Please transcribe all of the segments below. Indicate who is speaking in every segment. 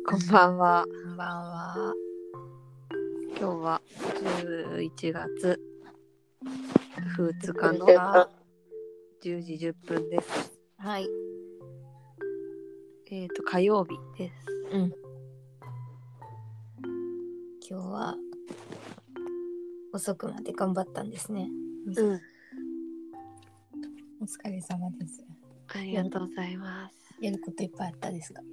Speaker 1: こんばんは。
Speaker 2: こんばんは。
Speaker 1: 今日は11月2日の10時10分です。
Speaker 2: はい。
Speaker 1: 火曜日です。
Speaker 2: 今日は遅くまで頑張ったんですね。お疲れ様です。
Speaker 1: ありがとうございます。
Speaker 2: やることいっぱいあったですか？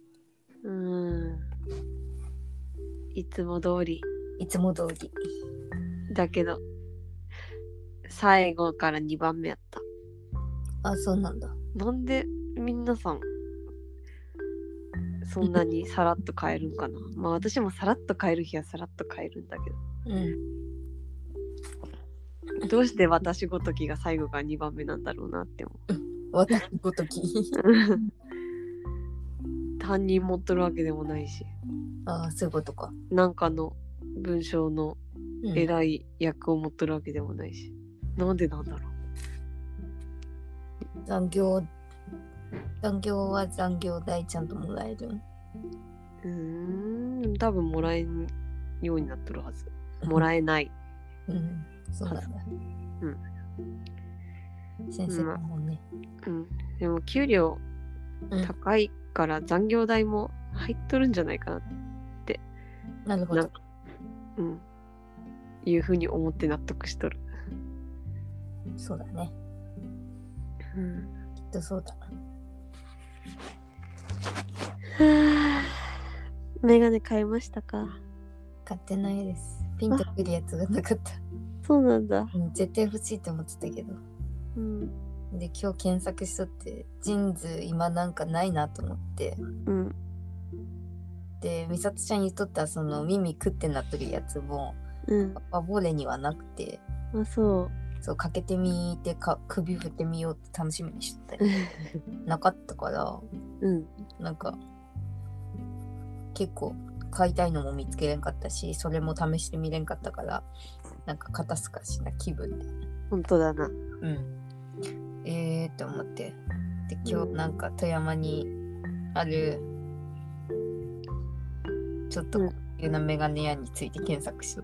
Speaker 1: いつも通り。
Speaker 2: いつも通り。
Speaker 1: だけど、最後から2番目やった。
Speaker 2: あ、そうなんだ。
Speaker 1: なんで皆さん、そんなにさらっと変えるんかな。まあ私もさらっと変える日はさらっと変えるんだけど。どうして私ごときが最後が2番目なんだろうなって思う。
Speaker 2: 私ごとき。
Speaker 1: 担任持っとるわけでもないし。
Speaker 2: ああ、そういうことか。
Speaker 1: なんかの文章の偉い役を持っとるわけでもないし。なんでなんだろう。
Speaker 2: 残業は残業代ちゃんともらえる？
Speaker 1: 多分もらえんようになっとるはず。もらえない。
Speaker 2: そうなんだ。先生もね。
Speaker 1: でも給料高いから残業代も入っとるんじゃないかなって。
Speaker 2: なるほど。
Speaker 1: いうふうに思って納得しとる。
Speaker 2: そうだね。きっとそうだな。
Speaker 1: メガネ買いましたか？
Speaker 2: 買ってないです。ピンとくるやつがなかった。
Speaker 1: そうなんだ。
Speaker 2: 絶対欲しいと思ってたけど。で今日検索しとってジーンズ今なんかないなと思って。で美里ちゃん言っとったその耳クってなっとるやつも、ファボレにはなくて。そうかけてみて首振ってみようって楽しみにしてたなかったから、なんか結構買いたいのも見つけれんかったし、それも試してみれんかったから、なんか肩透かしな気分で。
Speaker 1: 本当だな。
Speaker 2: って思って。で今日なんか富山にあるちょっと高級なメガネ屋について検索しとった。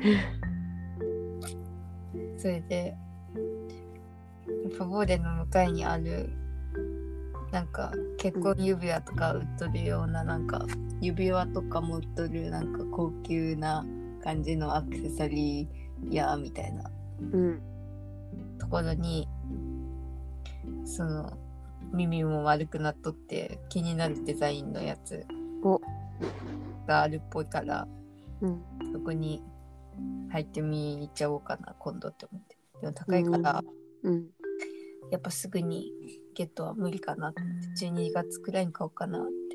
Speaker 2: それでファボーレの向かいにあるなんか結婚指輪とか売っとるような、なんか指輪とかも売っとるなんか高級な感じのアクセサリー屋みたいなところに、その耳も丸くなっとって気になるデザインのやつがあるっぽいから、そこに入ってみちゃおうかな今度って思って。でも高いから、やっぱすぐにゲットは無理かなって12月くらいに買おうかな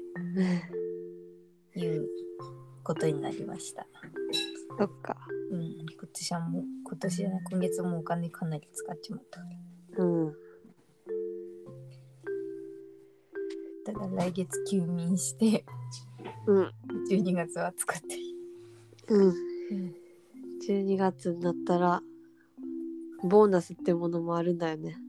Speaker 2: っていうことになりました。
Speaker 1: そっか。
Speaker 2: 今月もお金かなり使っちまった。だから来月休眠して12月は使って
Speaker 1: 12月になったらボーナスってものもあるんだよね。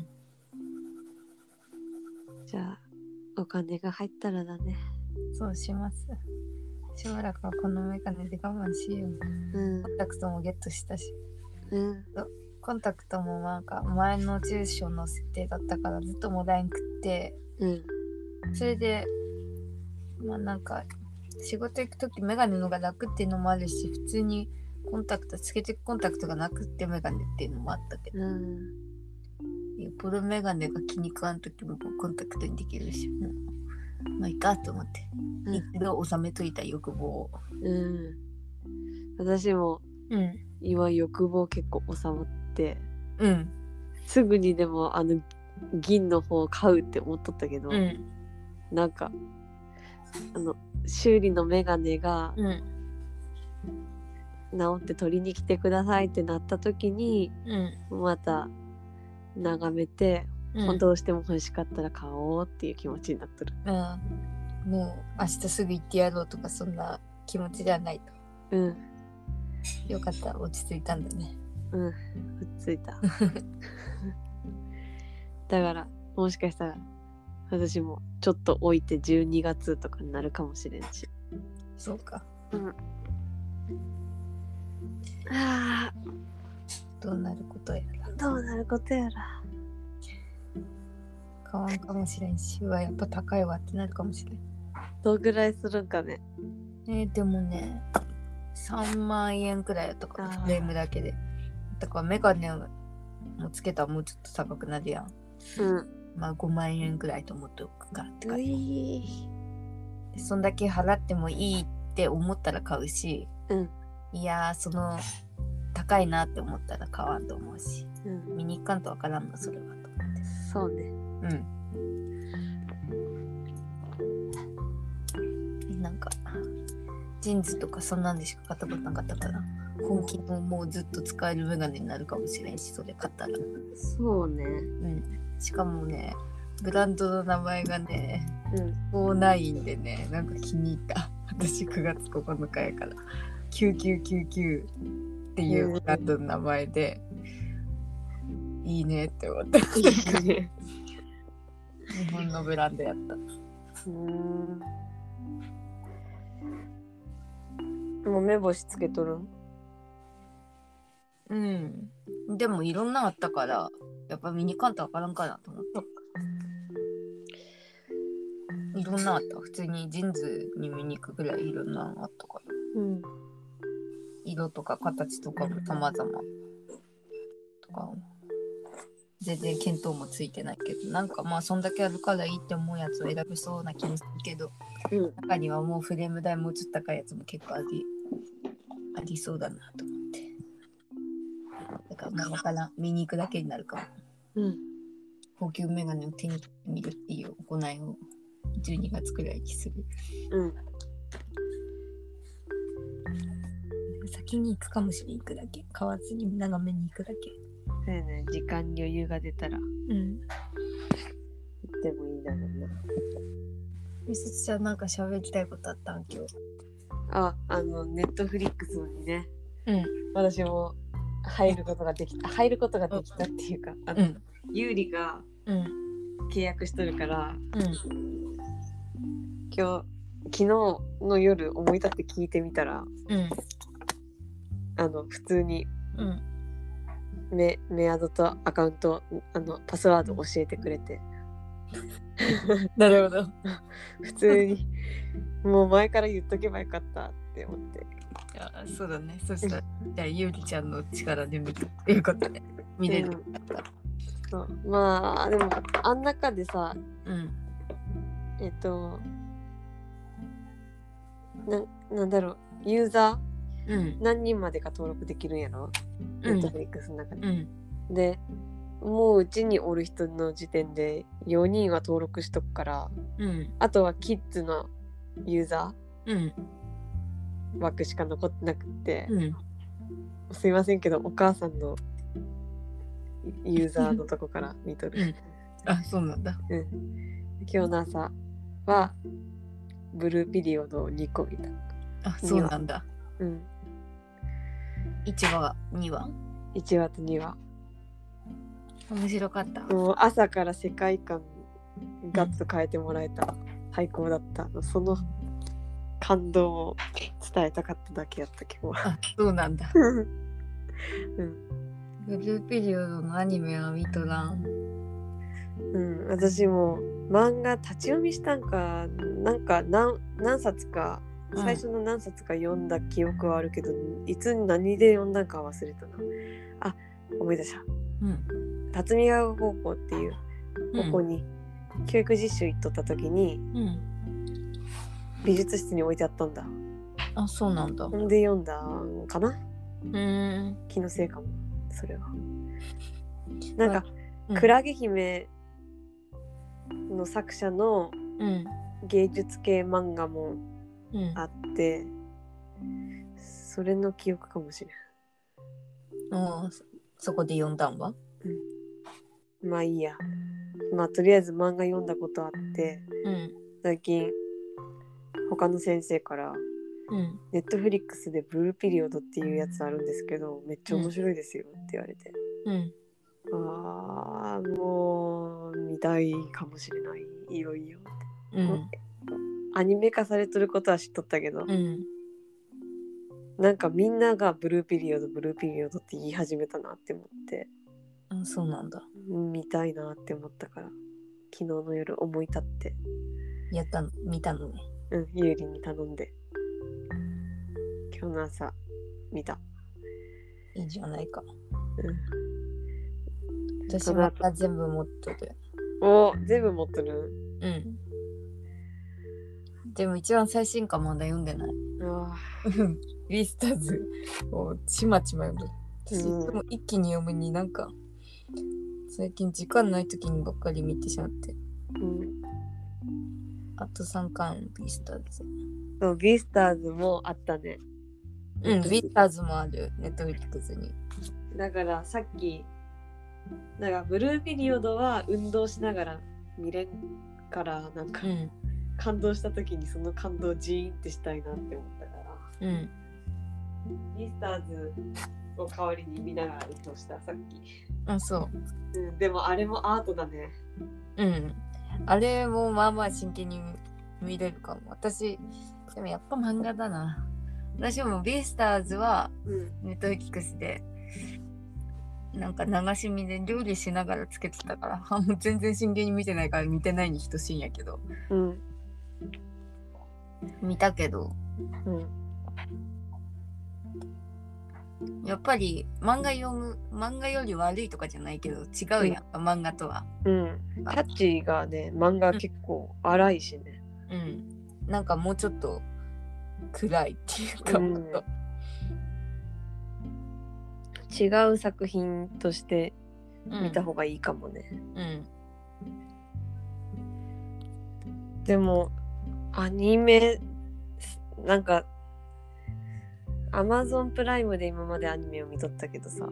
Speaker 1: じゃあお金が入ったらだね。
Speaker 2: そうします。しばらくはこのメガネで我慢しよう。コンタクトもゲットしたし、コンタクトもなんか前の住所の設定だったからずっともらえんくって、それでまあなんか仕事行くときメガネのが楽っていうのもあるし、普通にコンタクトつけてコンタクトがなくってメガネっていうのもあったけど、よっぽどメガネが気に食わんときもコンタクトにできるし、まあいいかと思って、一度収めといた欲望を。
Speaker 1: 私も今欲望結構収まって、すぐにでも銀の方を買うって思っとったけど、なんか修理のメガネが直って取りに来てくださいってなった時に、また眺めて、どうしても欲しかったら買おうっていう気持ちになってる。
Speaker 2: もう明日すぐ行ってやろうとかそんな気持ちではないと。よかった、落ち着いたんだね。
Speaker 1: 落ち着いた。だからもしかしたら私もちょっと置いて12月とかになるかもしれんし。
Speaker 2: そうか。
Speaker 1: ああ、
Speaker 2: どうなることやら。
Speaker 1: どうなることやら。
Speaker 2: 買わんかもしれんし、やっぱ高いわってなるかもしれん。
Speaker 1: どうぐらいするんかね。
Speaker 2: でもね、3万円くらいやったかな、フレームだけで。だからメガネをつけたらもうちょっと高くなるやん。まあ5万円くらいと思っておくかって感じ。そんだけ払ってもいいって思ったら買うし、いやその高いなって思ったら買わんと思うし、見に行かんとわからんのそれはと思って。
Speaker 1: そうね。
Speaker 2: なんかジーンズとかそんなんでしか買ったことなかったから、本気のもうずっと使えるメガネになるかもしれんし、それ買ったら。
Speaker 1: そうね。
Speaker 2: しかもね、ブランドの名前がね、49でね、なんか気に入った。私9月9日やから。9999っていうブランドの名前で、いいねって思った。日本のブランドやった。
Speaker 1: もう目星つけとる
Speaker 2: ん？でもいろんなあったから、やっぱミニカントわからんかなと思って。いろんなあった。普通にジーンズに見に行くぐらいいろんなあったから。色とか形とかも様々とか。全然見当もついてないけど、なんかまあそんだけあるからいいって思うやつを選べそうな気もするけど、中にはもうフレーム代もうちょっと高いやつも結構ありそうだなと思って。だからまあから見に行くだけになるかも。高級メガネを手に取ってみるっていう行いを12月くらいにする。先に行くかもしれん、行くだけ。買わずに眺めに行くだけ。
Speaker 1: そうやね、時間に余裕が出たら行ってもいいだろうな。
Speaker 2: みすちゃんなんか喋りたいことあったん今日？
Speaker 1: ネットフリックスにね、私も入ることができたっていうか、ゆうりが契約しとるから、昨日の夜思い立って聞いてみたら、普通に、メアドとアカウントパスワード教えてくれて
Speaker 2: なるほど。
Speaker 1: 普通にもう前から言っとけばよかったって思って。
Speaker 2: いやそうだね。そしたらじゃあゆうりちゃんの力で見るっていうことで見れるようになった。
Speaker 1: そうまあでもあん中でさ、なんだろう、ユーザー、何人までか登録できるんやろ、ネットフリックスの中で、でもううちにおる人の時点で4人は登録しとくから、あとはキッズのユーザー枠しか残ってなくて、すいませんけどお母さんのユーザーのとこから見とる。
Speaker 2: あ、そうなんだ。
Speaker 1: 今日の朝はブルーピリオドを2個見た。
Speaker 2: あ、そうなんだ。1話2話
Speaker 1: 1話と2話
Speaker 2: 面白かった。
Speaker 1: もう朝から世界観ガッと変えてもらえた、最高だった。その感動を伝えたかっただけやったけど。
Speaker 2: あ、そうなんだ。ブルーピリオドのアニメは見とらん。
Speaker 1: 私も漫画立ち読みしたんか、なんか何冊か、最初の何冊か読んだ記憶はあるけど、いつ何で読んだんか忘れたな。あ、思い出した。辰巳川高校っていう高校に教育実習行っとった時に、美術室に置いてあったんだ。
Speaker 2: あ、そうなんだ。
Speaker 1: で読んだんかな。気のせいかも、それは。なんか、クラゲ姫の作者の芸術系漫画もあって、それの記憶かもしれん。
Speaker 2: そこで読んだんは？
Speaker 1: まあいいや。まあとりあえず漫画読んだことあって、最近他の先生から、ネットフリックスでブルーピリオドっていうやつあるんですけど、めっちゃ面白いですよって言われて、もう見たいかもしれない。 いよいよ、
Speaker 2: うん
Speaker 1: アニメ化されてることは知っとったけど、なんかみんながブルーピリオドって言い始めたなって思って、
Speaker 2: そうなんだ。
Speaker 1: 見たいなって思ったから、昨日の夜思い立って
Speaker 2: 見たのね。
Speaker 1: ゆうりに頼んで今日の朝見た。
Speaker 2: いいじゃないか。
Speaker 1: うん、
Speaker 2: 私また全部持っとる。
Speaker 1: 全部持ってる。
Speaker 2: でも一番最新刊まだ読んでない。ビースターズをちまちま読んでる。私いつも一気に読むになんか最近時間ない時にばっかり見てしまって、あと3巻ビースターズ。
Speaker 1: そうビースターズもあったね。
Speaker 2: ビースターズもあるネットフリックスに。
Speaker 1: だからさっきなんかブルーピリオドは運動しながら見れんからなんか、感動した時にその感動をジーンってしたいなって思ったから、ビースターズを代わりに見ながら運動したさっき。
Speaker 2: そう、
Speaker 1: でもあれもアートだね。
Speaker 2: あれもまあまあ真剣に見れるかも。私でもやっぱ漫画だな。私もビースターズはネットフリックスでなんか流し見で料理しながらつけてたからもう全然真剣に見てないから見てないに等しいんやけど、見たけど、やっぱり漫画より悪いとかじゃないけど違うやん、漫画とは。
Speaker 1: キャッチがね漫画結構荒いしね。
Speaker 2: なんかもうちょっと暗いっていうか、
Speaker 1: 違う作品として見た方がいいかもね。でもアニメなんかAmazon プライムで今までアニメを見とったけどさ、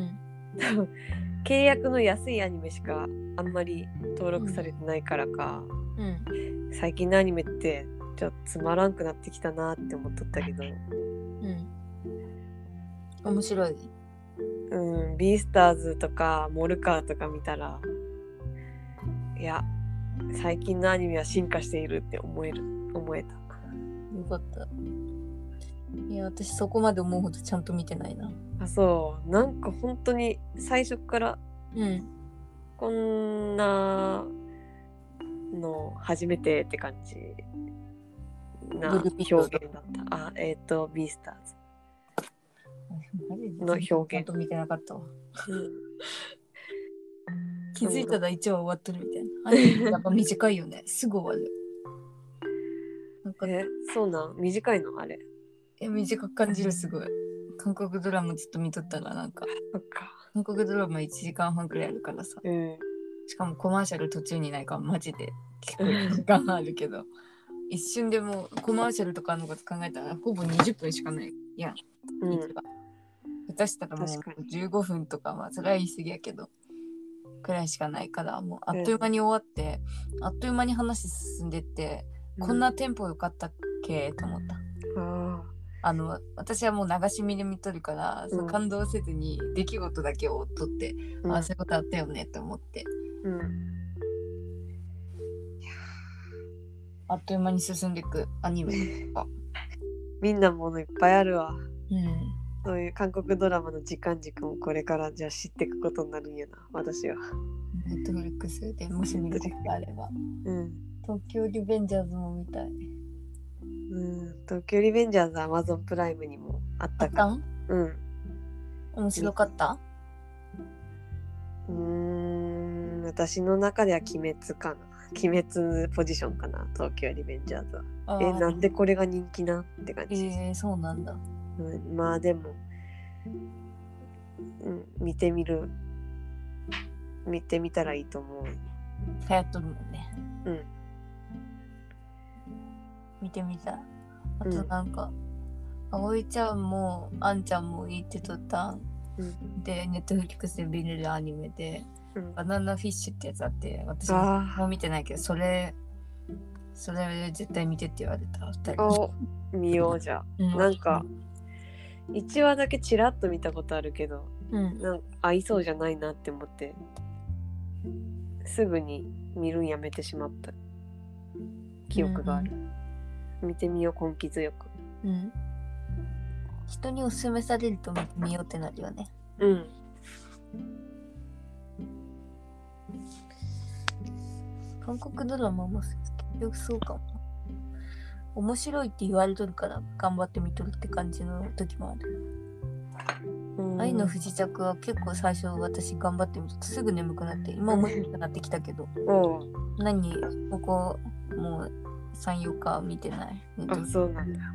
Speaker 1: 契約の安いアニメしかあんまり登録されてないからか、最近のアニメってちょっとつまらんくなってきたなって思っとったけど、
Speaker 2: 面白い。
Speaker 1: ビースターズとかモルカーとか見たら、いや最近のアニメは進化しているって思えた。よ
Speaker 2: かった。いや私そこまで思うほどちゃんと見てないな。
Speaker 1: そうなんか本当に最初から、こんなの初めてって感じな表現だった。ビースターズの表現。
Speaker 2: ちゃんと見てなかったわ。気づいたら1話終わってるみたいな。アニメやっぱ短いよね。すぐ終わる。なんか
Speaker 1: そうなん短いのあれ。
Speaker 2: 短く感じるすごい。韓国ドラマずっと見とったらなんか。韓国ドラマ1時間半くらいあるからさ。しかもコマーシャル途中にないからマジで結構時間あるけど一瞬でもコマーシャルとかのこと考えたらほぼ20分しかないやん。下手したらもう15分とかそれは言い過ぎやけどくらいしかないからもうあっという間に終わって、あっという間に話進んでって、こんなテンポ良かったっけと思った。私はもう流し見で見とるから、その感動せずに出来事だけを追っとって、そういうことあったよねって思って、あっという間に進んでいくアニメとか
Speaker 1: みんなものいっぱいあるわ。そういう韓国ドラマの時間軸もこれからじゃあ知っていくことになるんやな私は。
Speaker 2: ネットフリックスでもし見ることがあれば、東京リベンジャーズも見たい。
Speaker 1: 東京リベンジャーズは Amazon プライムにもあったから。
Speaker 2: 面白かった？
Speaker 1: 私の中では鬼滅かな。鬼滅ポジションかな、東京リベンジャーズは。なんでこれが人気なんって感じ。
Speaker 2: そうなんだ。
Speaker 1: まあでも、見てみたらいいと思う。
Speaker 2: 流行っとるもんね。見てみたい。あとなんか、葵ちゃんもあんちゃんも言ってとったん、でネットフリックスで見れるアニメで、バナナフィッシュってやつあって、私も見てないけどそれ絶対見てって言われた。2人
Speaker 1: 見ようじゃ。なんか1話だけチラッと見たことあるけど、なんか合いそうじゃないなって思ってすぐに見るんやめてしまった。 記憶がある、見てみよう根気強く。
Speaker 2: 人におすすめされると見てみようってなるよね。韓国ドラマも結局そうかも。面白いって言われとるから頑張って見とるって感じの時もある。愛の不時着は結構最初私頑張ってみるとすぐ眠くなって、今面白くなってきたけど、ここもう3、4日見てない。
Speaker 1: あ、そうなんだ。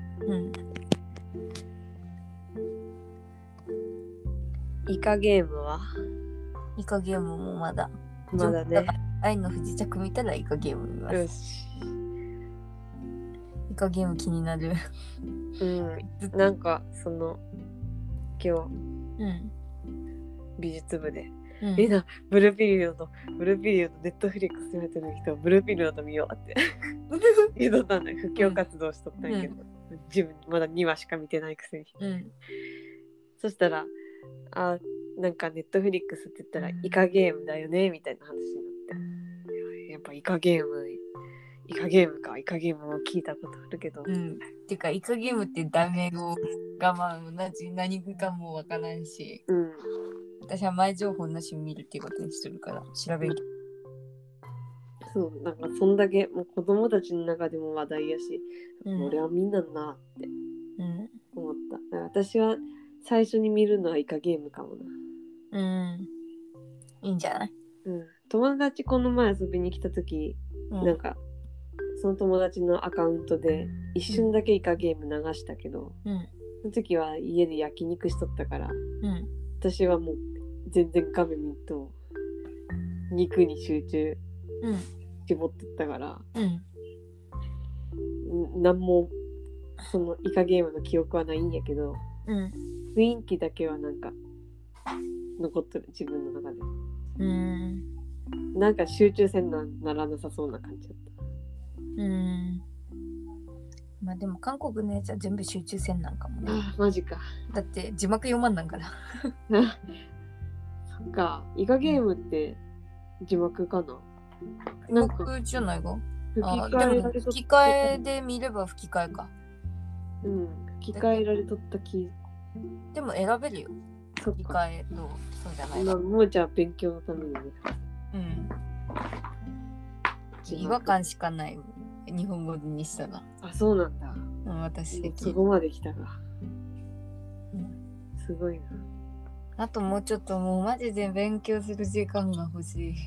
Speaker 1: イカゲームは？
Speaker 2: イカゲームもまだ
Speaker 1: ね。
Speaker 2: 愛の不時着見たらイカゲーム見ます。
Speaker 1: よし。
Speaker 2: イカゲーム気になる。
Speaker 1: なんかその今日、美術部で、みんなブルーピリオドネットフリックスやってる人はブルーピリオド見ようって言うとったんだよ。布教活動しとったんやけど、自分まだ2話しか見てないくせに。そしたらなんかネットフリックスって言ったらイカゲームだよねみたいな話になって、やっぱイカゲームも聞いたことあるけど、
Speaker 2: てかイカゲームって題名語が何かもわからんし、私は前情報なしに見るっていうことにしてるから調べる。
Speaker 1: そうなんかそんだけもう子供たちの中でも話題やし、俺はみんななって思った。私は最初に見るのはイカゲームかも
Speaker 2: な。いいんじゃない？
Speaker 1: 友達この前遊びに来た時、なんかその友達のアカウントで一瞬だけイカゲーム流したけど、その時は家で焼肉しとったから、私はもう全然画面見んと肉に集中絞ってったから、なんもそのイカゲームの記憶はないんやけど、雰囲気だけはなんか残ってる自分の中で。なんか集中せんならなさそうな感じだった。
Speaker 2: まあでも韓国のやつは全部集中せんなんかもね。
Speaker 1: マジか。
Speaker 2: だって字幕読まんなんから
Speaker 1: そっか。イカゲームって字幕かな？
Speaker 2: 字幕じゃないが。吹き替えで見れば吹き替えか。
Speaker 1: 吹き替えられとった気。
Speaker 2: でも選べるよ。吹き替えとそうじゃないか。
Speaker 1: もうじゃあ勉強のためにね。
Speaker 2: 違和感しかない日本語にしたら。
Speaker 1: あ、そうなんだ。
Speaker 2: 私的に
Speaker 1: そこまで来たが、すごいな。
Speaker 2: あともうちょっともうマジで勉強する時間が欲しい。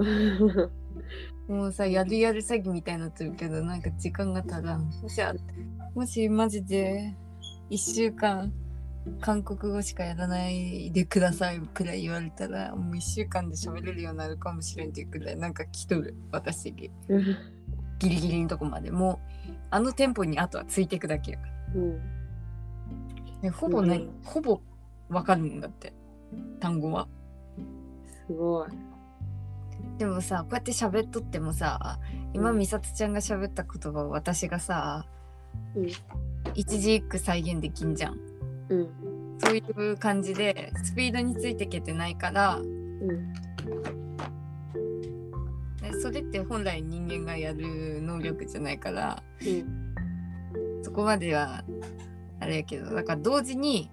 Speaker 2: もうさやる詐欺みたいになってるけどなんか時間が足らん。もしマジで1週間韓国語しかやらないでくださいくらい言われたらもう1週間で喋れるようになるかもしれんっていうくらいなんか来とる私ギリギリのとこまでもうあのテンポにあとはついていくだけやから、ほぼわかるんだって単語は。
Speaker 1: すごい。
Speaker 2: でもさこうやって喋っとってもさ今美里ちゃんが喋った言葉を私がさ、一字一句再現できんじゃん。そういう感じでスピードについていけてないから、それって本来人間がやる能力じゃないから、そこまではあれやけどだから同時に、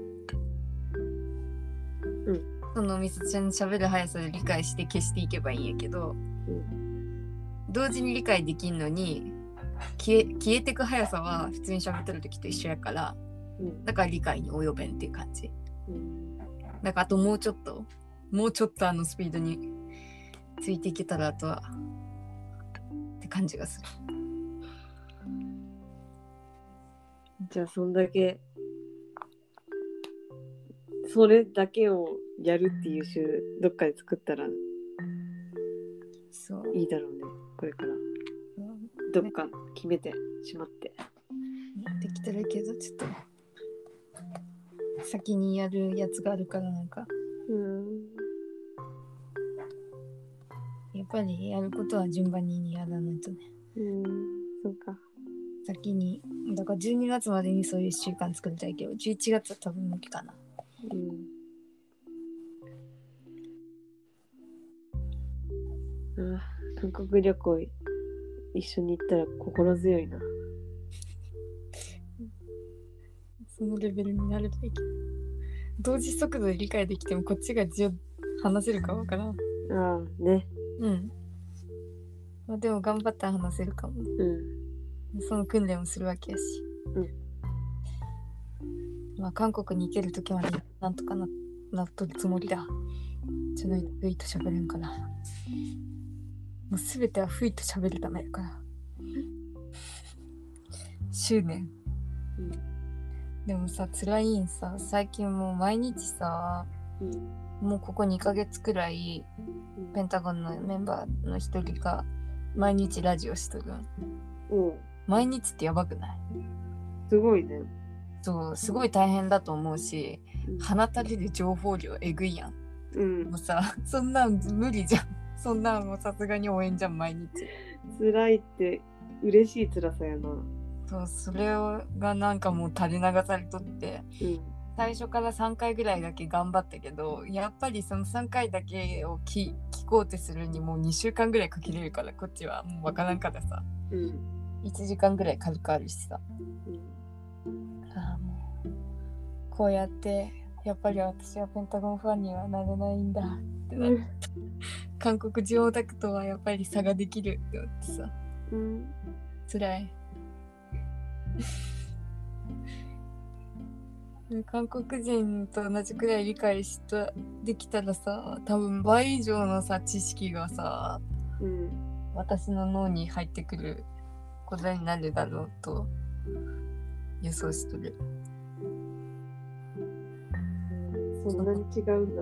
Speaker 2: そのみすちゃんの喋る速さで理解して消していけばいいんやけど、同時に理解できんのに消えてく速さは普通に喋ってる時と一緒やから、だから理解に及べんっていう感じ。だからあともうちょっとあのスピードについていけたらあとはって感じがする。
Speaker 1: じゃあそれだけをやるっていう週どっかで作ったらいいだろうね。これからどっか決めてしまって
Speaker 2: できたらいいけどちょっと先にやるやつがあるからなんかやっぱりやることは順番にやらないとね。
Speaker 1: そうか。
Speaker 2: 先にだから12月までにそういう習慣作りたいけど11月は多分無理かな。
Speaker 1: 韓国旅行一緒に行ったら心強いな。
Speaker 2: そのレベルになるといいけど、同時速度で理解できてもこっちが字を話せるかわからん。
Speaker 1: ああね。
Speaker 2: うん。まあ、でも頑張ったら話せるかもね。その訓練をするわけやし。まあ韓国に行けるときまでなんとかなっとるつもりだ。じゃないとふいと喋れんかな。もうすべてはふいと喋るためやから。執念。でもさ、辛いんさ、最近もう毎日さ、もうここ2ヶ月くらい、ペンタゴンのメンバーの一人が毎日ラジオしとる。毎日ってやばくない？
Speaker 1: すごいね。
Speaker 2: そう、すごい大変だと思うし、放たれる情報量えぐいやん。もうさ、そんなん無理じゃん。そんなんもうさすがに応援じゃん、毎日。
Speaker 1: 辛いって嬉しい辛さやな。
Speaker 2: そう、それがなんかもう垂れ流されとって、最初から3回ぐらいだけ頑張ったけど、やっぱりその3回だけを聞こうってするにもう2週間ぐらいかけれるから、こっちはもうわからんからさ、1時間ぐらい軽くあるしさ、もうこうやってやっぱり私はペンタゴンファンにはなれないんだってなって、韓国人オタクとはやっぱり差ができるって思ってさ、辛い。韓国人と同じくらい理解できたらさ、多分倍以上のさ知識がさ、私の脳に入ってくることになるだろうと予想しとる。
Speaker 1: そんなに違うんだ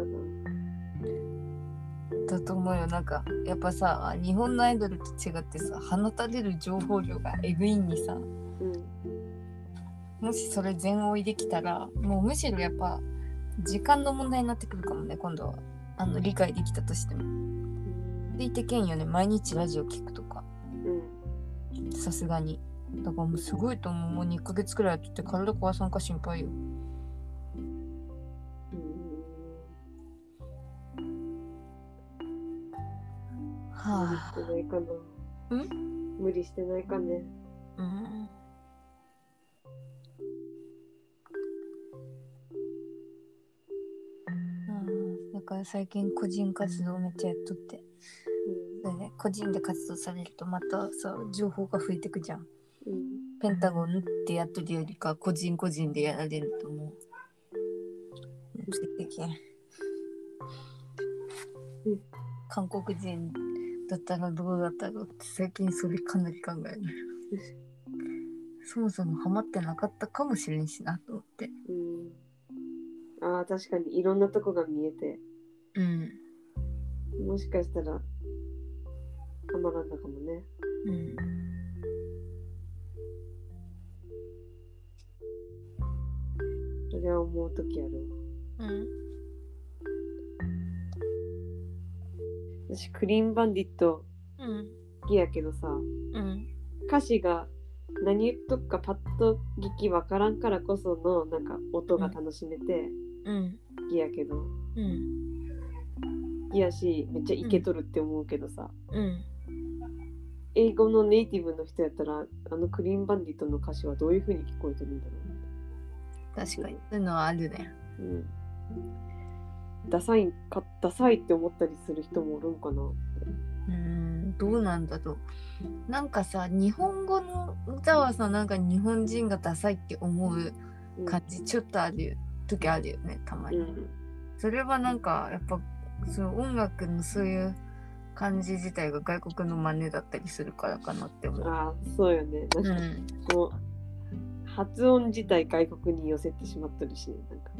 Speaker 2: な。だと思うよ。なんかやっぱさ、日本のアイドルと違ってさ、放たれる情報量がエグいんにさ、もしそれ全追いできたら、もうむしろやっぱ時間の問題になってくるかもね、今度は。理解できたとしても。でいてけんよね、毎日ラジオ聞くとか。さすがに。だからもうすごいと思う。もう2ヶ月くらいやってて体壊さんか心配よ。
Speaker 1: 無理してないかね。
Speaker 2: だから最近個人活動めっちゃやっとって、それで個人で活動されるとまたさ情報が増えてくじゃん。ペンタゴンってやっとるよりか個人でやられると思う。ついてけん。韓国人だったらどうだったろうって最近それかなり考える。そもそもハマってなかったかもしれんしなと思って。
Speaker 1: 確かにいろんなとこが見えて、もしかしたらハマらんだかもね。それは思うときあるわ。私クリーンバンディット好きやけどさ、歌詞が何言っとくかパッと聞きわからんからこそのなんか音が楽しめて好きやけど、好きやしめっちゃイケとるって思うけどさ、英語のネイティブの人やったらクリーンバンディットの歌詞はどういう風に聞こえてるんだろ
Speaker 2: う。確かにそういうのはあるね。
Speaker 1: ダサいって思ったりする人もおるんかな。
Speaker 2: どうなんだろう。なんかさ、日本語の歌はさ、なんか日本人がダサいって思う感じ、ちょっとある時あるよね、たまに。それはなんかやっぱその音楽のそういう感じ自体が外国の真似だったりするからかなって思う。
Speaker 1: そうよね。なんかもう発音自体外国に寄せてしまったりしね、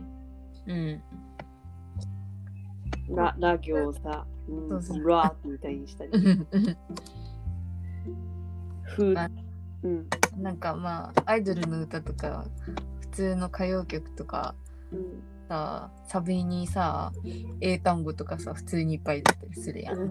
Speaker 1: なんか。ラ行をさ、ラーみたいにしたり。
Speaker 2: なんかまあアイドルの歌とか普通の歌謡曲とかさ、サビにさ英単語とかさ普通にいっぱい出たりするやん。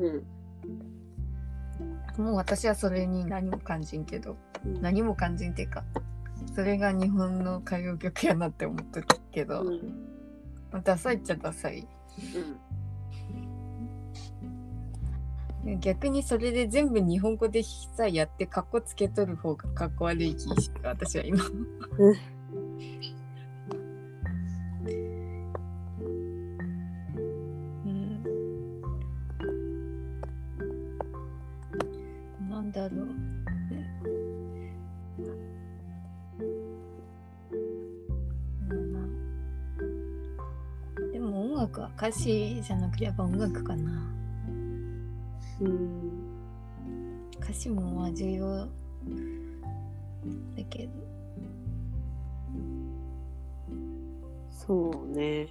Speaker 2: もう私はそれに何も感じんけど、何も感じんっていうかそれが日本の歌謡曲やなって思ってたけど、ダサいっちゃダサい。 逆にそれで全部日本語でさやってカッコつけとる方がカッコ悪い気しか私は今なんだろう、でも音楽は歌詞じゃなければ音楽かな。歌詞もまあ重要だけど。
Speaker 1: そうね。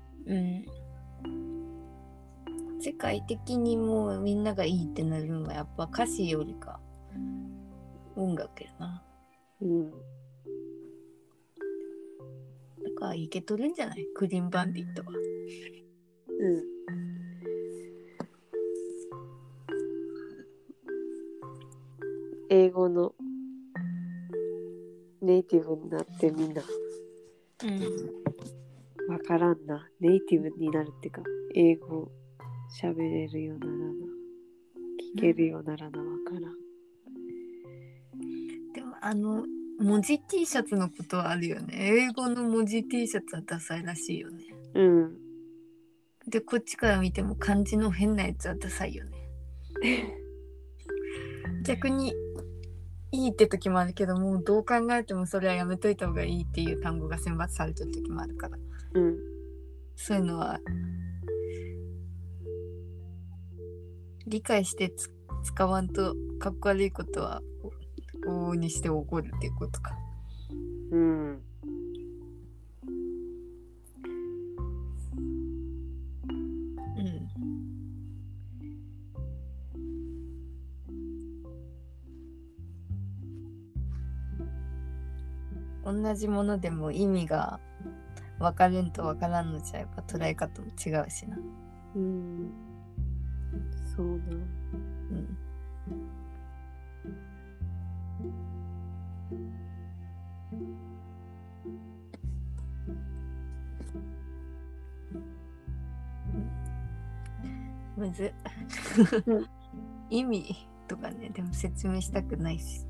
Speaker 2: 世界的にもうみんながいいってなるのはやっぱ歌詞よりか音楽やな。だからいけとるんじゃない？クリーンバンディットは。
Speaker 1: 英語のネイティブになってみんなわからんな。ネイティブになるってか英語喋れるようならな、聞けるようならな、わからん。
Speaker 2: でも文字 T シャツのことはあるよね。英語の文字 T シャツはダサいらしいよね。でこっちから見ても漢字の変なやつはダサいよね。逆にいいって時もあるけど、もうどう考えてもそれはやめといた方がいいっていう単語が選抜されてる時もあるから、そういうのは理解して使わんとかっこ悪いことは往々にして起こるっていうことか。同じものでも意味が分かるんと分からんのじゃやっぱ捉え方も違うしな。
Speaker 1: そうな。
Speaker 2: むず意味とかね、でも説明したくないし。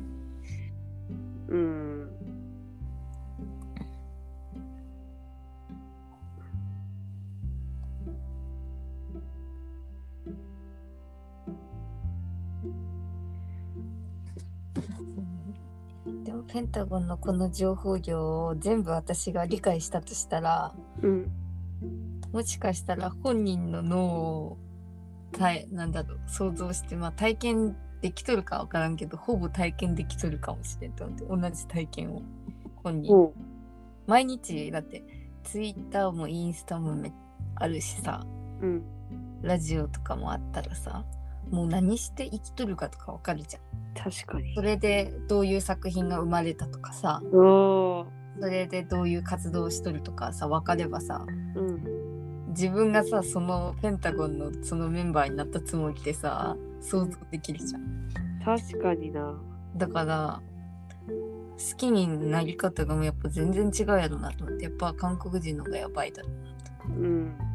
Speaker 2: でもペンタゴンのこの情報量を全部私が理解したとしたら、もしかしたら本人の脳をなんだろう想像して、体験できとるか分からんけどほぼ体験できとるかもしれんと思って、同じ体験を本人、毎日だってツイッターもインスタもあるしさ、ラジオとかもあったらさ、もう何して生きとるかとか分かるじゃん。
Speaker 1: 確かに。
Speaker 2: それでどういう作品が生まれたとかさ、それでどういう活動をしとるとかさ分かればさ、自分がさそのペンタゴンのそのメンバーになったつもりでさ想像できるじゃん。
Speaker 1: 確かにな。
Speaker 2: だから好きになり方がやっぱ全然違うやろなと思って、やっぱ韓国人のがやばいだろうなと。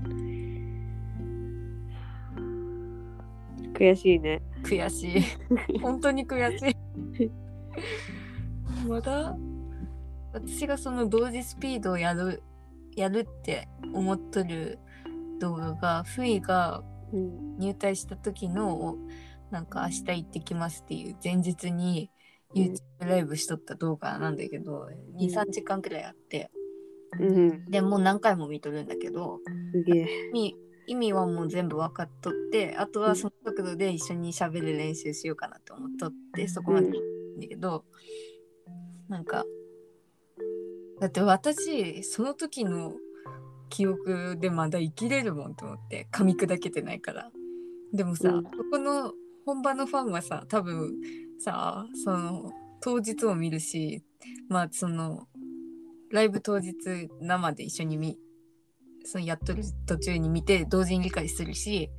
Speaker 1: 悔しいね。
Speaker 2: 悔しい。本当に悔しい。まだ私がその同時スピードをやるって思っとる動画が、フイが入隊した時のなんか明日行ってきますっていう前日に YouTube ライブしとった動画なんだけど、2,3 時間くらいあって、でもう何回も見とるんだけど、
Speaker 1: すげえ。
Speaker 2: 意味はもう全部分かっとって、あとはその速度で一緒に喋る練習しようかなって思っとって、そこまでいいんだけど、なんかだって私その時の記憶でまだ生きれるもんと思って、噛み砕けてないから。でもさ、そこの本場のファンはさ多分さ、その当日を見るし、そのライブ当日生で一緒にそのやっとる途中に見て同時に理解するし、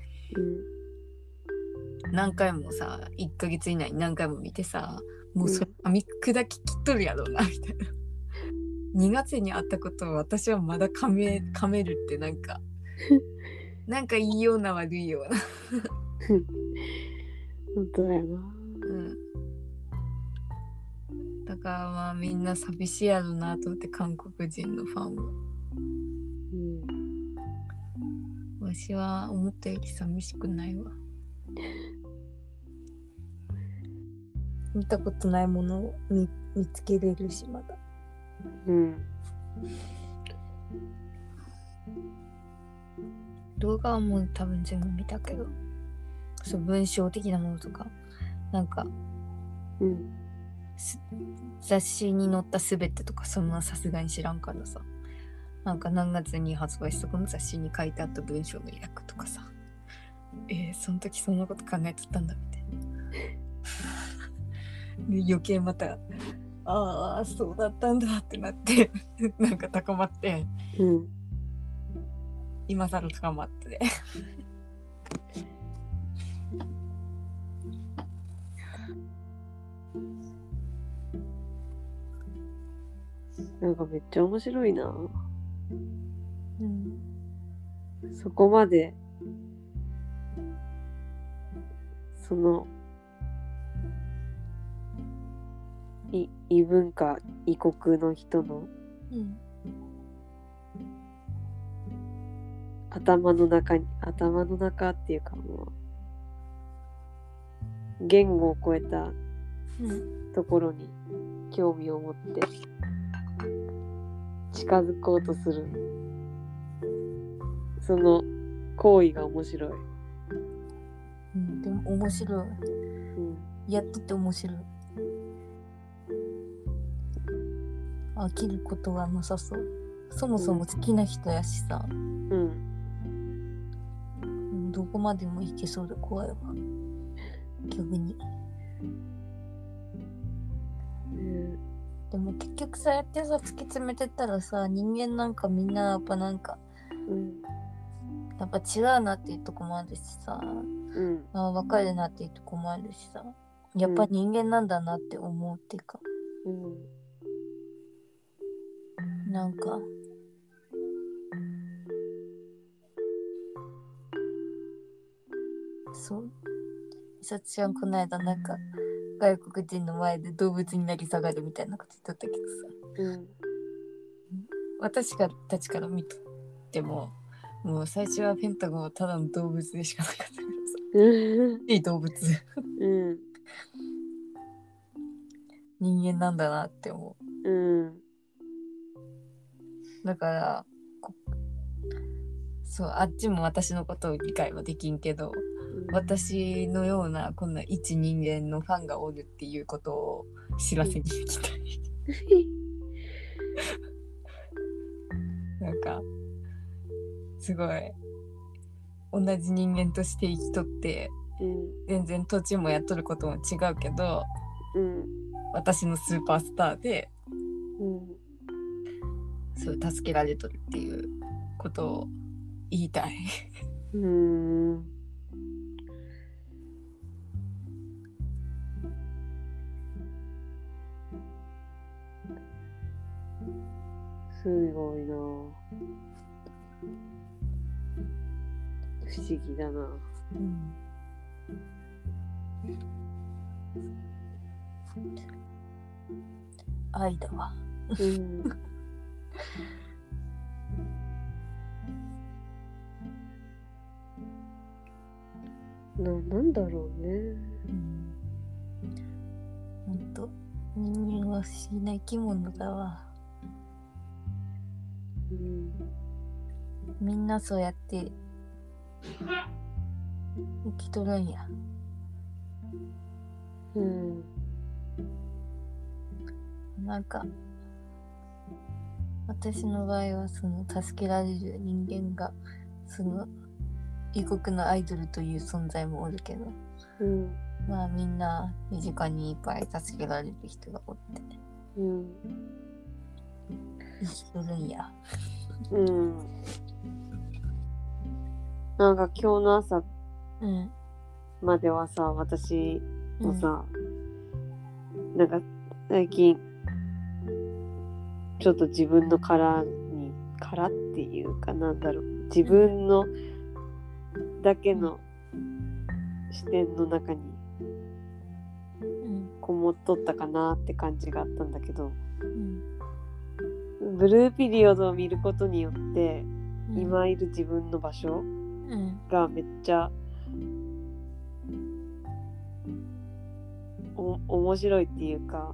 Speaker 2: 何回もさ1ヶ月以内に何回も見てさ、もうそれ噛み砕ききっとるやろうなみたいな。2月にあったことを私はまだ噛めるってなんかいいような悪いような
Speaker 1: 本当だよな。
Speaker 2: うん。だからまあみんな寂しいやろなと思って、韓国人のファンは。わしは思ったより寂しくないわ。見たことないものを見つけれるし、まだ。動画はもう多分全部見たけど、そう文章的なものとか、なんか、雑誌に載ったすべてとか、そんなさすがに知らんからさ。なんか何月に発売したこの雑誌に書いてあった文章の役とかさ、その時そんなこと考えてたんだみたいな。で余計またそうだったんだってなってなんか高まって、今更高まって
Speaker 1: なんかめっちゃ面白いな。そこまでその異文化異国の人の、頭の中っていうか、もう言語を超えたところに興味を持って近づこうとする、その行為が面白い。
Speaker 2: でも面白い。やっとって面白い。飽きることはなさそう。そもそも好きな人やしさ。どこまでもいけそうで怖いわ。逆に。でも結局さ、やってさ、突き詰めてったらさ、人間なんかみんなやっぱなんか、やっぱ違うなっていうとこもあるしさ、分かるなっていうとこもあるしさ、やっぱ人間なんだなって思うっていうか、なんかそう、美咲ちゃんこの間なんか外国人の前で動物になり下がるみたいなこと言っとったけどさ、私たちから見とっても、もう最初はペンタゴンはただの動物でしかなかったけどさ、いい動物人間なんだなって思う。だからそう、あっちも私のことを理解はできんけど、私のようなこんな一人間のファンがおるっていうことを知らせに行きたいなんかすごい同じ人間として生きとって、全然土地もやっとることも違うけど、私のスーパースターで、そう助けられとるっていうことを言いたい
Speaker 1: すごいな。不思議だな。
Speaker 2: 愛だわ。
Speaker 1: なんだろうね。
Speaker 2: ほんと人間は不思議な生き物だわ。みんなそうやって生きとるんや。なんか私の場合はその助けられる人間がその異国のアイドルという存在もおるけど、まあみんな身近にいっぱい助けられる人がおって、生きとるんや。
Speaker 1: なんか今日の朝まではさ、私もさ、なんか最近ちょっと自分の殻っていうか、なんだろう、自分のだけの視点の中にこもっとったかなって感じがあったんだけど、ブルーピリオドを見ることによって、今いる自分の場所がめっちゃ面白いっていうか、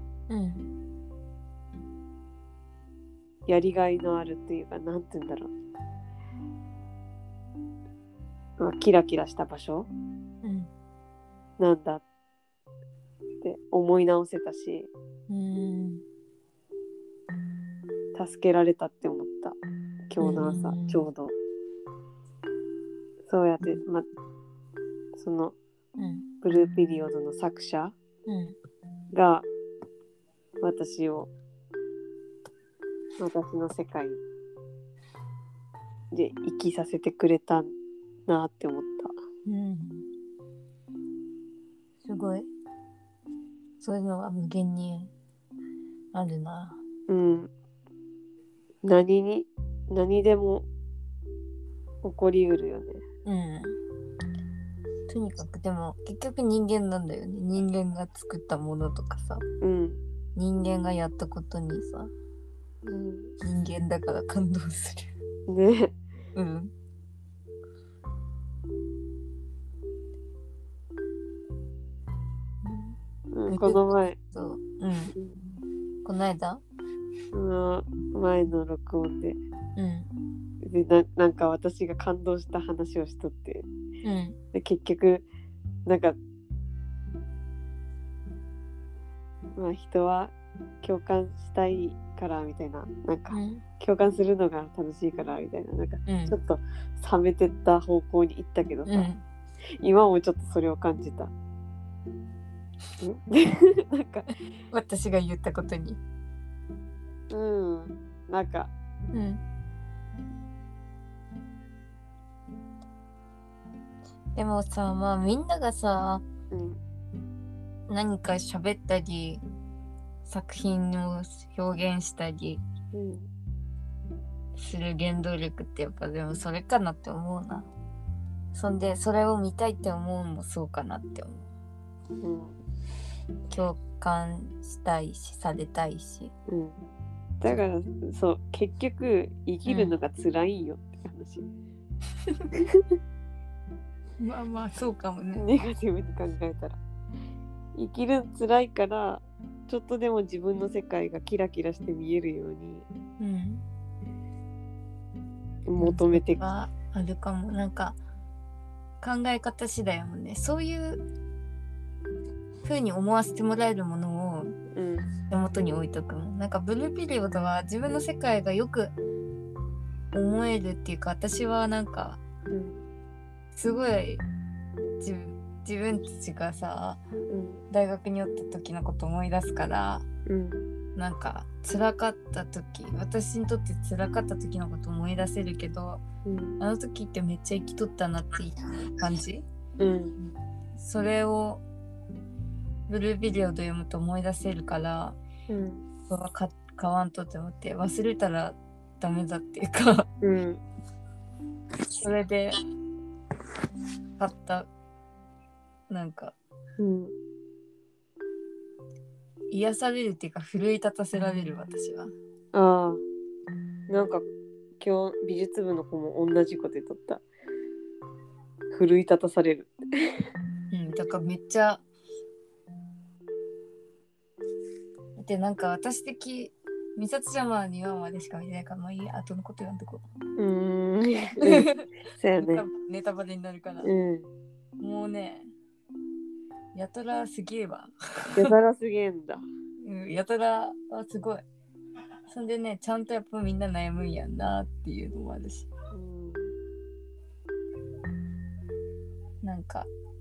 Speaker 1: やりがいのあるっていうか、なんて言うんだろう、キラキラした場所、なんだって思い直せたし、助けられたって思った。今日の朝、ちょうどそうやって、その、ブルーピリオドの作者が私の世界で生きさせてくれたなって思った。
Speaker 2: すごい。そういうのが無限にあるな。
Speaker 1: 何でも起こりうるよね。
Speaker 2: とにかくでも結局人間なんだよね。人間が作ったものとかさ、人間がやったことにさ、人間だから感動する
Speaker 1: ね。この前
Speaker 2: この間
Speaker 1: 前の録音で、なんか私が感動した話をしとって、で結局なんか人は共感したいからみたいな、なんか、共感するのが楽しいからみたいな、なんかちょっと冷めてった方向に行ったけどさ、今もちょっとそれを感じた。なんか
Speaker 2: 私が言ったことに
Speaker 1: なんか
Speaker 2: でもさ、みんながさ、何か喋ったり作品を表現したりする原動力ってやっぱでもそれかなって思うな。そんでそれを見たいって思うのもそうかなって思う。共感したいしされたいし、
Speaker 1: だからそう結局生きるのが辛いよって
Speaker 2: 話。そうかもね。
Speaker 1: ネガティブに考えたら生きる辛いから、ちょっとでも自分の世界がキラキラして見えるように、求めて
Speaker 2: あるかも。なんか考え方次第やもんね。そういう風に思わせてもらえるものを手元に置いとくもん。なんかブルーピリオドは自分の世界がよく思えるっていうか、私はなんかすごい自分たちがさ、大学におった時のこと思い出すから、なんか辛かった時、私にとって辛かった時のこと思い出せるけど、あの時ってめっちゃ生きとったなっていう感じ、それをブルービデオと読むと思い出せるから、それは買わんとって思って、忘れたらダメだっていうか、それで買った。なんか、癒されるっていうか奮い立たせられる。私は
Speaker 1: なんか今日美術部の子も同じこと言っとった。奮い立たされる
Speaker 2: だからめっちゃで、なんか私的美里ちゃまにはまでしか見てないから、もういい、後のこと読んでこう。
Speaker 1: そうやね。
Speaker 2: ネタバレになるから、もうね、やたらすげえわ。
Speaker 1: やたらすげえんだ。
Speaker 2: やたらはすごい。そんでね、ちゃんとやっぱみんな悩むんやんなっていうのもあるし、なんか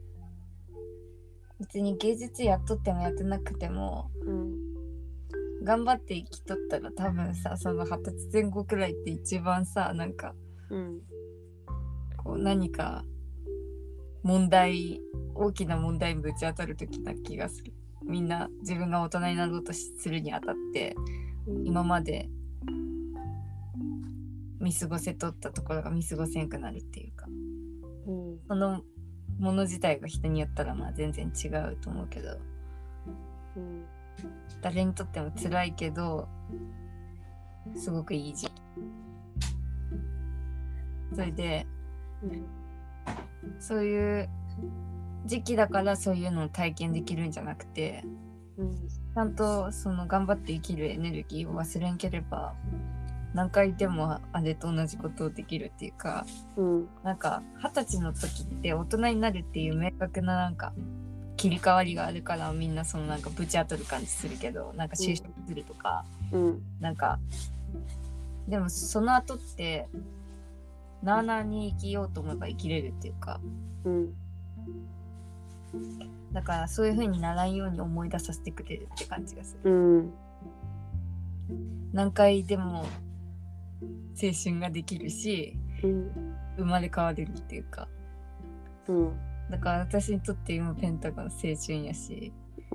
Speaker 2: 別に芸術やっとってもやってなくても、頑張って生きとったら多分さ、その20歳前後くらいって一番さ、なんか、こう何か大きな問題にぶち当たる時な気がする。みんな自分が大人になろうとするにあたって、今まで見過ごせとったところが見過ごせんくなるっていうか、そのもの自体が人によったらまあ全然違うと思うけど、誰にとっても辛いけどすごくいい時期。それで、そういう時期だからそういうのを体験できるんじゃなくて、ちゃんとその頑張って生きるエネルギーを忘れんければ何回でもあれと同じことをできるっていうか、なんか20歳の時って大人になるっていう明確ななんか切り替わりがあるから、みんなそのなんかぶち当たる感じするけど、なんか就職するとか、なんかでもその後ってなあなあに生きようと思えば生きれるっていうか、だからそういう風にならんように思い出させてくれるって感じがする。何回でも青春ができるし、生まれ変われるっていうか、だから私にとって今ペンタゴン青春やし、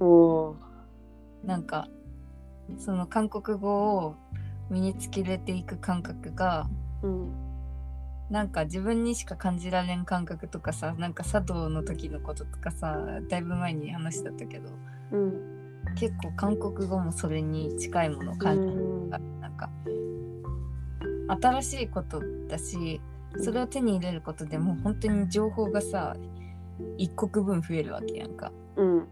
Speaker 2: なんかその韓国語を身につけれていく感覚が、なんか自分にしか感じられん感覚とかさ、なんか茶道の時のこととかさ、だいぶ前に話したったけど、結構韓国語もそれに近いものを感じる、なんか新しいことだし、それを手に入れることでもう本当に情報がさ一国分増えるわけやんか、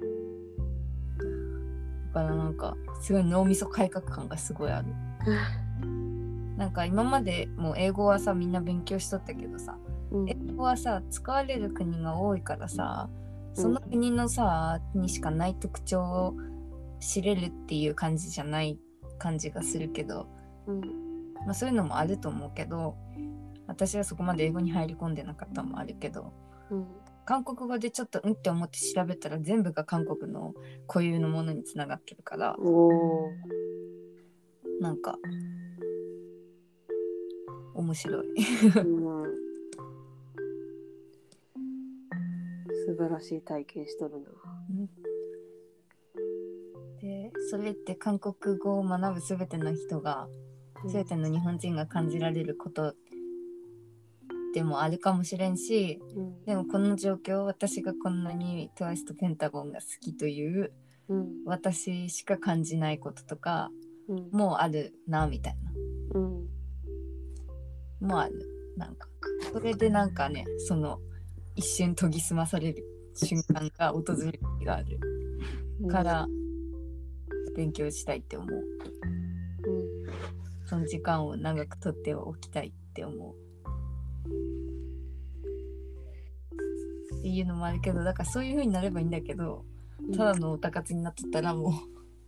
Speaker 2: だからなんかすごい脳みそ改革感がすごいある。なんか今までもう英語はさみんな勉強しとったけどさ、英語はさ使われる国が多いからさ、その国のさにしかない特徴を知れるっていう感じじゃない感じがするけど、まあそういうのもあると思うけど、私はそこまで英語に入り込んでなかったのもあるけど、韓国語でちょっとって思って調べたら全部が韓国の固有のものにつながってるから、なんか面白い。
Speaker 1: 素晴らしい体験しとるな。
Speaker 2: で、それって韓国語を学ぶすべての人が、すべての日本人が感じられることでもあるかもしれんし、でもこの状況、私がこんなに TWICE とペンタゴンが好きという、私しか感じないこととかもあるなみたいな、もある。なんかそれでなんかね、その一瞬研ぎ澄まされる瞬間が訪れる時があるから勉強したいって思う、その時間を長くとっておきたいって思うっていうのもあるけど、だからそういう風になればいいんだけど、ただのオタ活になってたらもう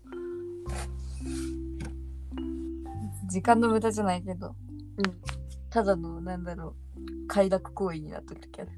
Speaker 2: 時間の無駄じゃないけど、ただのなんだろう快楽行為になってる時ある。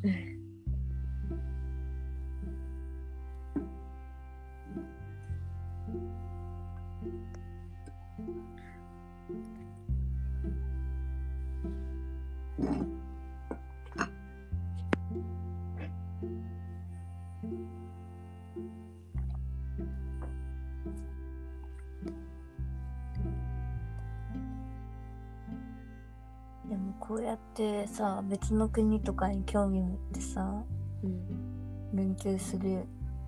Speaker 2: でもこうやってさ、別の国とかに興味持ってさ、勉強する、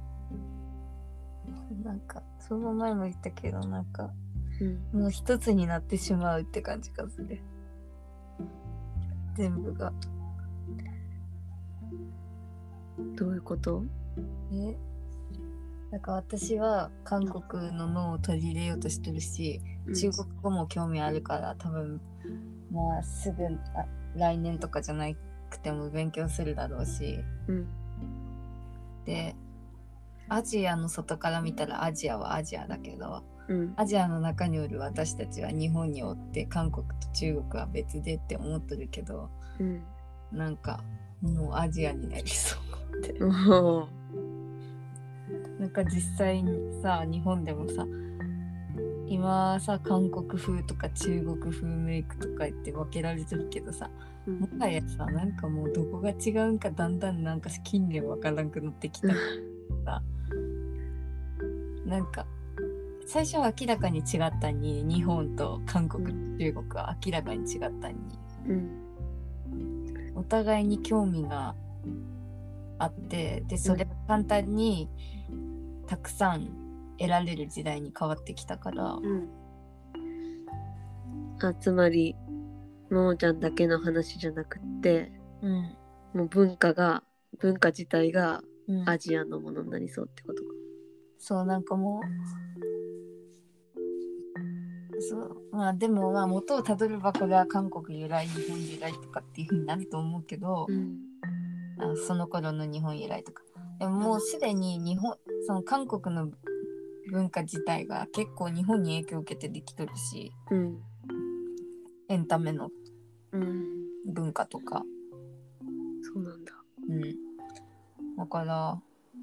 Speaker 2: なんかその前も言ったけど、なんか、もう一つになってしまうって感じがする、全部が。
Speaker 1: どういうこと？
Speaker 2: なんか私は韓国の脳を取り入れようとしてるし、中国語も興味あるから、多分まあすぐ来年とかじゃなくても勉強するだろうし、でアジアの外から見たらアジアはアジアだけど、アジアの中におる私たちは日本におって韓国と中国は別でって思ってるけど、なんかもうアジアになりそうってなんか実際にさ、日本でもさ、今さ韓国風とか中国風メイクとか言って分けられてるけどさ、もはやさ、なんかもうどこが違うんかだんだんなんか近年分からなくなってきたさなんか最初は明らかに違ったに、日本と韓国、中国は明らかに違ったに、お互いに興味があって、でそれ簡単にたくさん得られる時代に変わってきたから、
Speaker 1: つまりももちゃんだけの話じゃなくって、もう文化自体がアジアのものになりそうってことか。
Speaker 2: そうなんかもうそうまあでもまあ元をたどればこれは韓国由来日本由来とかっていう風になると思うけど、その頃の日本由来とかでももうすでにその韓国の文化自体が結構日本に影響を受けてできとるし、エンタメの文化とか、
Speaker 1: そうなんだ。
Speaker 2: だから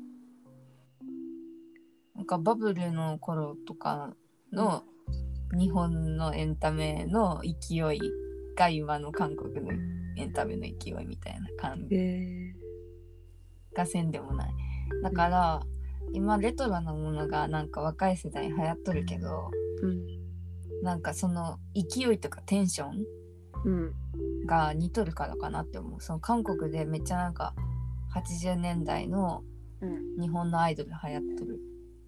Speaker 2: なんかバブルの頃とかの日本のエンタメの勢いが今の韓国のエンタメの勢いみたいな感じがせんでもない。だから今レトロなものがなんか若い世代に流行っとるけど、なんかその勢いとかテンションが似とるからかなって思う。その韓国でめっちゃなんか80年代の日本のアイドル流行っとる。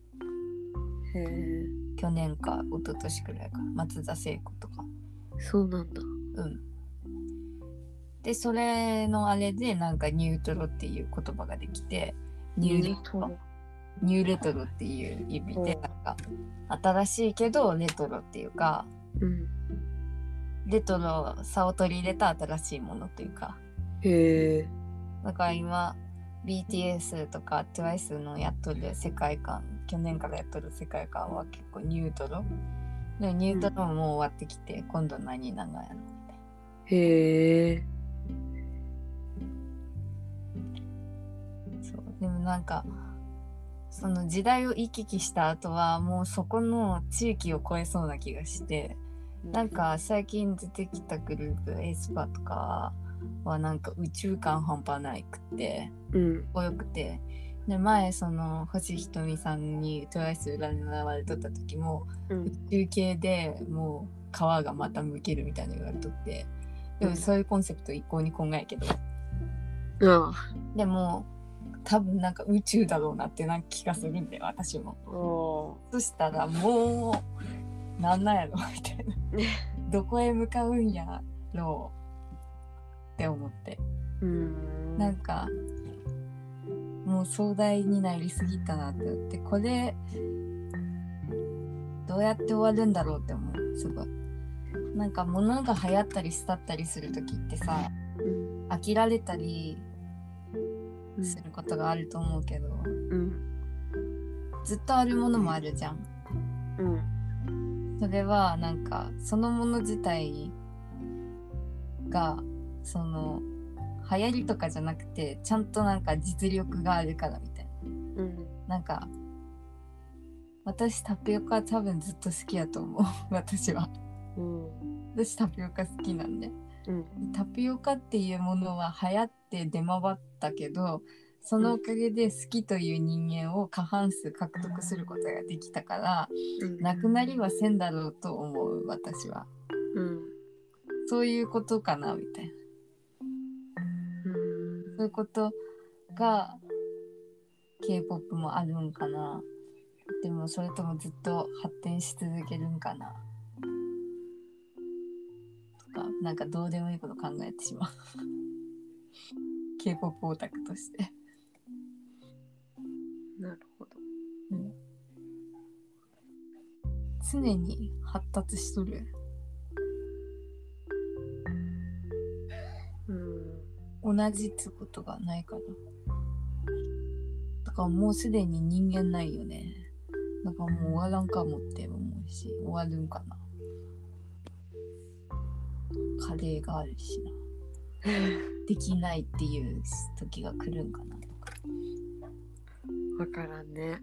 Speaker 2: 去年か一昨年くらいか、松田聖子とか。
Speaker 1: そうなんだ。
Speaker 2: でそれのあれでなんかニュートロっていう言葉ができて、ニューレトロっていう意味で、なんか新しいけどレトロっていうか、レトロさを取り入れた新しいものというか。だから今 BTS とか TWICE のやっとる世界観、去年からやっとる世界観は結構ニュートロで、ニュートロももう終わってきて、今度何なのやろみたいな。そうでもなんかその時代を行き来した後はもうそこの地域を超えそうな気がして、なんか最近出てきたグループエスパとかはなんか宇宙感半端ないくってかっこよくて、で前その星ひとみさんにTWICE占われとった時も、宇宙系でもう皮がまた剥けるみたいな言われとって、でもそういうコンセプト一向に考えけど、でも多分なんか宇宙だろうなってなんか気がするんで、私も。そしたらもうなんなんやろみたいなどこへ向かうんやろうって思って、なんかもう壮大になりすぎたなって思って、これどうやって終わるんだろうって思う。すごいなんか物が流行ったり廃ったりする時ってさ、飽きられたりすることがあると思うけど、ずっとあるものもあるじゃん。それはなんかそのもの自体がその流行りとかじゃなくて、ちゃんとなんか実力があるからみたいな。なんか私タピオカ多分ずっと好きやと思う私は。私タピオカ好きなんで、タピオカっていうものは流行って出回ったけど、そのおかげで好きという人間を過半数獲得することができたから、なくなりはせんだろうと思う私は。そういうことかなみたいな。そういうことが K-POP もあるんかな。でもそれともずっと発展し続けるんかなとか、なんかどうでもいいこと考えてしまうK-POP オタクとして
Speaker 1: なるほど、
Speaker 2: 常に発達しとる。同じってことがないかな。だからもうすでに人間ないよね。だからもう終わらんかもって思うし、終わるんかな。カレーがあるしなできないっていう時が来るんかなとか。
Speaker 1: わからんね。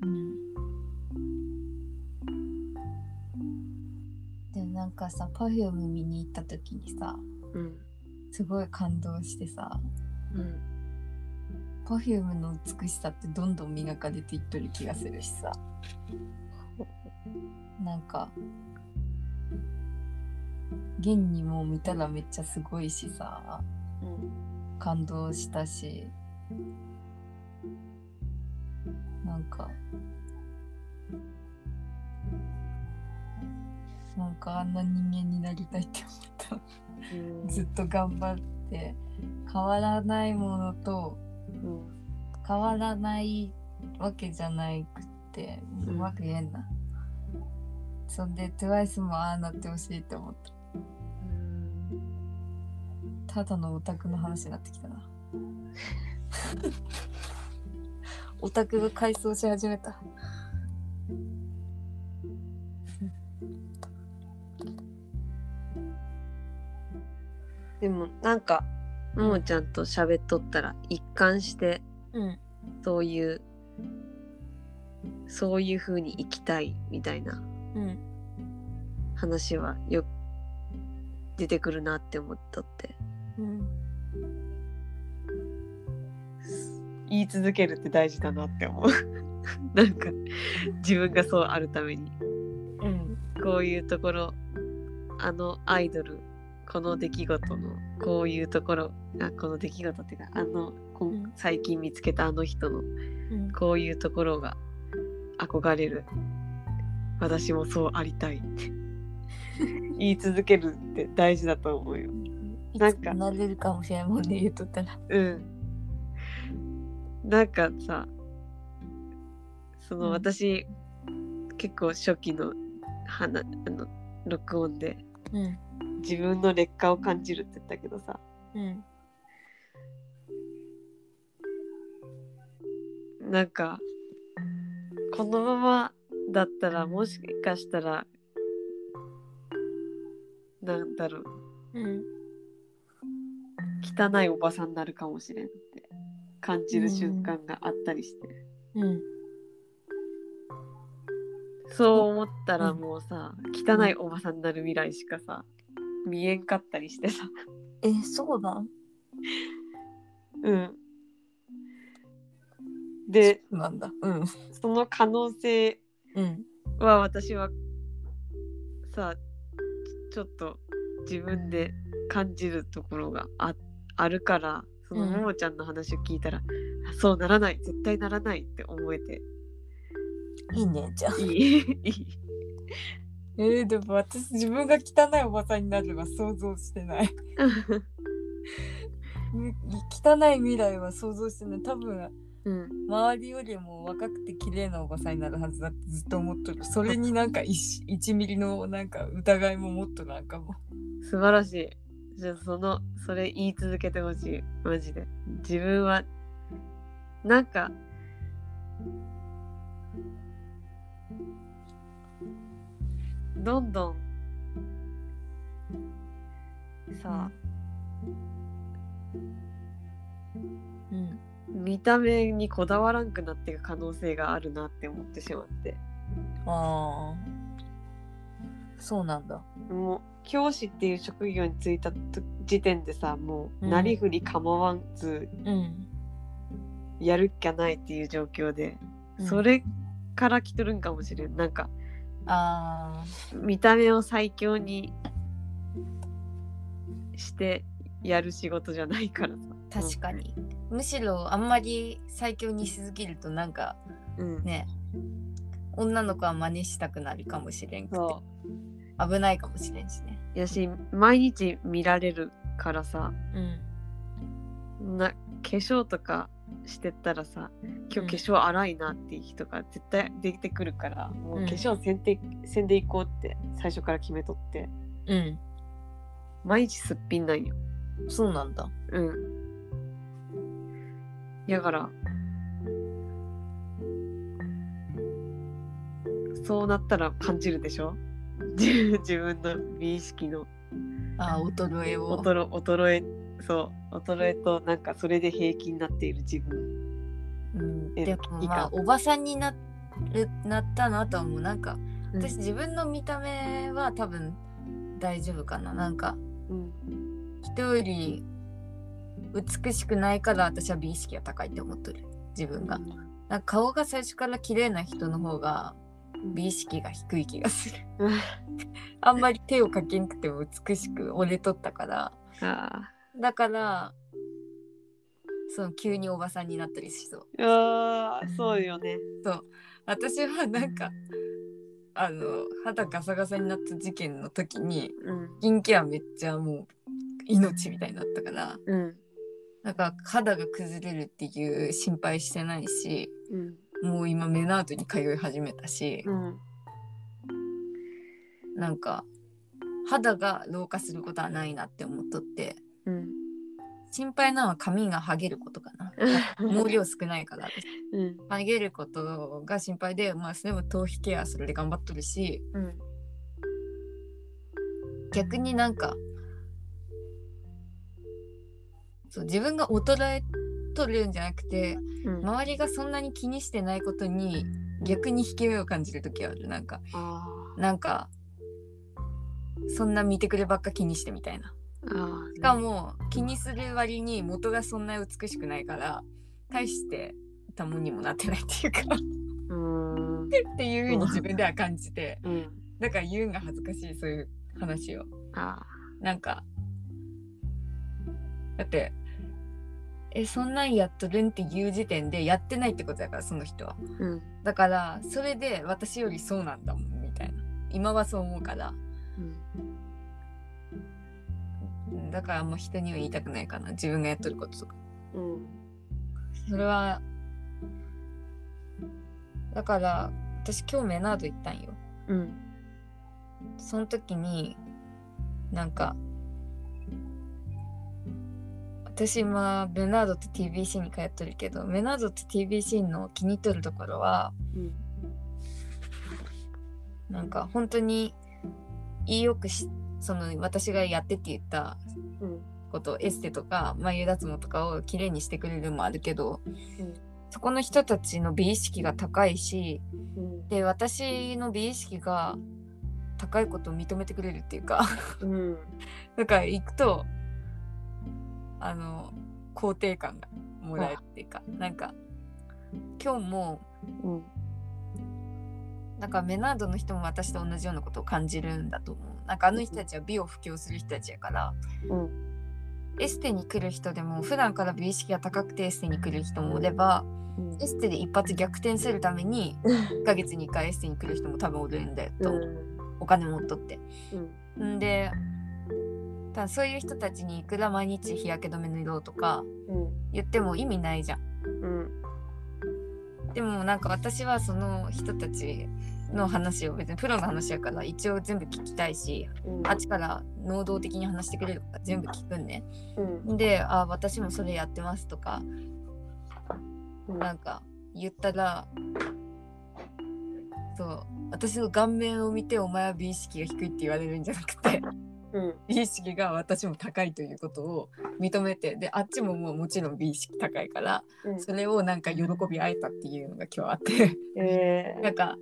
Speaker 2: でなんかさ、Perfume 見に行った時にさ、すごい感動してさ、Perfume の美しさってどんどん磨かれていっとる気がするしさ、なんか現にもう見たらめっちゃすごいしさ、感動したし、 なんかあんな人間になりたいって思った。ずっと頑張って変わらないものと、変わらないわけじゃないくってうまく言えんな。そんで TWICE もああなってほしいって思った。ただのオタクの話になってきたな。オタクが回想し始めた。
Speaker 1: でもなんかももちゃんと喋っとったら一貫して、そういう風に生きたいみたいな話はよく出てくるなって思っとって、言い続けるって大事だなって思う。なんか自分がそうあるために、こういうところ、あのアイドル、この出来事のこういうところ、この出来事っていうか最近見つけたあの人のこういうところが憧れる、私もそうありたいって言い続けるって大事だと思うよ。
Speaker 2: なんかなれるかもしれないもんね、言うとったら。
Speaker 1: なんかさ、私結構初期の録音で、自分の劣化を感じるって言ったけどさ、なんかこのままだったらもしかしたらなんだろう、汚いおばさんになるかもしれんって感じる瞬間があったりして、そう思ったらもうさ、汚いおばさんになる未来しかさ見えんかったりしてさ。
Speaker 2: そうなん？
Speaker 1: で、
Speaker 2: なんだ。
Speaker 1: その可能性は私はさ、ちょっと自分で感じるところが あるから、そのももちゃんの話を聞いたら、そうならない、絶対ならないって思えて
Speaker 2: いいね。じゃあ
Speaker 1: いい
Speaker 2: でも私自分が汚いおばさんになるは想像してない。汚い未来は想像してない。多分、周りよりも若くて綺麗なおばさんになるはずだってずっと思っとる。それになんか 1ミリのなんか疑いももっとなんかも
Speaker 1: 素晴らしい。じゃあそれ言い続けてほしい、マジで。自分はなんかどんどんさ、見た目にこだわらんくなっていく可能性があるなって思ってしまって。
Speaker 2: そうなんだ。
Speaker 1: もう教師っていう職業に就いた時点でさ、もうなりふり構わずやるっきゃないっていう状況で、それから来とるんかもしれん。なんか見た目を最強にしてやる仕事じゃないからさ。
Speaker 2: 確かに、むしろあんまり最強にしすぎるとなんか、ね、女の子は真似したくなるかもしれんくて危ないかもしれんしね。
Speaker 1: やし、毎日見られるからさ、化粧とかしてったらさ、今日化粧荒いなっていう人が絶対出てくるから、もう化粧せんでいこうって最初から決めとって、毎日すっぴんなんよ。
Speaker 2: そうなんだ。
Speaker 1: やからそうなったら感じるでしょ。自分の美意識の
Speaker 2: 衰えを
Speaker 1: 衰えと、なんかそれで平気になっている自分、
Speaker 2: でもまあおばさんになったなとは思う。なんか私自分の見た目は多分大丈夫かな。なんか、人より美しくないから私は美意識が高いって思ってる自分が。なんか顔が最初から綺麗な人の方が美意識が低い気がする。あんまり手をかけんくても美しく折れとったから。だからその急におばさんになったりしそう。
Speaker 1: そうよね。
Speaker 2: そう私はなんか肌ガサガサになった事件の時に、スキンケアめっちゃもう命みたいになったから、なんか肌が崩れるっていう心配してないし、もう今メナードに通い始めたし、なんか肌が老化することはないなって思っとって、心配なのは髪が剥げることかな。毛量少ないから私、剥げることが心配で、まあそれも頭皮ケアそれで頑張っとるし、逆になんかそう自分が衰えとるんじゃなくて、周りがそんなに気にしてないことに逆に引け目を感じる時ある。なんかそんな見てくればっか気にしてみたいな。しかも気にする割に元がそんな美しくないから大してたもんにもなってないっていうかっていう風に自分では感じて、だから言うんが恥ずかしい、そういう話を。なんかだってそんなんやっとるんっていう時点でやってないってことだから、その人は、だからそれで私よりそうなんだもんみたいな、今はそう思うから、だからもう人には言いたくないかな、自分がやっとることとか。それはだから私今日メナード行ったんよ。その時になんか私今メナードと TBC に通ってるけど、メナードと TBC の気に入っとるところは、なんか本当によくその私がやってって言ったこと、エステとか眉脱毛とかをきれいにしてくれるのもあるけど、そこの人たちの美意識が高いし、で私の美意識が高いことを認めてくれるっていうかだから行くと肯定感がもらえるっていうか、なんか今日も、なんかメナードの人も私と同じようなことを感じるんだと思う。なんか人たちは美を布教する人たちやから、エステに来る人でも普段から美意識が高くてエステに来る人もおれば、エステで一発逆転するために1ヶ月に1回エステに来る人も多分おるんだよと思う、お金持っとって、でただそういう人たちにいくら毎日日焼け止め塗ろうとか言っても意味ないじゃん、でもなんか私はその人たちの話を別にプロの話やから一応全部聞きたいし、あっちから能動的に話してくれるから全部聞くんね、で私もそれやってますとか、なんか言ったら、そう私の顔面を見てお前は美意識が低いって言われるんじゃなくて美意識が私も高いということを認めて、であっちももちろん美意識高いから、それをなんか喜び合えたっていうのが今日あってなんか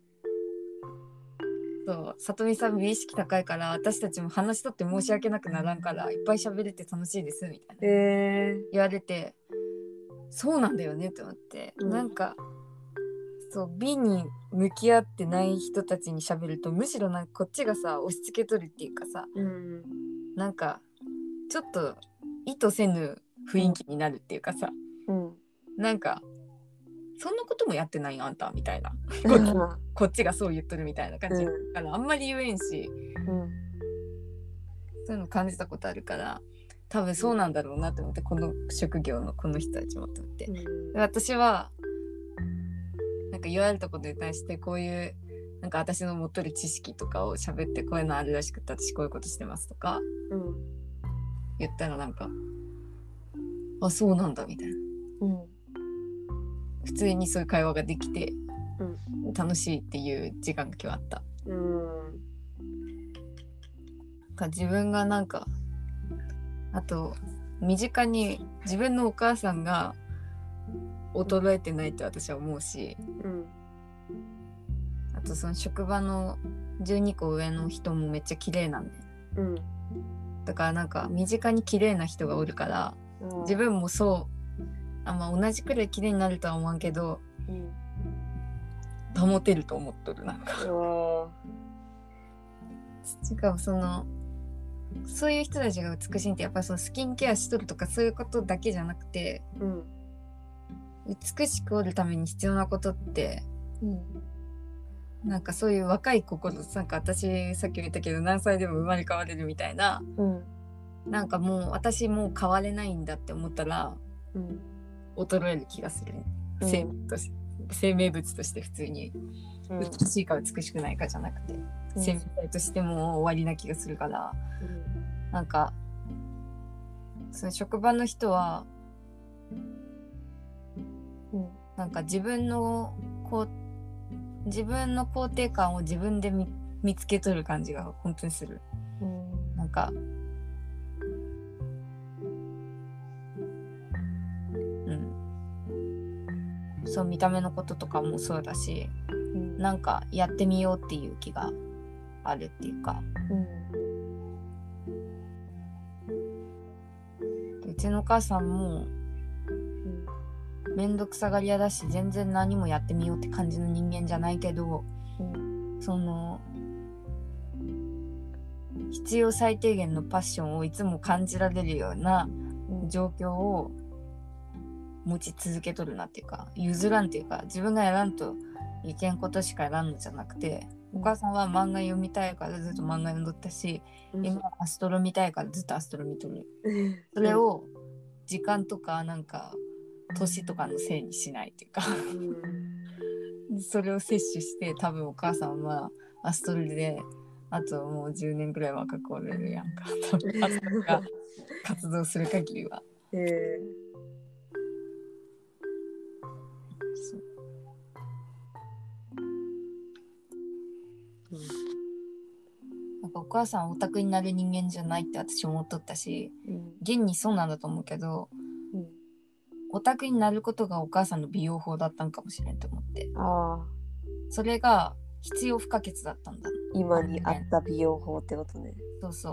Speaker 2: そう里見さん美意識高いから私たちも話しとって申し訳なくならんからいっぱい喋れて楽しいですみたいな、言われて、そうなんだよねって思って、なんかそう美に向き合ってない人たちに喋るとむしろなんかこっちがさ押し付けとるっていうかさ、なんかちょっと意図せぬ雰囲気になるっていうかさ、なんかそんなこともやってないよあんたみたいなこっちがそう言っとるみたいな感じだからあんまり言えんし、そういうの感じたことあるから多分そうなんだろうなって思って、この職業のこの人たちもって思って、で私はなんか言われたことに対してこういうなんか私の持っとる知識とかを喋って、こういうのあるらしくて私こういうことしてますとか、言ったらなんかそうなんだみたいな、普通にそういう会話ができて、楽しいっていう時間が今日あった。自分がなんかあと身近に自分のお母さんが衰えてないって私は思うし、あとその職場の12個上の人もめっちゃ綺麗なんで、だからなんか身近に綺麗な人がおるから、自分もそう同じくらい綺麗になるとは思わんけど、保てると思っとる。なんかしかもそのそういう人たちが美しいってやっぱりそのスキンケアしとるとかそういうことだけじゃなくて、
Speaker 1: うん、
Speaker 2: 美しくおるために必要なことって、
Speaker 1: うん、
Speaker 2: なんかそういう若い心、なんか私さっき言ったけど何歳でも生まれ変われるみたいな、
Speaker 1: うん、
Speaker 2: なんかもう私もう変われないんだって思ったら、
Speaker 1: うん、
Speaker 2: 衰える気がする、
Speaker 1: うん、
Speaker 2: 生命物として普通に、美しいか美しくないかじゃなくて、生命体としても終わりな気がするから、なんかその職場の人は、なんか自分の肯定感を自分で見つけ取る感じが本当にする。なんかそう見た目のこととかもそうだし、なんかやってみようっていう気があるっていうか、うちのお母さんもめんどくさがり屋だし全然何もやってみようって感じの人間じゃないけど、その必要最低限のパッションをいつも感じられるような状況を持ち続けとるなっていうか、譲らんっていうか、自分がやらんといけんことしかやらんのじゃなくて、お母さんは漫画読みたいからずっと漫画読んどったし、今アストロ見たいからずっとアストロ見とる。それを時間とかなんか年とかのせいにしないっていうかそれを摂取して多分お母さんはアストロであともう10年ぐらい若くおれるやんかアストロが活動する限りは。なんかお母さんオタクになる人間じゃないって私思っとったし、現にそうなんだと思うけど、オタクになることがお母さんの美容法だったんかもしれんと思って、それが必要不可欠だったんだ。
Speaker 1: 今にあった美容法ってことね。
Speaker 2: そうそう。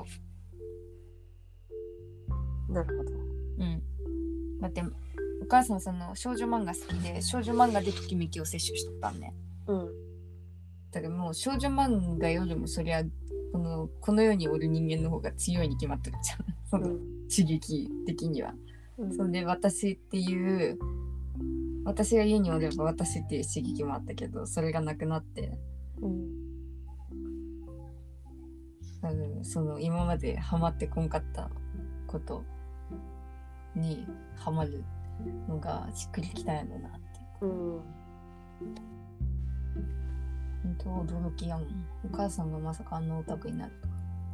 Speaker 1: なるほど。
Speaker 2: だってお母さんその少女漫画好きで少女漫画でときめきを摂取しとったんね。だけどもう少女漫画よりもそりゃこの世におる人間の方が強いに決まってるじゃんその刺激的には。それで私が家におれば私っていう刺激もあったけどそれがなくなって、その今までハマってこんかったことにハマるのがしっくりきたんやろなって。本当驚きやもん。お母さんがまさかあんなオタクになるとか。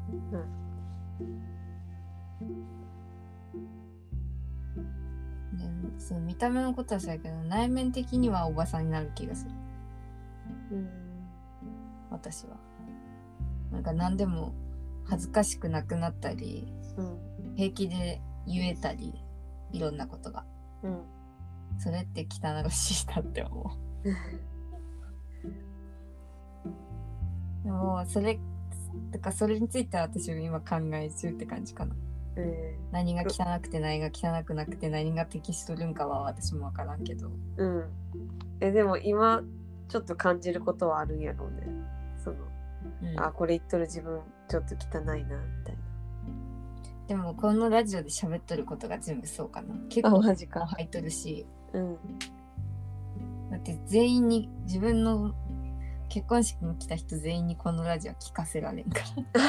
Speaker 2: でその見た目のことはそうやけど内面的にはおばさんになる気がする。私はなんか何でも恥ずかしくなくなったり、平気で言えたりいろんなことが、それって汚らしいなって思うでもそれについては私は今考え中って感じかな。何が汚くて何が汚くなくて何が適しとるんかは私も分からんけど、
Speaker 1: でも今ちょっと感じることはあるんやろうね。これ言っとる自分ちょっと汚いなみたいな。
Speaker 2: でもこのラジオで喋っとることが全部そうかな。結構
Speaker 1: マジか
Speaker 2: 入っとるし、だって全員に自分の結婚式に来た人全員にこのラジオ聞かせられんから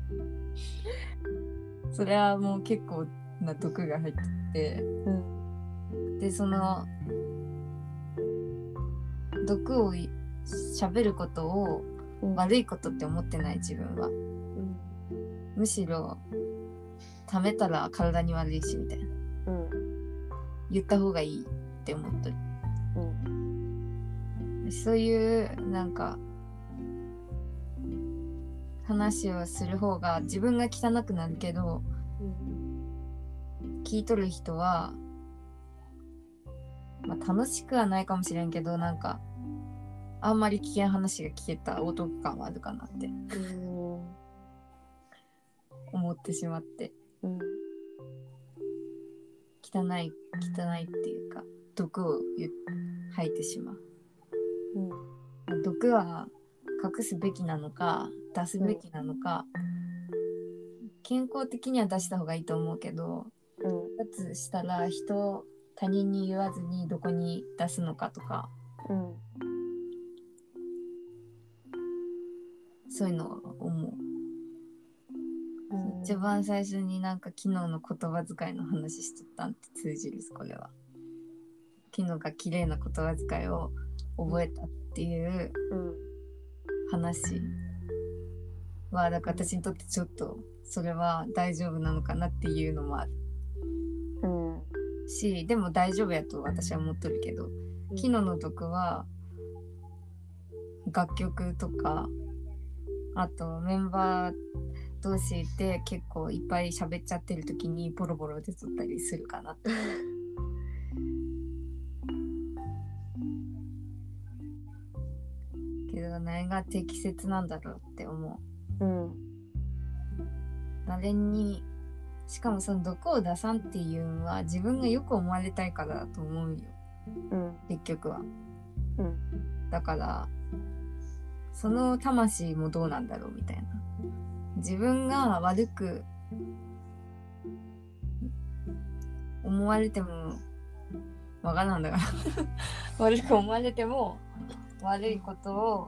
Speaker 2: それはもう結構な毒が入ってて、でその毒を喋ることを悪いことって思ってない自分は、むしろ貯めたら体に悪いしみたいな、言った方がいいって思っとる、そういうなんか話をする方が自分が汚くなるけど、聞いとる人は、楽しくはないかもしれんけどなんかあんまり危険話が聞けたお得感はあるかなって、思ってしまって、汚いっていうか毒を吐いてしまう、毒は隠すべきなのか出すべきなのか、 健康的には出した方がいいと思うけど、だとしたら他人に言わずにどこに出すのかとか、そういうのを思う。一番最初になんか昨日の言葉遣いの話しとったんって通じる。これは昨日が綺麗な言葉遣いを覚えたっていう話は、だから私にとってちょっとそれは大丈夫なのかなっていうのもある、し、でも大丈夫やと私は思っとるけど、昨日の読は楽曲とか、あとメンバー同士で結構いっぱい喋っちゃってる時にボロボロ出とったりするかなってけど何が適切なんだろうって思う。誰に、しかもその毒を出さんっていうのは自分がよく思われたいからだと思うよ、結局は。だからその魂もどうなんだろうみたいな。自分が悪く思われてもわからんだから悪く思われても悪いことを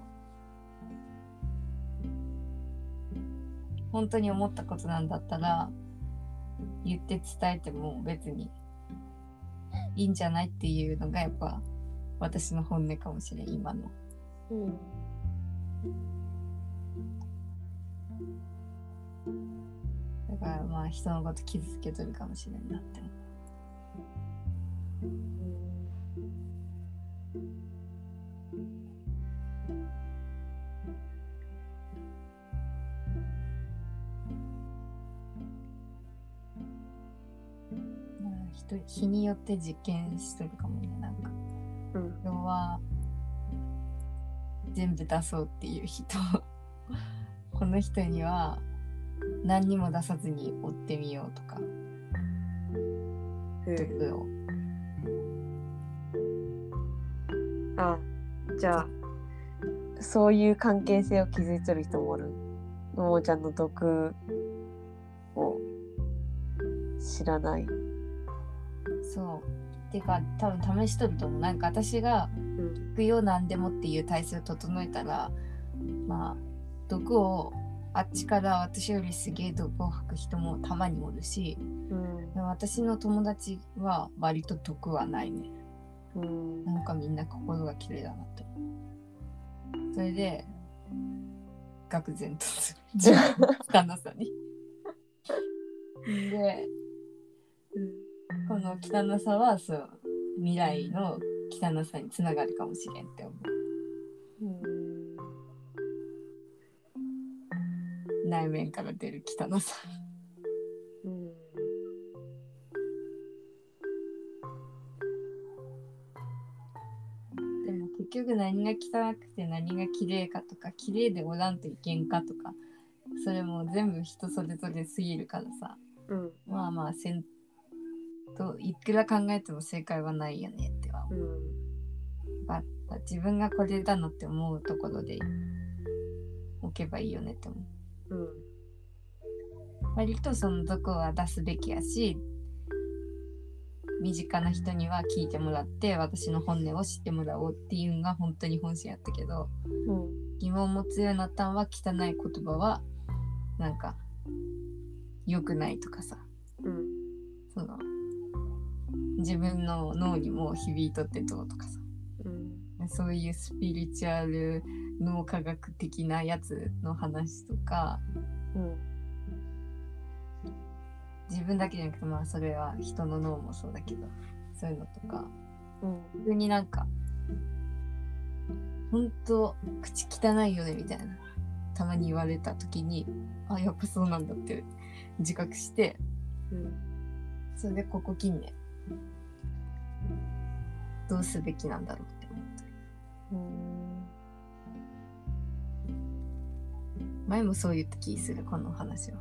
Speaker 2: 本当に思ったことなんだったら言って伝えても別にいいんじゃないっていうのがやっぱ私の本音かもしれん、今の。だからまあ人のこと傷つけとるかもしれんなって思う。日によって実験しとるかもね。なんか、今日は全部出そうっていう人この人には何にも出さずに追ってみようとか、毒を。
Speaker 1: じゃあそういう関係性を築いてる人もおる。のもちゃんの毒を知らない。
Speaker 2: そうてか多分試しとると思う。なんか私が行くよ何でもっていう体制を整えたら、まあ毒をあっちから私よりすげえ毒を吐く人もたまにおるし、でも私の友達は割と毒はないね。なんかみんな心が綺麗だなって思う。それで愕然とする自分の汚さにで、この汚さはそう未来の汚さにつながるかもしれんって思う。内面から出る汚さ。でも結局何が汚くて何が綺麗かとか、綺麗でおらんといけんかとか、それも全部人それぞれすぎるからさ、まあまあいくら考えても正解はないよねっては思う。自分がこれだなって思うところで置けばいいよねって思う。割とその毒は出すべきやし、身近な人には聞いてもらって私の本音を知ってもらおうっていうのが本当に本心やったけど、疑問を持つようになったんは汚い言葉はなんか良くないとかさ、その自分の脳にも響いとってどうとかさ、そういうスピリチュアル脳科学的なやつの話とか、自分だけじゃなくて、まあそれは人の脳もそうだけど、そういうのとか、普通になんかほんと口汚いよねみたいなたまに言われた時に、あ、やっぱそうなんだって自覚して、それでここ近年どうすべきなんだろうって思った。前もそう言った気する、この話は。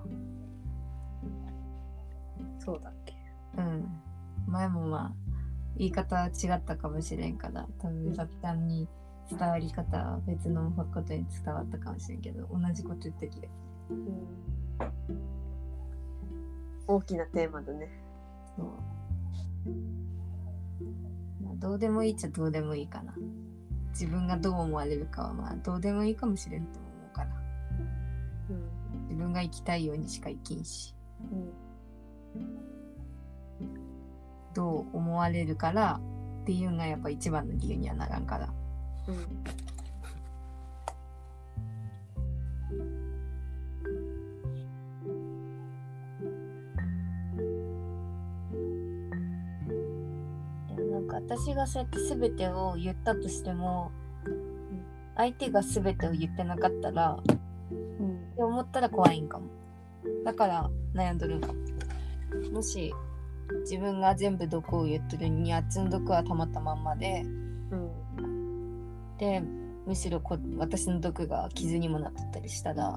Speaker 1: そうだっけ。
Speaker 2: 前もまあ言い方は違ったかもしれんから、多分さっちゃんに伝わり方は別のことに伝わったかもしれんけど、同じこと言った気がする。
Speaker 1: 大きなテーマだね。
Speaker 2: そう、まあ、どうでもいいっちゃどうでもいいかな。自分がどう思われるかはまあどうでもいいかもしれんと思うから、自分が生きたいようにしか生きんし、どう思われるからっていうのがやっぱ一番の理由にはならんから、でもなんか私がそうやって全てを言ったとしても、相手が全てを言ってなかったら、って思ったら怖いんかも。だから悩んどるんかも。もし自分が全部毒を言っとるに、あっちの毒はたまったまんまで、でむしろ私の毒が傷にもなっとったりしたら、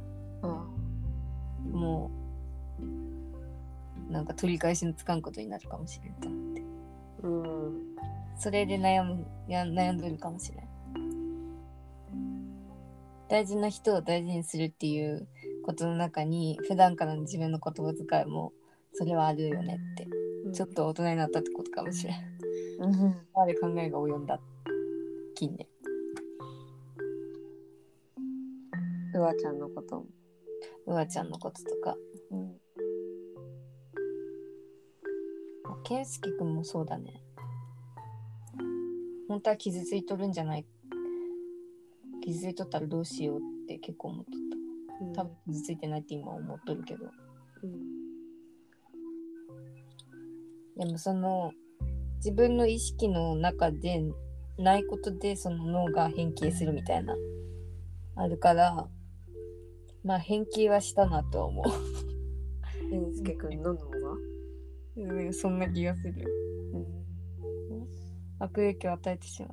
Speaker 2: もうなんか取り返しのつかんことになるかもしれんと思って、それで悩んでるかもしれん。大事な人を大事にするっていうことの中に、普段からの自分の言葉遣いもそれはあるよねって、ちょっと大人になったってことかもしれん。あれ考えが及んだ近年。
Speaker 1: うわちゃんのことも。
Speaker 2: うわちゃんのこととか。健介くんもそうだね。本当は傷ついとるんじゃない、傷ついとったらどうしようって結構思っとった。多分傷ついてないって今思っとるけど、でもその自分の意識の中でないことでその脳が変形するみたいなあるから、まあ変形はしたなとは思う。
Speaker 1: 健介くんの脳が
Speaker 2: そんな気がする。悪影響を与えてしまった。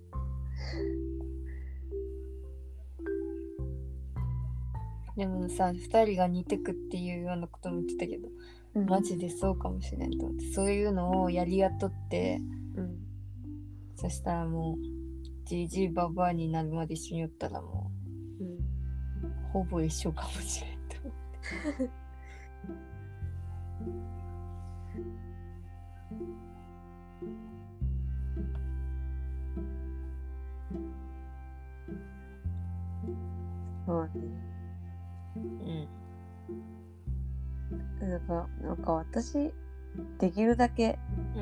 Speaker 2: でもさ、2人が似てくっていうようなことも言ってたけど、マジでそうかもしれんと思って、そういうのをやりやっとって、そしたらもうじじいばばあになるまで一緒におったらもう、ほぼ一緒かもしれんと思って。
Speaker 1: そうね。なんか私できるだけ、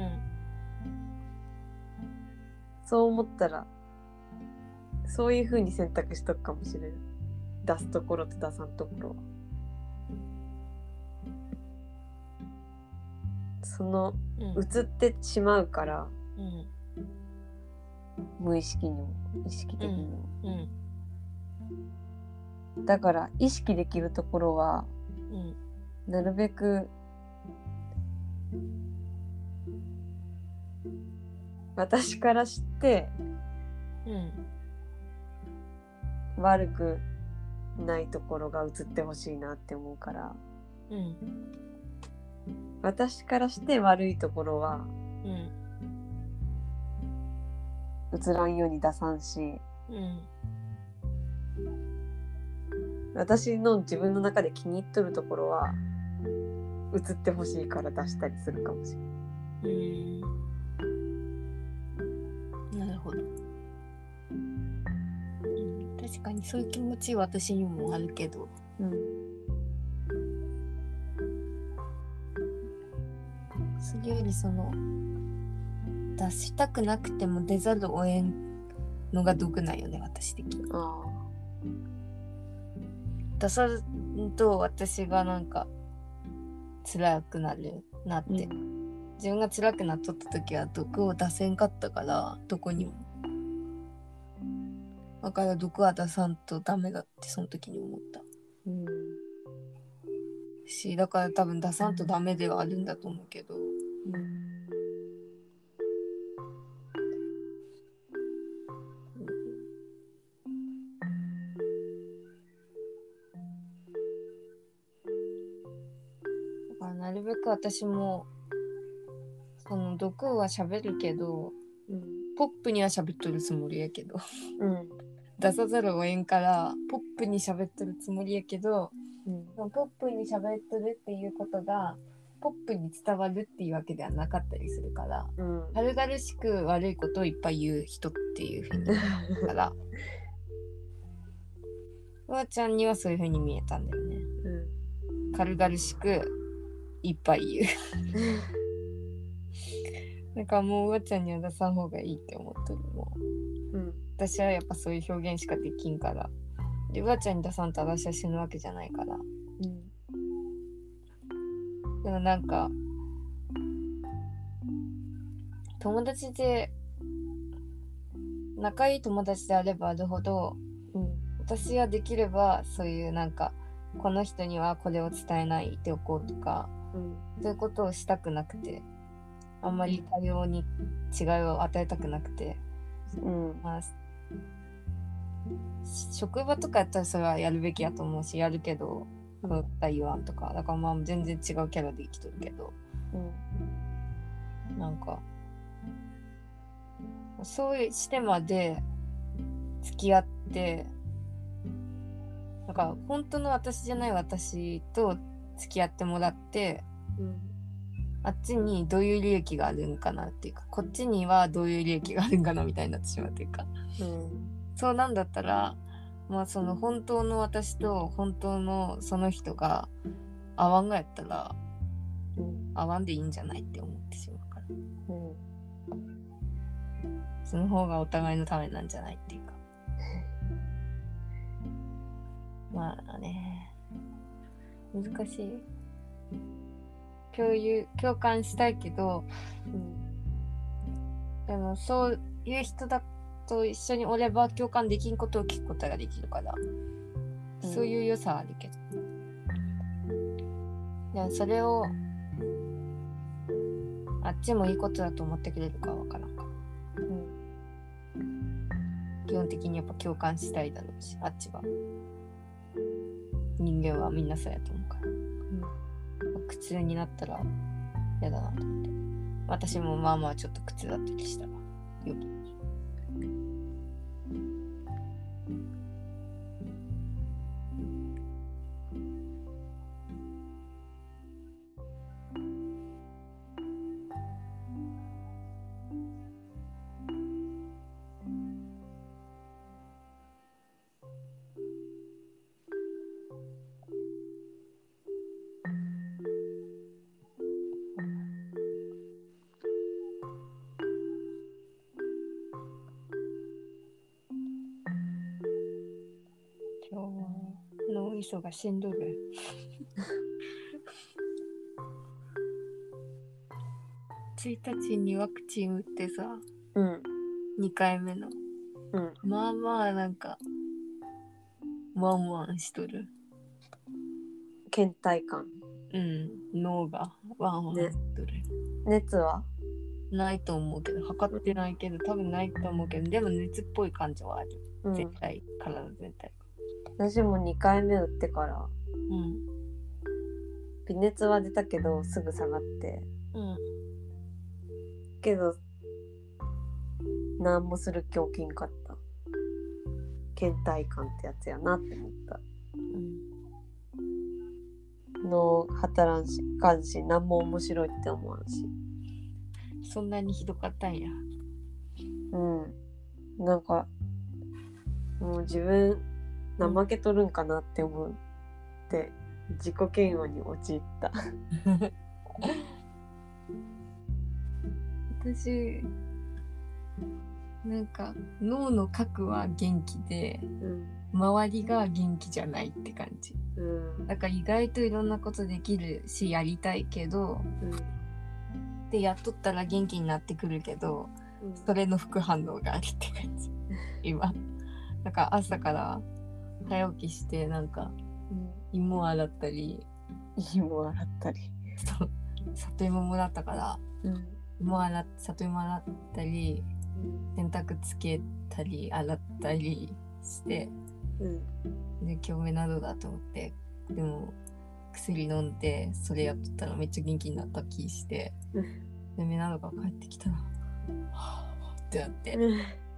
Speaker 1: そう思ったらそういう風に選択しとくかもしれない。出すところと出さんところは。その、映ってしまうから、無意識にも意識的にも、だから意識できるところは、なるべく私から知って、悪くないところが映ってほしいなって思うから、私からして悪いところは、映らんように出さんし、私の自分の中で気に入っとるところは映ってほしいから出したりするかもしれない。
Speaker 2: なるほど。確かにそういう気持ち私にもあるけど、それよりその出したくなくても出ざるを得んのが毒なんよね、私的に。出さんと私がなんか辛くなるなって、自分が辛くなっとった時は毒を出せんかったから、どこにも。だから毒は出さんとダメだってその時に思った。し、だから多分出さんとダメではあるんだと思うけど、だからなるべく私もその毒は喋るけど、ポップには喋っとるつもりやけど、出さざるを得んからポップに喋っとるつもりやけど、 ポップに喋っとるっていうことがポップに伝わるっていうわけではなかったりするから、軽々しく悪いことをいっぱい言う人っていうふうに言うからうわちゃんにはそういうふうに見えたんだよね、軽々しくいっぱい言うだからもううわちゃんには出さん方がいいって思ってるもん、私はやっぱそういう表現しかできんからでうわちゃんに出さんと私は死ぬわけじゃないから、でもなんか友達で仲いい友達であればあるほど、私はできればそういうなんかこの人にはこれを伝えないでおこうとか、そういうことをしたくなくてあんまり対応に違いを与えたくなくて、まあ職場とかやったらそれはやるべきやと思うしやるけどこの対言わんとかだからまあ全然違うキャラで生きとるけど、なんかそうしてまで付き合ってなんか本当の私じゃない私と付き合ってもらって、あっちにどういう利益があるんかなっていうかこっちにはどういう利益があるんかなみたいになってしまうっていうか、そうなんだったらまあその本当の私と本当のその人が合わんがやったら、合わんでいいんじゃないって思ってしまうから、その方がお互いのためなんじゃないっていうかまあね難しい共感したいけど、でもそういう人だと一緒におれば共感できんことを聞くことができるから、そういう良さはあるけど、でもそれをあっちもいいことだと思ってくれるかは分からんから、基本的にやっぱ共感したいだろうしあっちは人間はみんなそうやと思うから、苦痛になったら嫌だなと思って、私もまあまあちょっと苦痛だったりしたらよく今日は脳みそがしんどる1日にワクチン打ってさ、2回目の、まあまあなんかワンワンしとる
Speaker 1: 倦怠感、
Speaker 2: 脳がワンワンしとる、
Speaker 1: 熱は
Speaker 2: ないと思うけど測ってないけど多分ないと思うけどでも熱っぽい感じはある、全体体全体
Speaker 1: 私も2回目打ってから、微熱は出たけどすぐ下がって、けど何もする気起きんかった。倦怠感ってやつやなって思った、脳働かんし何も面白いって思わんし。
Speaker 2: そんなにひどかったんや。
Speaker 1: なんかもう自分怠けとるんかなって思って自己嫌悪に陥った
Speaker 2: 私なんか脳の核は元気で、周りが元気じゃないって感じ、だから意外といろんなことできるしやりたいけど、でやっとったら元気になってくるけど、それの副反応があるって感じ今だから朝から早起きしてなんか、芋洗ったり
Speaker 1: そう
Speaker 2: 里芋もらったから、里芋洗ったり、洗濯つけたり洗ったりして、で今日目などだと思って、でも薬飲んでそれやっとったらめっちゃ元気になった気して、で目などが帰ってきたらはぁってなって、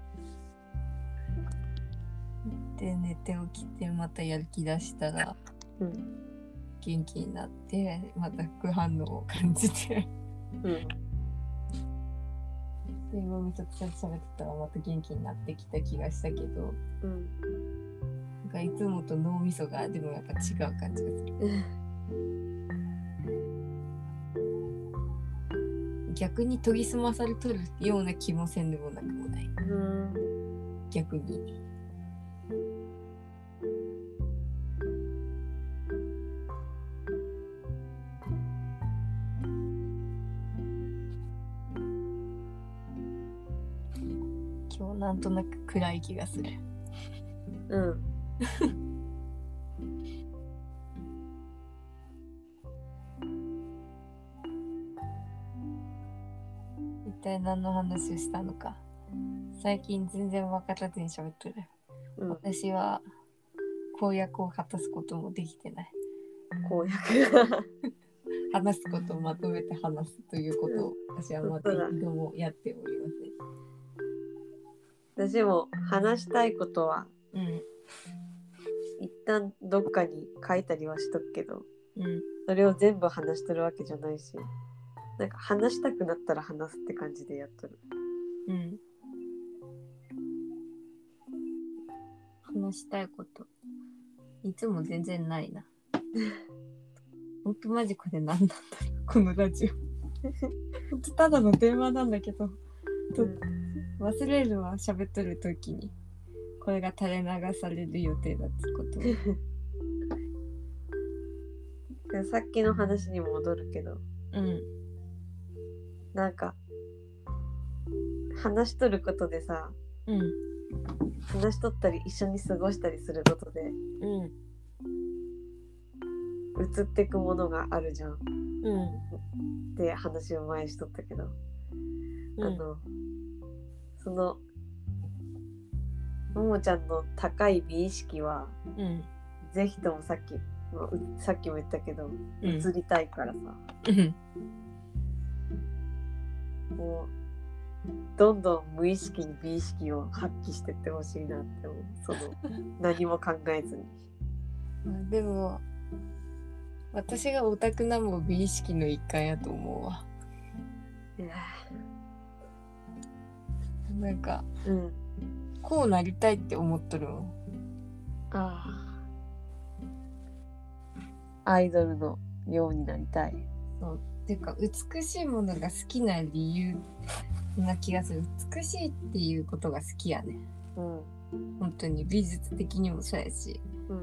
Speaker 2: で寝て起きてまたやる気出したら元気になってまた副反応を感じてで今めちゃくちゃ喋ってたらまた元気になってきた気がしたけど、なんかいつもと脳みそがでもやっぱ違う感じがする。逆に研ぎ澄まされとるような気もせんでもなくもない。逆に。今日なんとなく暗い気がする。一体何の話をしたのか最近全然分からずに喋ってる。私は公約を果たすこともできてない。
Speaker 1: 公約
Speaker 2: 話すことをまとめて話すということを私はまた一度もやっておりま
Speaker 1: せん。私も話したいことは、一旦どっかに書いたりはしとくけど、それを全部話しとるわけじゃないし、なんか話したくなったら話すって感じでやっとる。
Speaker 2: 話したいこといつも全然ないな。ほんとマジこれ何なんだろうこのラジオ。ほんとただの電話なんだけど、忘れるわ喋っとる時にこれが垂れ流される予定だってこと。
Speaker 1: さっきの話に戻るけど、なんか話しとることでさ、話しとったり一緒に過ごしたりすることで、移ってくものがあるじゃん、って話を前しとったけど、そのももちゃんの高い美意識は、ぜひともさっきも言ったけど、移りたいからさ、もうどんどん無意識に美意識を発揮してってほしいなって思う。その何も考えずに。
Speaker 2: でも私がオタクなも美意識の一環やと思うわ。なんか、こうなりたいって思っとるもん。
Speaker 1: アイドルのようになりたい。
Speaker 2: そうてか美しいものが好きな理由な気がする。美しいっていうことが好きやね。本当に美術的にもそうやし、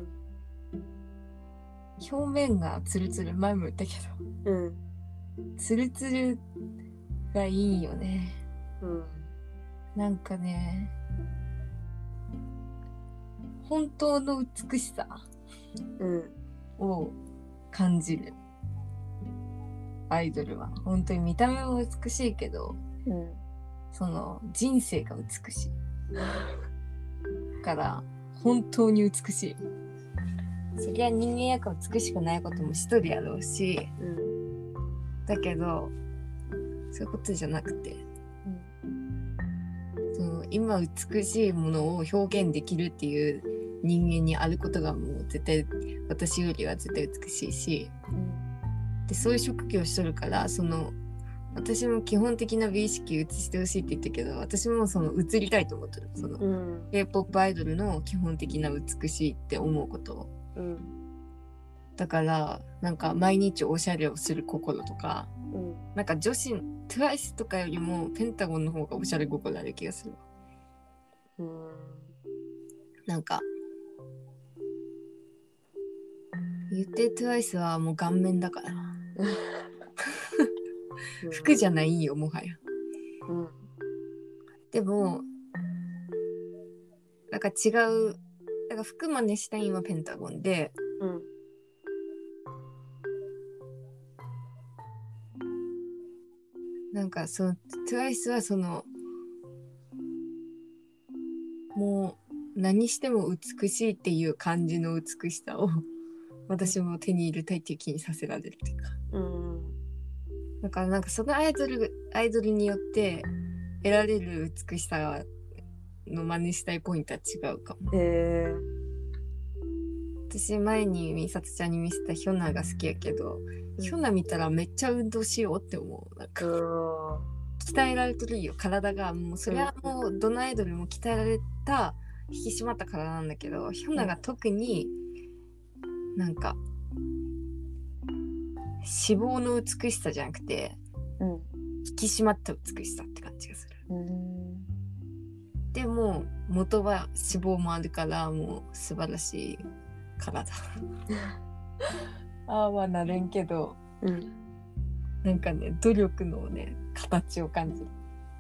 Speaker 2: 表面がツルツル、前も言ったけど、ツルツルがいいよね。なんかね、本当の美しさを感じる。アイドルは本当に見た目も美しいけど、その人生が美しいから本当に美しい。そりゃ人間やから美しくないこともしとるやろうし、だけどそういうことじゃなくて、その今美しいものを表現できるっていう人間にあることがもう絶対私よりは絶対美しいし、でそういう職業をしとるから、その私も基本的な美意識を映してほしいって言ったけど、私もその映りたいと思ってる。その、K-POP アイドルの基本的な美しいって思うことを、だからなんか毎日おしゃれをする心とか、なんか女子 TWICE とかよりもペンタゴンの方がおしゃれ心ある気がするわ。なんか言って TWICE はもう顔面だから服じゃないよもはや。でもなんか違う、なんか服真似したいんはペンタゴンで、なんかその TWICE はそのもう何しても美しいっていう感じの美しさを私も手に入れたいっていう気にさせられるっていうか、だからなんかそのアイドルによって得られる美しさの真似したいポイントは違うかも。 私前にみさとちゃんに見せたヒョナが好きやけど、ヒョナ見たらめっちゃ運動しようって思う。なんか鍛えられてるよ体が。もうそれはもうどのアイドルも鍛えられた引き締まった体なんだけど、ヒョナが特になんか脂肪の美しさじゃなくて、引き締まった美しさって感じがする。でも元は脂肪もあるからもう素晴らしい体ああはなれんけど、なんかね努力のね形を感じる。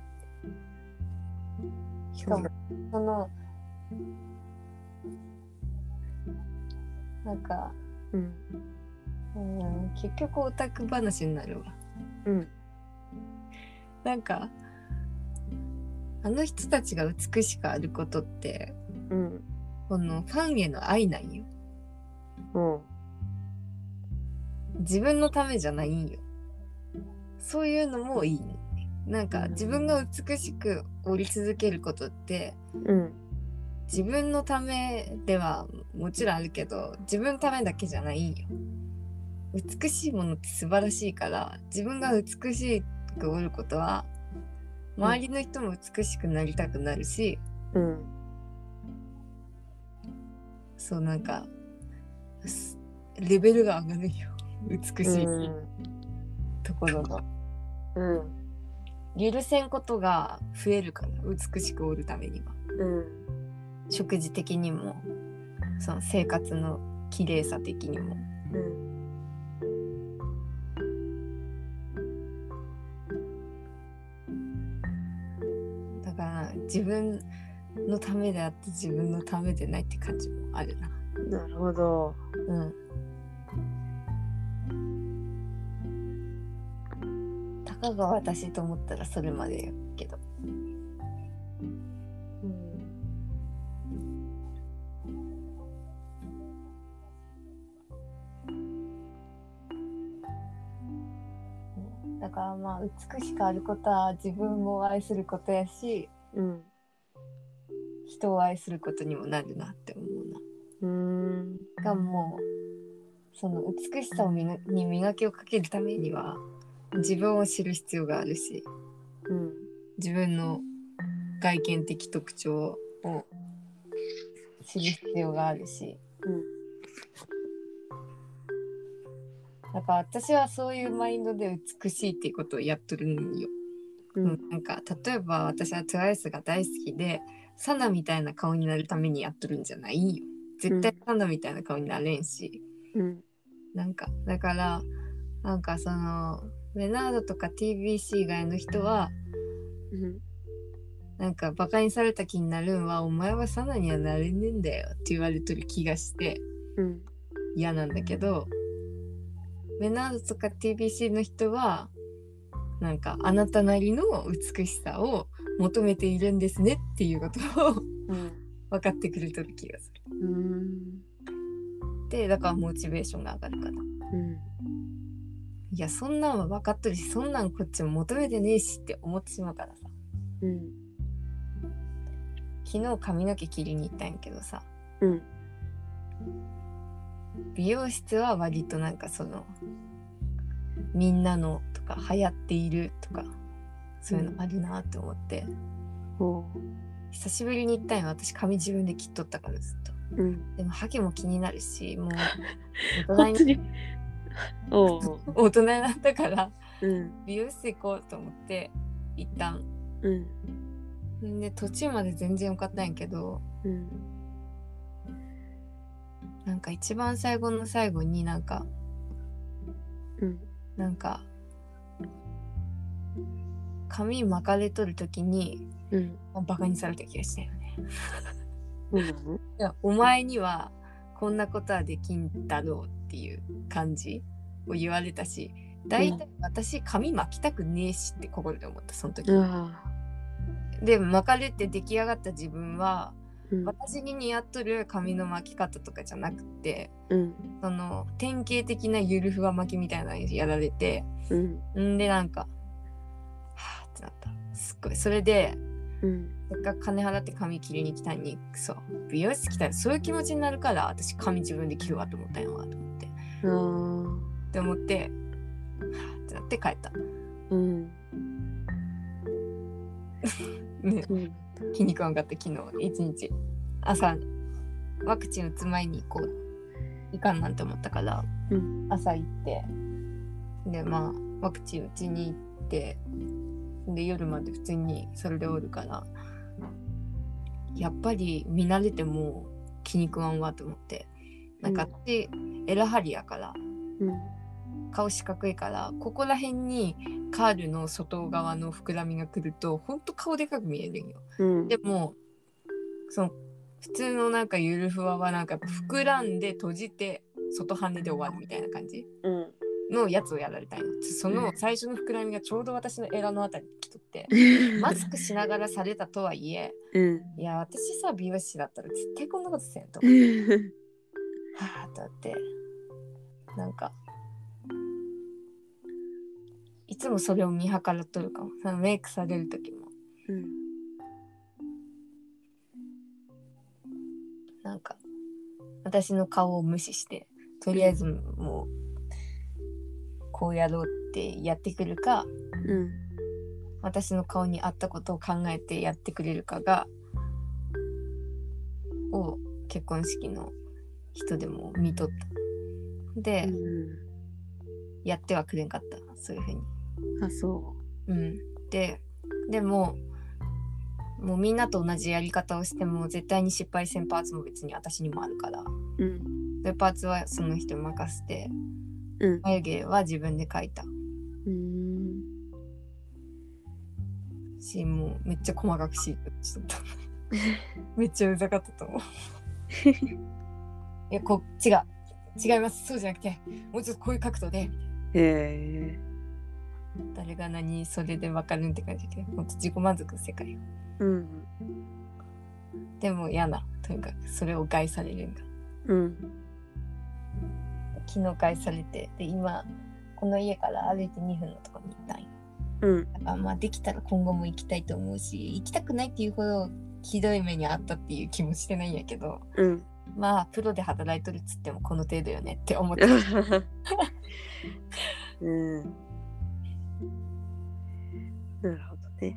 Speaker 2: しかもそのなんか、結局オタク話になるわ。なんかあの人たちが美しくあることって、このファンへの愛なんよ。自分のためじゃないんよ。そういうのもいいね。なんか自分が美しくおり続けることって、自分のためではもちろんあるけど、自分のためだけじゃないんよ。美しいものって素晴らしいから、自分が美しくおることは周りの人も美しくなりたくなるし、そうなんかレベルが上がるよ。美しいところの、許せんことが増えるから、美しくおるためには、食事的にもその生活の綺麗さ的にも、だから自分のためであって自分のためでないって感じもあるな。
Speaker 1: なるほど。
Speaker 2: たかが私と思ったらそれまでやけど、だからまあ美しくあることは自分を愛することやし、人を愛することにもなるなって思うな。がもうその美しさに磨きをかけるためには自分を知る必要があるし、自分の外見的特徴を知る必要があるし、だから私はそういうマインドで美しいっていうことをやっとるんよ。なんか例えば私は TWICE が大好きでサナみたいな顔になるためにやっとるんじゃないよ。絶対サナみたいな顔になれんし、なんかだからなんかそのレナードとか TBC 以外の人は、なんかバカにされた気になるんはお前はサナにはなれねえんだよって言われてる気がして嫌なんだけど、レナードとか TBC の人はなんかあなたなりの美しさを求めているんですねっていうことを分かってくれとる気がする。でだからモチベーションが上がるから、いやそんなんは分かっとるし、そんなんこっちも求めてねえしって思ってしまうからさ、昨日髪の毛切りに行ったんやけどさ、美容室は割となんかそのみんなのとか流行っているとかそういうのあるなって思って、久しぶりに行ったんよ。私髪自分で切っとったからずっと、でもハゲも気になるし、もう大人になったから、美容室行こうと思って行ったん、で途中まで全然よかったんやけど、なんか一番最後の最後になんか、なんか髪巻かれとる時に、バカにされた気がしたよね。いやお前にはこんなことはできんだろうっていう感じを言われたし、だいたい私髪巻きたくねえしって心で思ったその時。で巻かれて出来上がった自分は、私に似合っとる髪の巻き方とかじゃなくて、その典型的なゆるふわ巻きみたいなのやられて、でなんかはぁってなった。すっごいそれでせっかく金払って髪切りに来たのにそう美容室来たらそういう気持ちになるから私髪自分で切るわと思ったんやわと思ってって思ってはぁってなって帰った。ね、気に食わんかった昨日一日朝ワクチン打つ前にこういかんなんて思ったから、朝行ってでまあワクチン打ちに行ってで夜まで普通にそれでおるからやっぱり見慣れても気に食わんわと思ってなんか私エラハリやから、顔四角いからここら辺にカールの外側の膨らみが来るとほんと顔でかく見えるんよ、でもその普通のなんかゆるふわはなんか膨らんで閉じて外跳ねで終わるみたいな感じ、のやつをやられたんよ。その最初の膨らみがちょうど私のエラのあたりに来とってマスクしながらされたとはいえ、いや私さ美容師だったら絶対こんなことせんと思ってはぁと思ってなんかいつもそれを見計らっとるかも。そのメイクされる時も、なんか私の顔を無視してとりあえずもうこうやろうってやってくるか、私の顔に合ったことを考えてやってくれるかがを結婚式の人でも見とったで、やってはくれんかったそういう風に。
Speaker 1: あ、そう。
Speaker 2: でももうみんなと同じやり方をしても絶対に失敗せんパーツも別に私にもあるから、でパーツはその人に任せて、眉毛は自分で描いた。しもうめっちゃ細かくシートしとっためっちゃうざかったと思ういや違いますそうじゃなくてもうちょっとこういう角度で誰が何それで分かるんって感じだけどほんと自己満足の世界よ、でも嫌なとにかくそれを害されるんが、昨日害されてで今この家から歩いて2分のところに行ったんよ、だからまあできたら今後も行きたいと思うし行きたくないっていうほどひどい目にあったっていう気もしてないんやけど、まあプロで働いとるっつってもこの程度よねって思って
Speaker 1: なるほどね。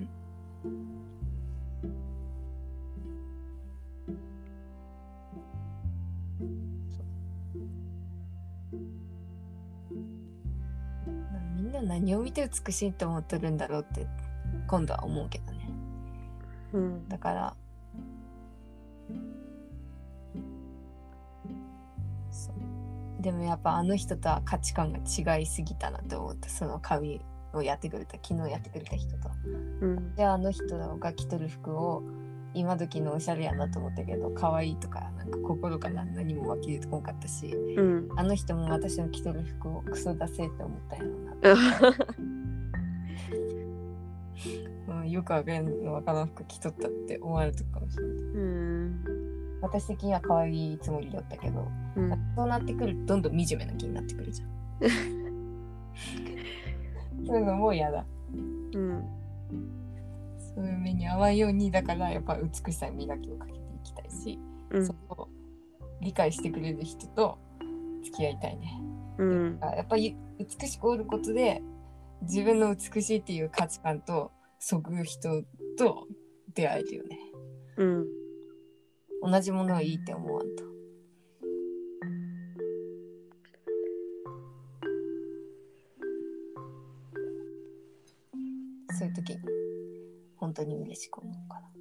Speaker 2: みんな何を見て美しいと思ってるんだろうって今度は思うけどね、だからでもやっぱあの人とは価値観が違いすぎたなと思った。その髪をやってくれた昨日やってくれた人と、じゃああの人が着とる服を今時のおしゃれやなと思ったけど可愛いとかなんか心から何も湧き出てこなかったし、あの人も私の着とる服をクソ出せって思ったんやろなよくわからん服着とったって思われてるかもしれない、私的には可愛いつもりだったけど、そうなってくるとどんどん惨めな気になってくるじゃんそういうのも嫌だ、そういう目に遭わんようにだからやっぱ美しさに磨きをかけていきたいし、そこを理解してくれる人と付き合いたいね、やっぱり美しくおることで自分の美しいっていう価値観とそぐ人と出会えるよね、同じものをいいって思わんと。そういう時に本当に嬉しく思うかな。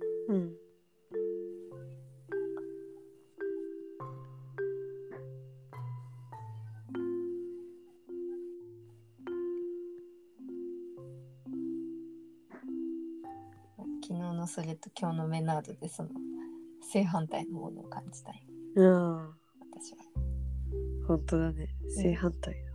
Speaker 2: 昨日のそれと今日のメナードでその正反対のものを感じたい。私は。
Speaker 1: 本当だね。正反対だ。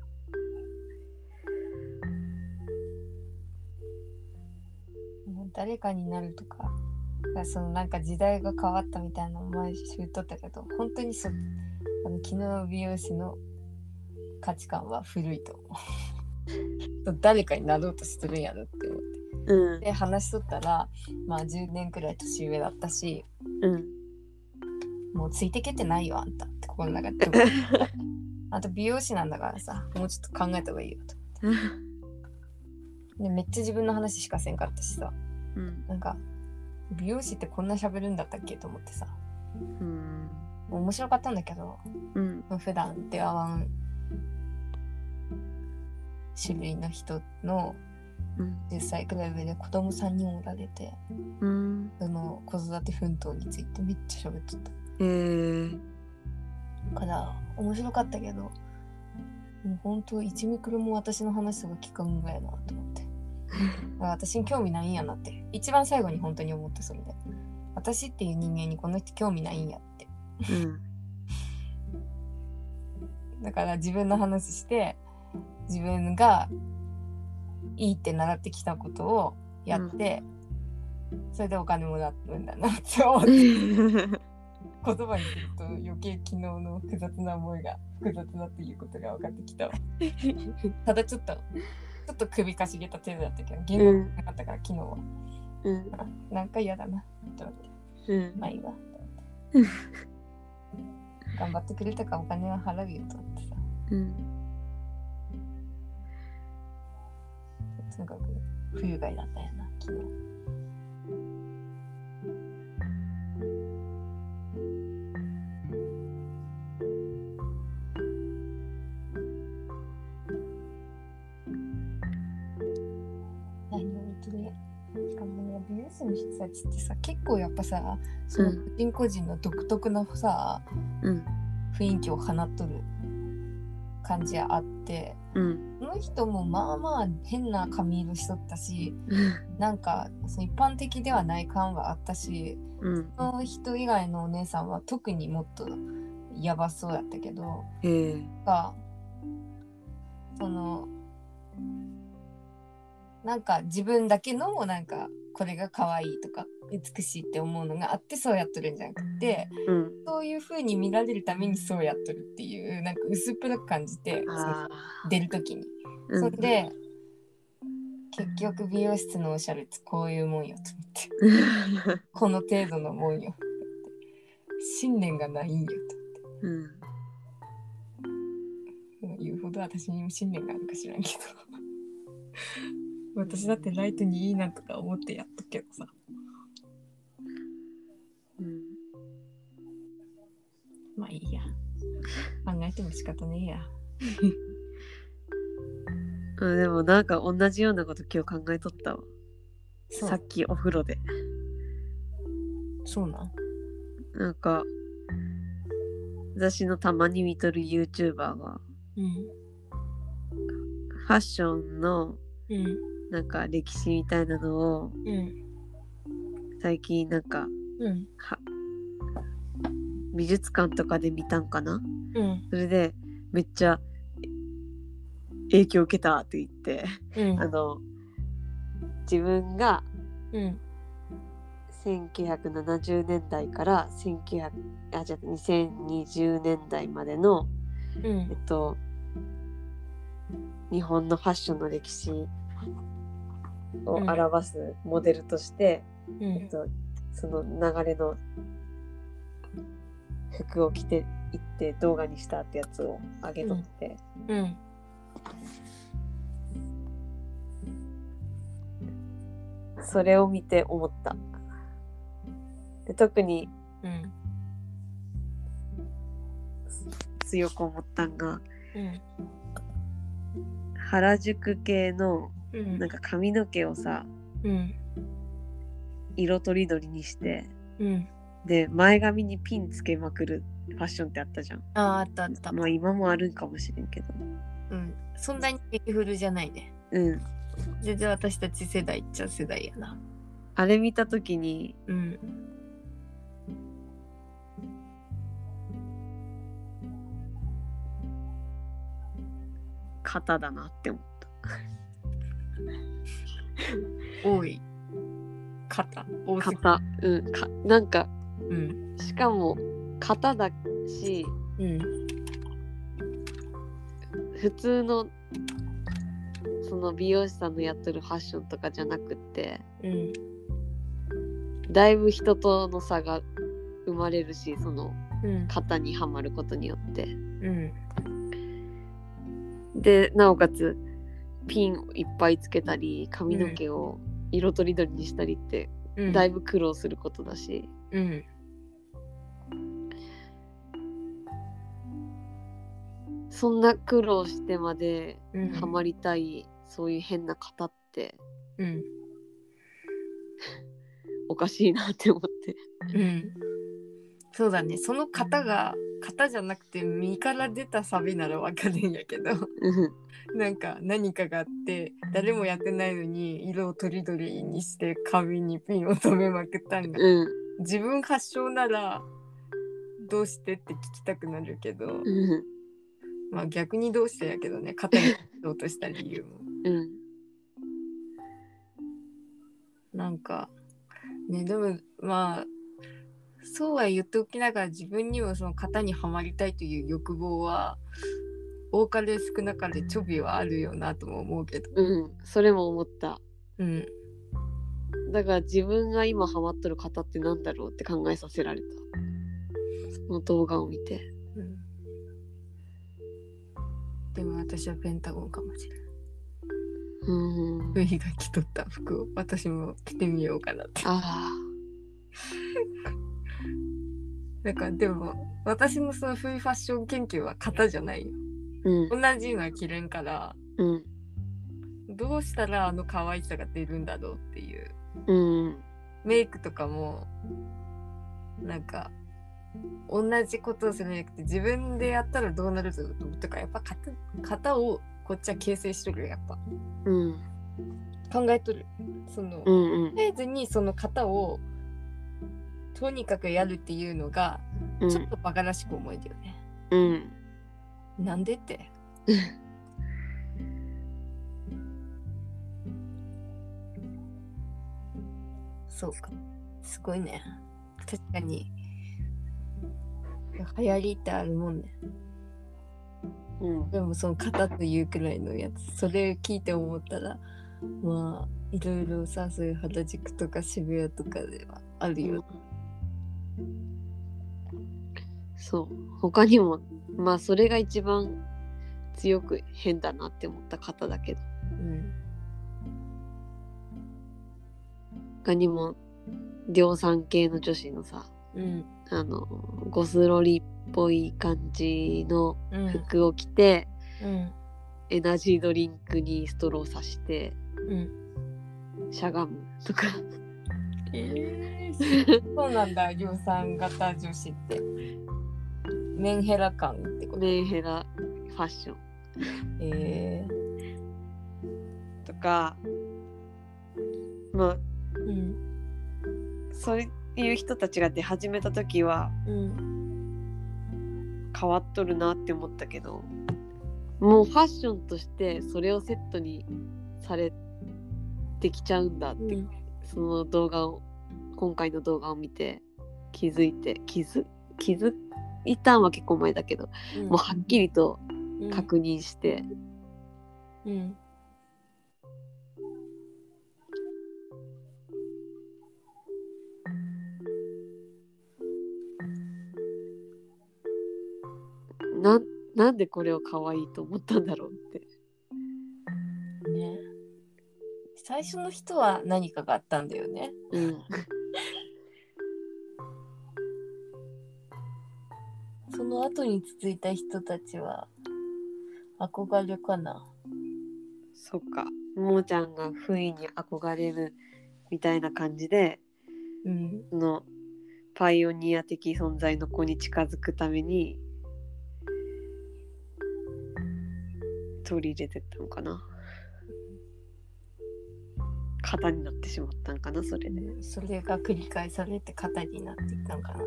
Speaker 2: 誰かになるとか、そのなんか時代が変わったみたいなの前言っとったけど、本当に昨日の美容師の価値観は古いと思う誰かになろうとしてるんやろって思って、
Speaker 1: うん、
Speaker 2: で話しとったらまあ10年くらい年上だったし、
Speaker 1: うん、
Speaker 2: もうついてけてないよあんたって心の中であと美容師なんだからさ、もうちょっと考えた方がいいよとでめっちゃ自分の話しかせんかったしさ、
Speaker 1: うん、
Speaker 2: なんか美容師ってこんな喋るんだったっけと思ってさ、
Speaker 1: うん、
Speaker 2: 面白かったんだけど、
Speaker 1: うん、
Speaker 2: 普段出会わん種類の人の10歳くらい上で子供3人おられて、
Speaker 1: うん、
Speaker 2: その子育て奮闘についてめっちゃ喋っとった。から面白かったけど、もう本当1ミクロも私の話とか聞かんぐらいなと思って私に興味ないんやなって一番最後に本当に思って、それで私っていう人間にこの人興味ないんやって、だから自分の話して自分がいいって習ってきたことをやって、それでお金もらうんだなって思って言葉にすると余計昨日の複雑な思いが複雑だっていうことが分かってきたわただちょっと首かしげた程度だったけど言語なかったから、昨日は、なんか嫌だなと思って、まあいいわと思って頑張ってくれたからお金は払うよと思ってさ、とにかく不愉快だったよな昨日。しかもね、美容師の人たちってさ、結構やっぱさ、その個人個人の独特なさ、雰囲気を放っとる感じあって、その人もまあまあ変な髪色しとったし、なんかその一般的ではない感はあったし、その人以外のお姉さんは特にもっとやばそうやったけど、そのなんか自分だけのなんかこれが可愛いとか美しいって思うのがあってそうやっとるんじゃなくて、そういう風に見られるためにそうやっとるっていうなんか薄っぺらく感じて、出るときに、それで結局美容室のおしゃれってこういうもんよと思ってこの程度のもんよって信念がないんよと思って、言うほど私にも信念があるか知らんけど私だってライトにいいなとか思ってやっとくけどさ、まあいいや、考えても仕方ねえや
Speaker 1: でもなんか同じようなこと今日考えとったわ。さっきお風呂で。
Speaker 2: そう
Speaker 1: なんか私のたまに見とる YouTuber が、ファッションのなんか歴史みたいなのを、最近なんか、美術館とかで見たんかな、それでめっちゃ影響受けたって言って、自分が、1970年代から2020年代までの、日本のファッションの歴史を表すモデルとして、その流れの服を着ていって動画にしたってやつを上げとって、それを見て思った。で特に、強く思ったんが、原宿系のなんか髪の毛をさ、色とりどりにして、で前髪にピンつけまくるファッションってあったじゃん。
Speaker 2: あったあった。
Speaker 1: まあ今もあるんかもしれんけど、
Speaker 2: そんなに激フルじゃないね。全然私たち世代っちゃ世代やな。
Speaker 1: あれ見たときに、型だなって思った。
Speaker 2: 多い。型。
Speaker 1: なんか、しかも型だし、普通のその美容師さんのやってるファッションとかじゃなくって、
Speaker 2: うん、
Speaker 1: だいぶ人との差が生まれるし、その
Speaker 2: うん、
Speaker 1: 型にはまることによって、
Speaker 2: うん、
Speaker 1: でなおかつピンをいっぱいつけたり髪の毛を色とりどりにしたりって、
Speaker 2: うん、
Speaker 1: だいぶ苦労することだし、
Speaker 2: うん、
Speaker 1: そんな苦労してまでハマ
Speaker 2: り、
Speaker 1: りたい、そういう変な型って
Speaker 2: うん、
Speaker 1: おかしいなって思って、
Speaker 2: うん、そうだね。その型が型じゃなくて身から出たサビならわかるんやけどなんか何かがあって誰もやってないのに色をとりどりにして髪にピンを留めまくったんが、自分発祥ならどうしてって聞きたくなるけど、まあ逆にどうしてやけどね、型にしようとした理由も、なんかね、でもまあそうは言っておきながら自分にもその型にはまりたいという欲望は多かれ少なかれちょびはあるよなとも思うけど、
Speaker 1: それも思った。
Speaker 2: うん、
Speaker 1: だから自分が今ハマっとる型ってなんだろうって考えさせられた、その動画を見て、
Speaker 2: でも私はペンタゴンかもしれない。
Speaker 1: フ
Speaker 2: イが着とった服を私も着てみようかなって。だからでも私のそのファッション研究は型じゃないよ、同じのは着れんから、どうしたらあの可愛さが出るんだろうっていう、メイクとかもなんか同じことをするんじゃなくて自分でやったらどうなるとかやっぱ型をこっちは形成しとるよ、やっぱ、考えとる、そのとりあえずにその型をとにかくやるっていうのがちょっとバカらしく思えるよね、なんでってそうか、すごいね、確かに流行りってあるもんね、でもその型というくらいのやつ、それ聞いて思ったらまあいろいろさ、そういう原宿とか渋谷とかではあるよ、
Speaker 1: そう他にもまあそれが一番強く変だなって思った方だけど、他にも量産系の女子のさ、ゴスロリっぽい感じの服を着て、エナジードリンクにストローさして、しゃがむとか
Speaker 2: そうなんだ、量産型女子ってメンヘラ感ってこと？
Speaker 1: メンヘラファッション、とかまあ、そういう人たちが出始めた時は、変わっとるなって思ったけど、もうファッションとしてそれをセットにされてきちゃうんだって、その動画を今回の動画を見て気づいたんは結構前だけど、もうはっきりと確認して、なんでこれを可愛いと思ったんだろうって
Speaker 2: ね。最初の人は何かがあったんだよね。その後に続いた人たちは憧れかな。
Speaker 1: そっか、もーちゃんが不意に憧れるみたいな感じで、そのパイオニア的存在の子に近づくために取り入れてったのかな。型になってしまったんかな、それで。
Speaker 2: それが繰り返されて型になっていったんかな。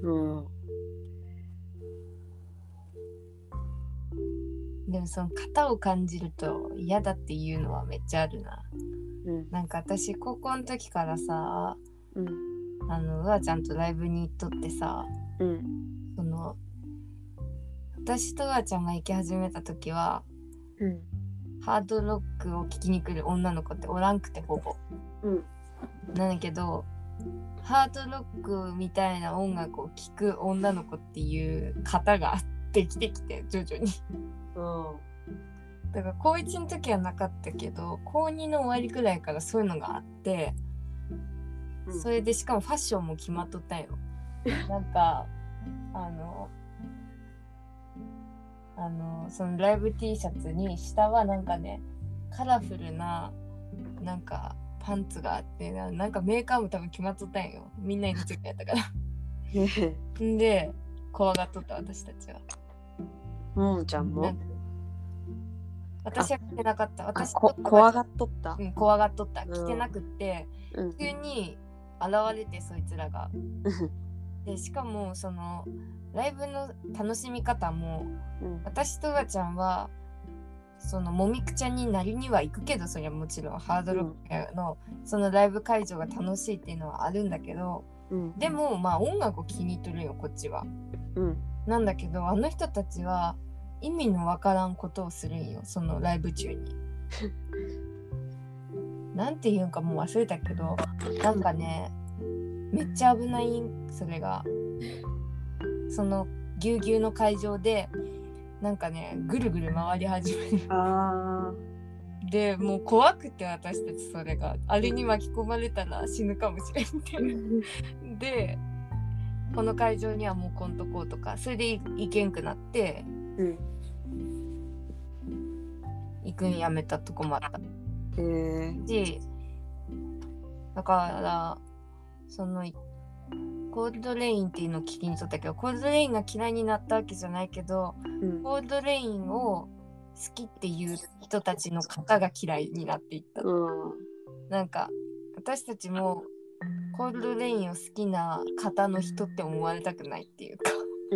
Speaker 2: でもその型を感じると嫌だっていうのはめっちゃあるな。なんか私高校の時からさ、うわちゃんとライブに行っとってさ、その私とうわちゃんが行き始めた時は、 ハードロックを聴きに来る女の子っておらんくてほぼ、なんだけどハードロックみたいな音楽を聴く女の子っていう型ができてきて徐々にだから高1の時はなかったけど高2の終わりくらいからそういうのがあって、それでしかもファッションも決まっとったよなんかそのライブ T シャツに下はなんかねカラフルななんかパンツがあってなんかメーカーも多分決まっとったんよ、みんなについてやったからんで怖がっとった私たちは。
Speaker 1: ももちゃんも
Speaker 2: 私は着てなかった。私
Speaker 1: 怖がっとった、
Speaker 2: 怖がっとった。着てなくって、急に現れてそいつらがでしかもそのライブの楽しみ方も、私とがちゃんはそのもみくちゃになりには行くけど、それはもちろんハードロックのそのライブ会場が楽しいっていうのはあるんだけど、でもまあ音楽を気に入ってるよこっちは、なんだけどあの人たちは意味のわからんことをするんよ、そのライブ中になんていうんかもう忘れたけど、なんかねめっちゃ危ないん、それがそのぎゅうぎゅうの会場でなんかねぐるぐる回り始めるでもう怖くて私たちそれがあれに巻き込まれたら死ぬかもしれんみたいなでこの会場にはもう来んとこうとか、それで行けんくなって、行くんやめたとこもあったし、だからそのコールドレインっていうのを聞きにとったけど、コールドレインが嫌いになったわけじゃないけど、コールドレインを好きっていう人たちの方が嫌いになっていった、なんか私たちもコールドレインを好きな方の人って思われたくないっていうか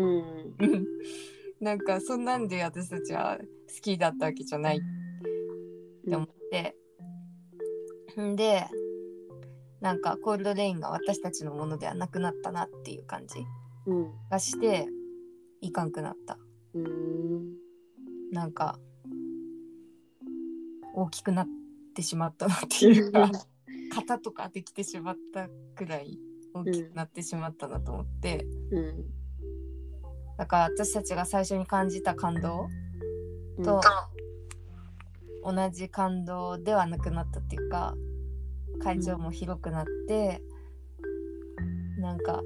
Speaker 2: なんかそんなんで私たちは好きだったわけじゃないって思って、でなんかコールドレインが私たちのものではなくなったなっていう感じがしていかんくなった、なんか大きくなってしまったなっていうか型とかできてしまったくらい大きくなってしまったなと思って、だから私たちが最初に感じた感動と同じ感動ではなくなったっていうか、会場も広くなって、なんか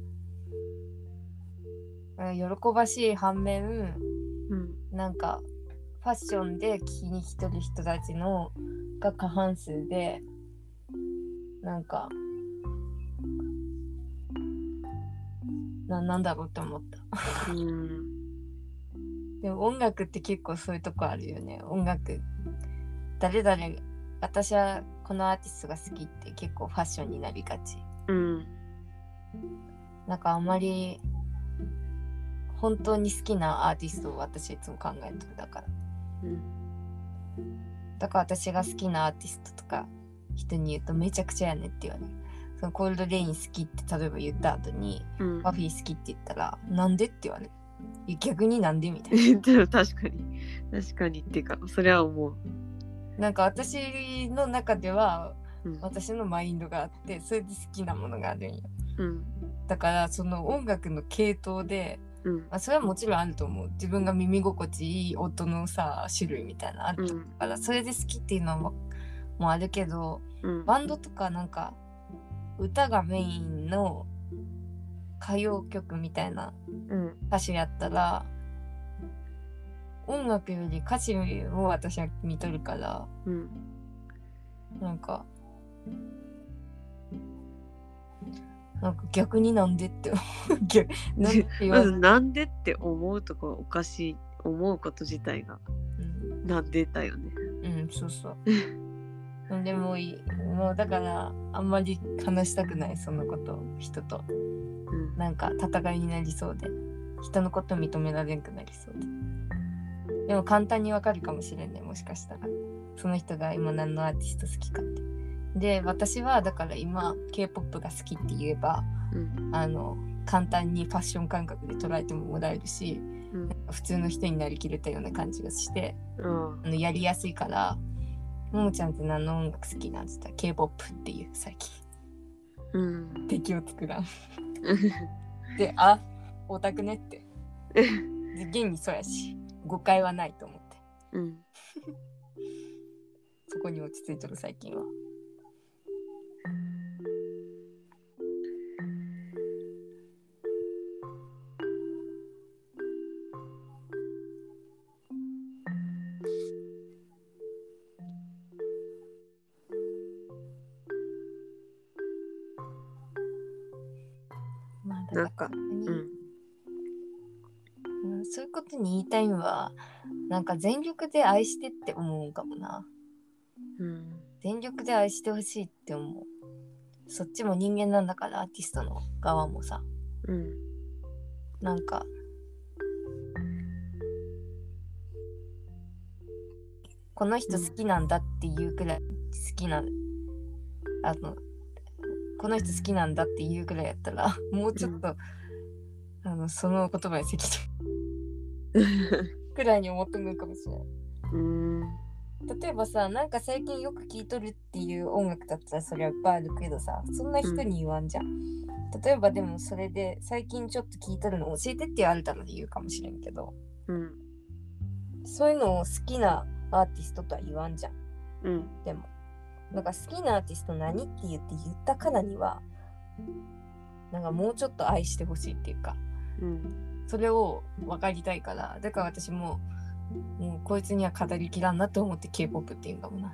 Speaker 2: 喜ばしい反面、なんかファッションで気に来てる人たちのが過半数で、なんかなんだろうって思ったでも音楽って結構そういうとこあるよね。音楽誰々私はこのアーティストが好きって結構ファッションになりがち、なんかあんまり本当に好きなアーティストを私いつも考えてる。だから私が好きなアーティストとか人に言うとめちゃくちゃやねって言われる。そのコールドレイン好きって例えば言った後に、バフィー好きって言ったらなんでって言われる。逆になんでみたいな
Speaker 1: でも確かにっていうかそれは思う。
Speaker 2: なんか私の中では、私のマインドがあってそれで好きなものがあるんよ、だからその音楽の系統で、それはもちろんあると思う。自分が耳心地いい音のさ種類みたいなのあるから、それで好きっていうのもあるけど、バンドとかなんか歌がメインの歌謡曲みたいな歌手やったら、音楽より歌詞を私は見とるから、なんか逆になんでって
Speaker 1: なんでって思うとこおかしい。思うこと自体が、なんでだよね。
Speaker 2: そうそうでもいい。もうだからあんまり話したくない、そのこと人と、なんか戦いになりそうで、人のこと認められんくなりそうで。でも簡単にわかるかもしれんね、もしかしたらその人が今何のアーティスト好きかって。で私はだから今 K-POP が好きって言えば、簡単にファッション感覚で捉えてもらえるし、 普通の人になりきれたような感じがして、
Speaker 1: うん、
Speaker 2: やりやすいから、ももちゃんって何の音楽好きなんつったら K-POP っていう最近、
Speaker 1: うん、
Speaker 2: 敵を作らんで、あ、オタクねって現にそうやし誤解はないと思って、
Speaker 1: うん、
Speaker 2: そこに落ち着いてる最近は。まあだ
Speaker 1: なんか、
Speaker 2: から、
Speaker 1: うん、
Speaker 2: そういうことに言いたいのは、なんか全力で愛してって思うかもな。
Speaker 1: うん、
Speaker 2: 全力で愛してほしいって思う。そっちも人間なんだから、アーティストの側もさ、
Speaker 1: うん、
Speaker 2: なんかこの人好きなんだっていうくらい好きな、この人好きなんだっていうくらいやったらもうちょっと、その言葉に責任くらいに思ってもいいかもしれない。
Speaker 1: うん、
Speaker 2: 例えばさ、なんか最近よく聴いとるっていう音楽だったらそれはいっぱいあるけどさ、そんな人に言わんじゃん。例えばでもそれで最近ちょっと聴いとるの教えてって言われたら言うかもしれんけど、
Speaker 1: うん、
Speaker 2: そういうのを好きなアーティストとは言わんじゃん。
Speaker 1: うん、
Speaker 2: でもなんか好きなアーティスト何って言ったからには、なんかもうちょっと愛してほしいっていうか、それを分かりたいから、だから私もうこいつには語りきらんなと思って K-POP って言うんだもんな。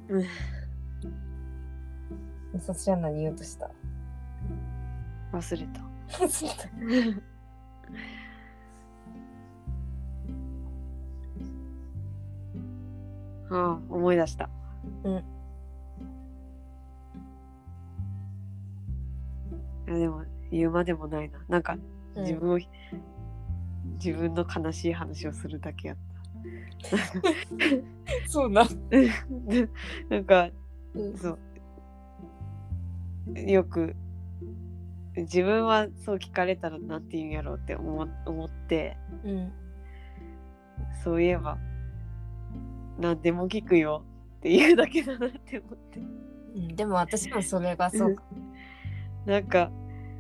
Speaker 2: そちら何言おうとした？
Speaker 1: 忘れた。ああ、思い出した。いやでも言うまでもないな。なんか自分の悲しい話をするだけやった。
Speaker 2: そうな。
Speaker 1: なんか、そうよく自分はそう聞かれたらなんて言うんやろうって思って、そういえば何でも聞くよって言うだけだなって思って、
Speaker 2: でも私もそれがそうか
Speaker 1: なんか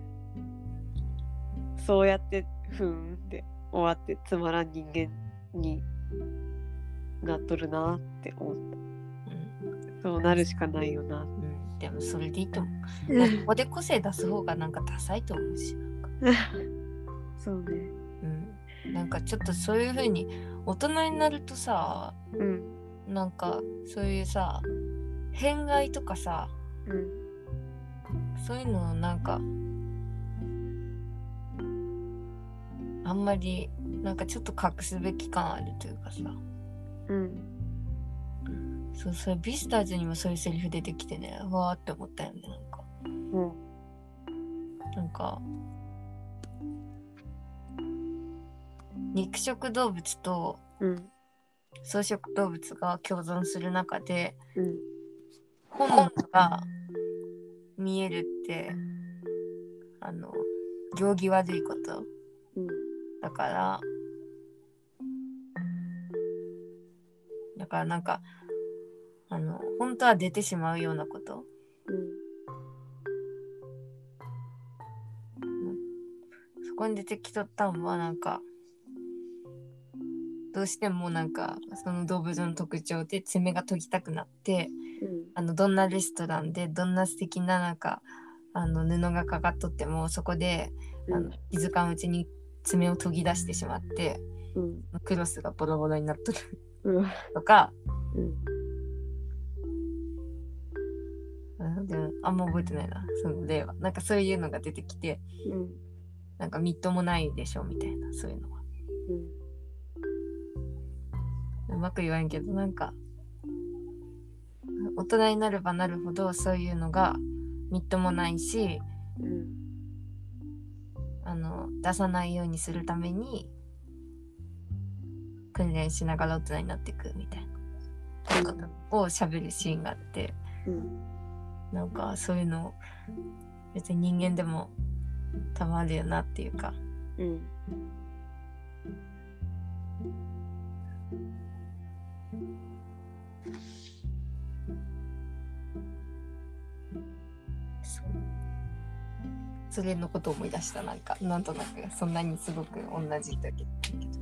Speaker 1: そうやってふーんって終わってつまらん人間になっとるなって思った、そうなるしかないよな、
Speaker 2: でもそれでいいと思う。ここで個性出す方がなんかダサいと思うし、なんか
Speaker 1: そうね、
Speaker 2: なんかちょっとそういう風に大人になるとさ、なんかそういうさ偏愛とかさ、そういうのなんかあんまりなんかちょっと隠すべき感あるというかさ、そうビスターズにもそういうセリフ出てきてね、わーって思ったよね。なんか肉食動物と草食動物が共存する中で、本能が見えるって行儀悪いこと、だからなんか本当は出てしまうようなこと、そこに出てきとったんはなんかどうしてもなんかその動物の特徴で爪が研ぎたくなって、どんなレストランでどんな素敵ななんか布がかかっとってもそこで気づかんうちに爪を研ぎ出してしまって、クロスがボロボロになっとるとか、でもあんま覚えてないなその例は。なんかそういうのが出てきて、なんかみっともないでしょみたいな、そういうのは、うまく言わんけど、なんか大人になればなるほどそういうのがみっともないし、出さないようにするために訓練しながら大人になっていくみたいなことを喋るシーンがあって、なんかそういうの別に人間でもたまるよなっていうか、 それのことを思い出した。なんとなくそんなにすごく同じだけど、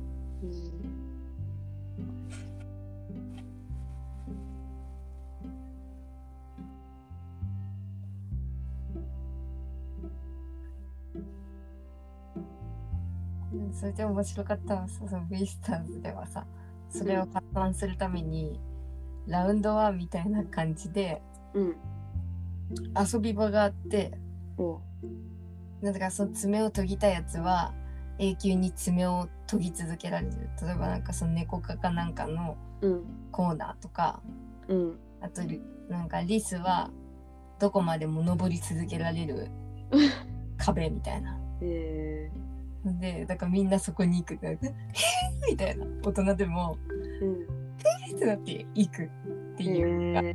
Speaker 2: それで面白かったのはそのベイスターズではさ、それを発散するために、ラウンドワンみたいな感じで、遊び場があって、なんだかその爪を研ぎたやつは永久に爪を研ぎ続けられる。例えばなんかその猫科かなんかのコーナーとか、あとなんかリスはどこまでも登り続けられる壁みたいな。でだからみんなそこに行くみたいな、大人でもってなって行くっていうか、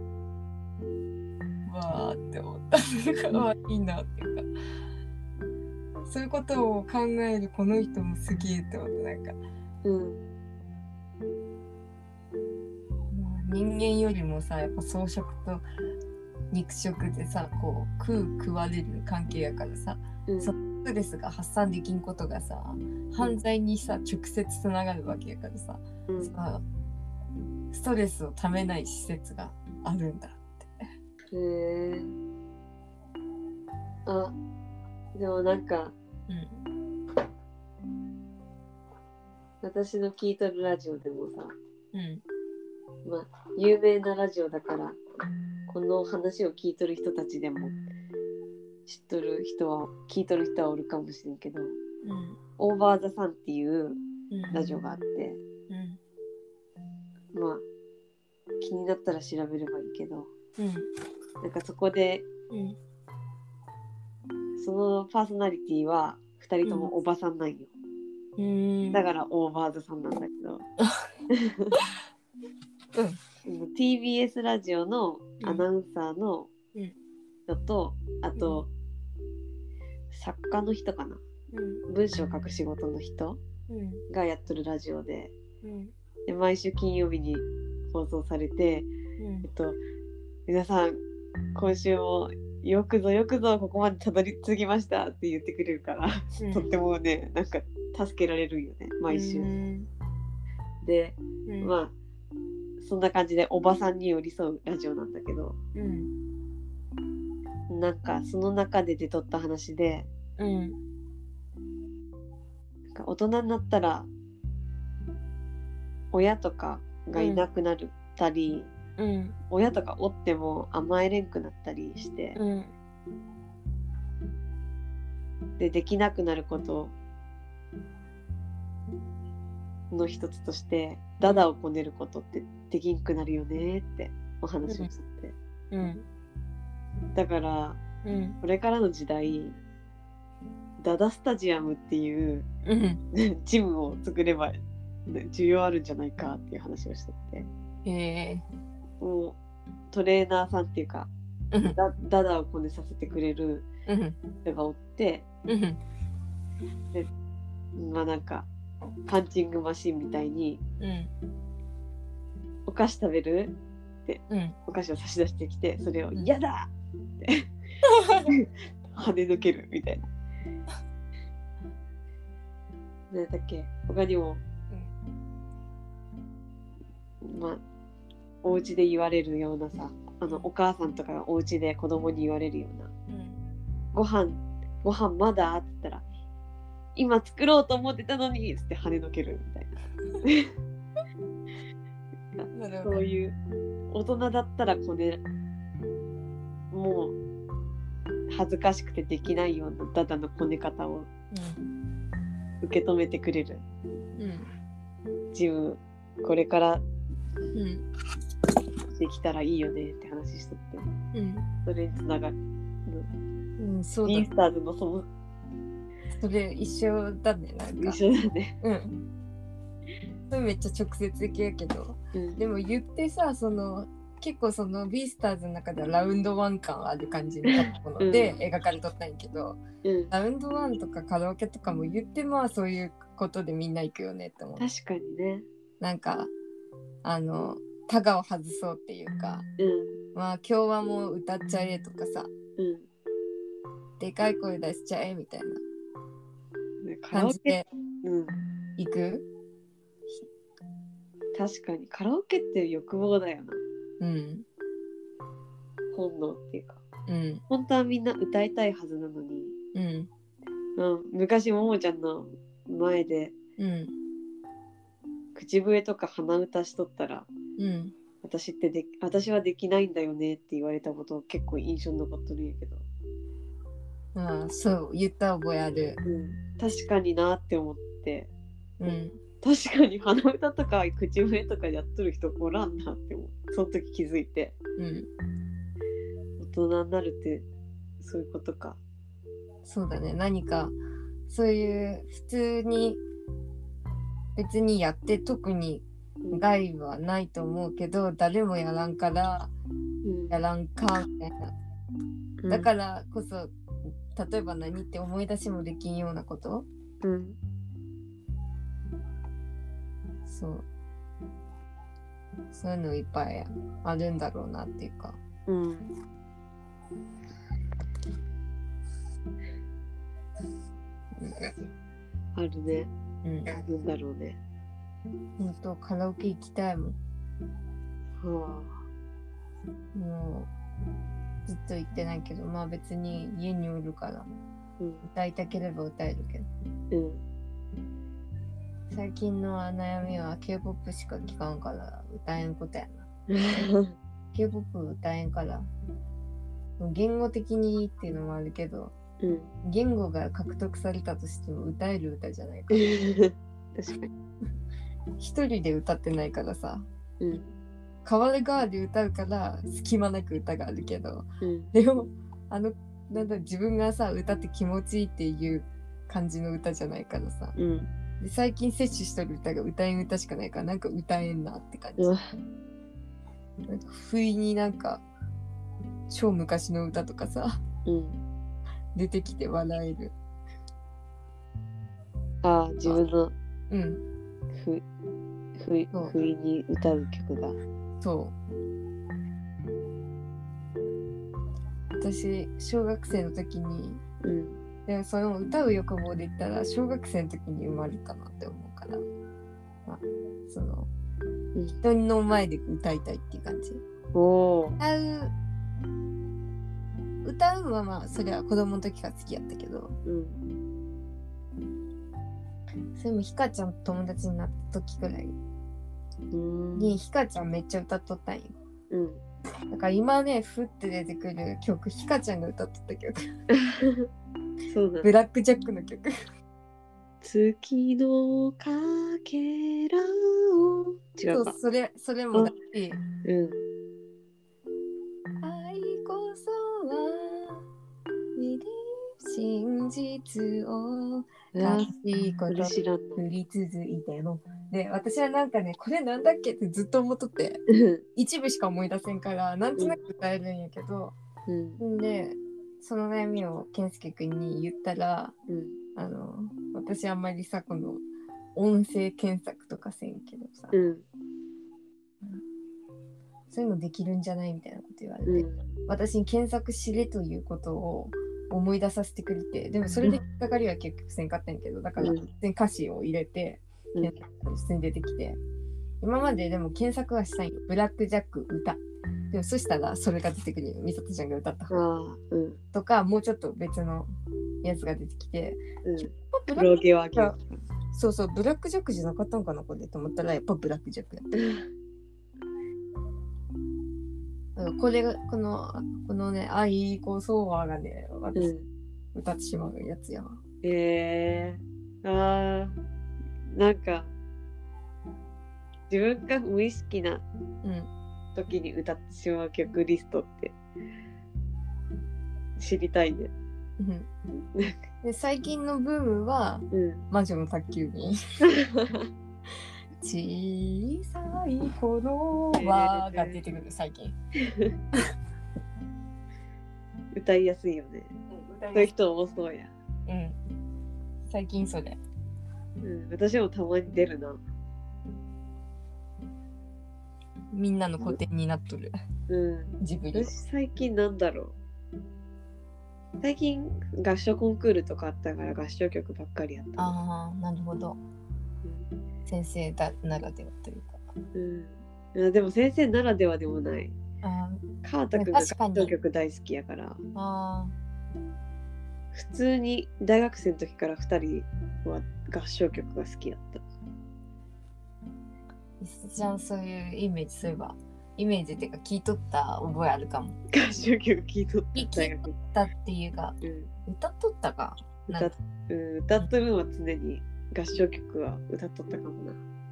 Speaker 2: わーって思った。かわいいなっていうか、そういうことを考えるこの人もすげえって思って、なんか、人間よりもさ、やっぱ草食と肉食でさ、こう食われる関係やからさ、そのストレスが発散できんことがさ、犯罪にさ直接つながるわけやからさ、ストレスをためない施設があるんだって。
Speaker 1: あ、でもなんか、私の聞いとるラジオでもさ、まあ有名なラジオだからこの話を聞いとる人たちでも知っとる人は聞いとる人はおるかもしれんけど、オーバーザさんっていうラジオがあって、まあ気になったら調べればいいけど、なんかそこで、そのパーソナリティは2人ともおばさんなんよ、だからオーバーザさんなんだけどTBS ラジオのアナウンサーの人と、あと作家の人かな、文章を書く仕事の人がやっとるラジオで、で毎週金曜日に放送されて、皆さん今週もよくぞここまでたどり着きましたって言ってくれるから、とってもね、なんか助けられるよね、毎週。で、まあそんな感じでおばさんに寄り添うラジオなんだけど、なんかその中で出とった話で、なんか大人になったら親とかがいなくなったり、親とかおっても甘えれんくなったりして、でできなくなることの一つとしてダダをこねることってできんくなるよねってお話をしてて、だから、これからの時代ダダスタジアムっていう、ジムを作れば需要あるんじゃないかっていう話をしてて、もうトレーナーさんっていうか、ダダをこねさせてくれる人がおって、でまあなんかパンチングマシンみたいに、お菓子食べるって、お菓子を差し出してきて、それを嫌だって跳ね抜けるみたいな。なんだっけ、他にも、まあお家で言われるようなさ、お母さんとかがお家で子供に言われるような、ご飯まだって言ったら、今作ろうと思ってたのにって跳ねのけるみたいなそういう大人だったらもう恥ずかしくてできないようなダダのこね方を受け止めてくれる、自分これからできたらいいよねって話しとって、それにつながる、
Speaker 2: そうだ、
Speaker 1: インスターズの
Speaker 2: それ一緒だね、なんか
Speaker 1: 一緒だね。
Speaker 2: それめっちゃ直接的やけど、でも言ってさ、その結構そのビースターズの中ではラウンド1感ある感じのもので描かれとったんやけど、ラウンド1とかカラオケとかも言ってまあそういうことでみんな行くよねって思う。
Speaker 1: 確かにね。
Speaker 2: なんかタガを外そうっていうか、まあ今日はもう歌っちゃえとかさ、でかい声出しちゃえみたいな感じで行く。
Speaker 1: 確かにカラオケって欲望だよな。本能っていうか、本当はみんな歌いたいはずなのに、昔ももちゃんの前で、口笛とか鼻歌しとったら、私はできないんだよねって言われたこと結構印象に残っとるんやけど。
Speaker 2: そう言った覚えある。
Speaker 1: 確かになって思って、確かに鼻歌とか口笛とかやっとる人おらんなって思う。その時気づいて、大人になるってそういうことか。
Speaker 2: そうだね。何かそういう普通に別にやって特に害はないと思うけど、誰もやらんからやらんかみたいな、だからこそ例えば何って思い出しもできんようなこと、そういうのいっぱいあるんだろうなっていうか、
Speaker 1: あるね。あるんだろうね。
Speaker 2: 本当カラオケ行きたいもん。もうずっと行ってないけど、まあ別に家におるから、歌いたければ歌えるけど、最近の悩みは K-POP しか聴かんから歌えんことやな。K-POP 歌えんから言語的にっていうのもあるけど、言語が獲得されたとしても歌える歌じゃないから
Speaker 1: 確かに
Speaker 2: 一人で歌ってないからさ、代わる側で歌うから隙間なく歌があるけど、でもなんだ自分がさ歌って気持ちいいっていう感じの歌じゃないからさ、で最近摂取しとる歌が歌えん歌しかないから、なんか歌えんなって感じ。なんか不意になんか超昔の歌とかさ、出てきて笑える。
Speaker 1: 自分の不意に歌う曲が。
Speaker 2: 私小学生の時に、でその歌う欲望で言ったら小学生の時に生まれたなって思うから、その、人の前で歌いたいっていう感じ。歌うのはまあそれは子供の時から好きやったけど、それもひかちゃんと友達になった時くらいにひかちゃんめっちゃ歌っとったんよ。だから今ねふって出てくる曲、ひかちゃんが歌っとった曲
Speaker 1: そうだ、
Speaker 2: ブラックジャックの曲
Speaker 1: 月のかけらを違うか。
Speaker 2: それもだし、愛こそは真実を正しいこと降り続いてので、私はなんかねこれなんだっけってずっと思っとって一部しか思い出せんからなんとなく歌えるんやけど、でその悩みを健介くんに言ったら、私あんまりさこの音声検索とかせんけどさ、そういうのできるんじゃないみたいなこと言われて、私に検索しれということを思い出させてくれて、でもそれで引っかかりは結局せんかったんやけど、だから普通に歌詞を入れて検索普通に出てきて、今まででも検索はしたんよ、ブラックジャック歌。でもそしたらそれが出てくるよ、みさとちゃんが歌った方、とかもうちょっと別のやつが出てきて、
Speaker 1: ブラックジャック、
Speaker 2: そうブラックジャックじゃなかったのかなこれと思ったらやっぱブラックジャックやったこれがこのね愛こそはがね私、歌ってしまうやつやわ。
Speaker 1: なんか自分が無意識な時に歌ってしまう曲リストって知りたいね。
Speaker 2: で最近のブームは、魔女の宅急便小さい頃はが出てくる最近。
Speaker 1: 歌いやすいよね。そういう人多そうや。
Speaker 2: うん。最近それ。
Speaker 1: うん、私もたまに出るな。
Speaker 2: みんなの古典になっとる。
Speaker 1: うん。
Speaker 2: ジブリ。
Speaker 1: 私最近なんだろう。最近合唱コンクールとかあったから合唱曲ばっかりやった。
Speaker 2: ああ、なるほど。うん、先生ならではというか。
Speaker 1: うん。でも先生ならではでもない。川田くんが合唱曲大好きやから。
Speaker 2: あ、
Speaker 1: 普通に大学生の時から2人は合唱曲が好きだった。
Speaker 2: みすちゃんそういうイメージ、そういえばイメージっていうか聞いとった覚えあるかも。
Speaker 1: 合唱曲聞いとった。
Speaker 2: 聞いとったっていうか、歌っとったか。
Speaker 1: 歌っとるのは常に合唱曲は歌っとったかもな。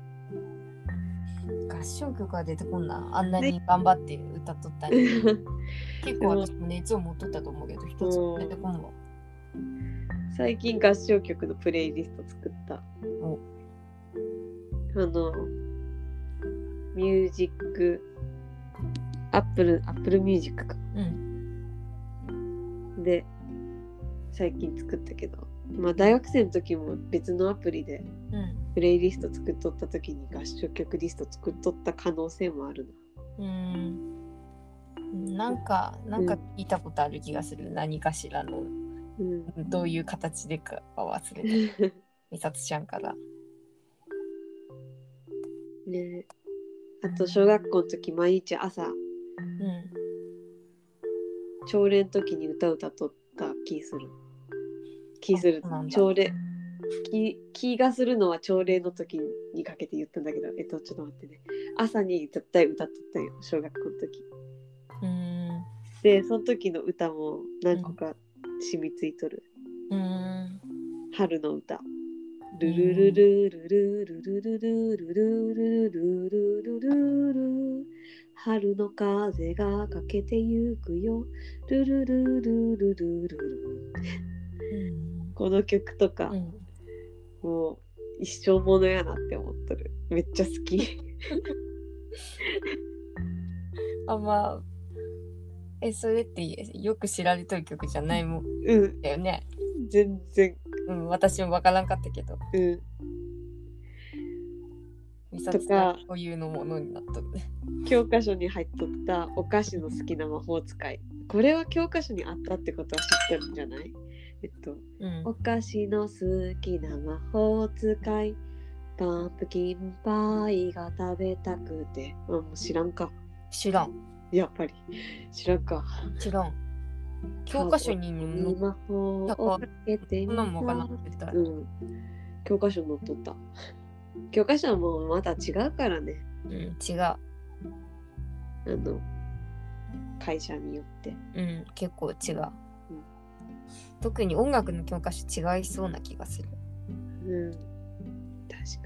Speaker 2: 合唱曲は出てこんな。あんなに頑張って歌っとったり。結構私も熱を持っとったと思うけど、一つも出てこんわ。
Speaker 1: 最近合唱曲のプレイリスト作った。ミュージックアップルミュージックか。で最近作ったけど、まあ大学生の時も別のアプリでプレイリスト作っとった時に合唱曲リスト作っとった可能性もある
Speaker 2: な。なんか聞いたことある気がする。何かしらの、どういう形でか忘れた。みさつちゃんから
Speaker 1: ね。あと小学校の時毎日朝、朝礼の時に歌っとった気する。朝礼気がするのは朝礼の時にかけて言ったんだけど、ちょっと待ってね。朝に絶対歌っとったよ、小学校の時。で、その時の歌も何個か染みついとる。春の歌。ルルルルルルルルルルルルルルルルル、春の風がかけてゆくよ、ルルルルルルルル。この曲とか、もう一生ものやなって思っとる。めっちゃ好き。
Speaker 2: まあそれってよく知られとる曲じゃないもんだよね。
Speaker 1: 全然。
Speaker 2: 私もわからんかったけど。みさつさんこういうのものになっとるね。
Speaker 1: 教科書に入っとったお菓子の好きな魔法使い。これは教科書にあったってことは知ってるんじゃない？お菓子の好きな魔法使い、パンプキンパイが食べたくて。もう知らんか。
Speaker 2: 知らん。
Speaker 1: やっぱり知らんか。
Speaker 2: 知らん。教科書に
Speaker 1: 魔法をかけてみた。教科書載っとった。教科書はもうまた違うからね。
Speaker 2: 違う。
Speaker 1: 会社によって。
Speaker 2: 結構違う。特に音楽の教科書違いそうな気がする。
Speaker 1: 確か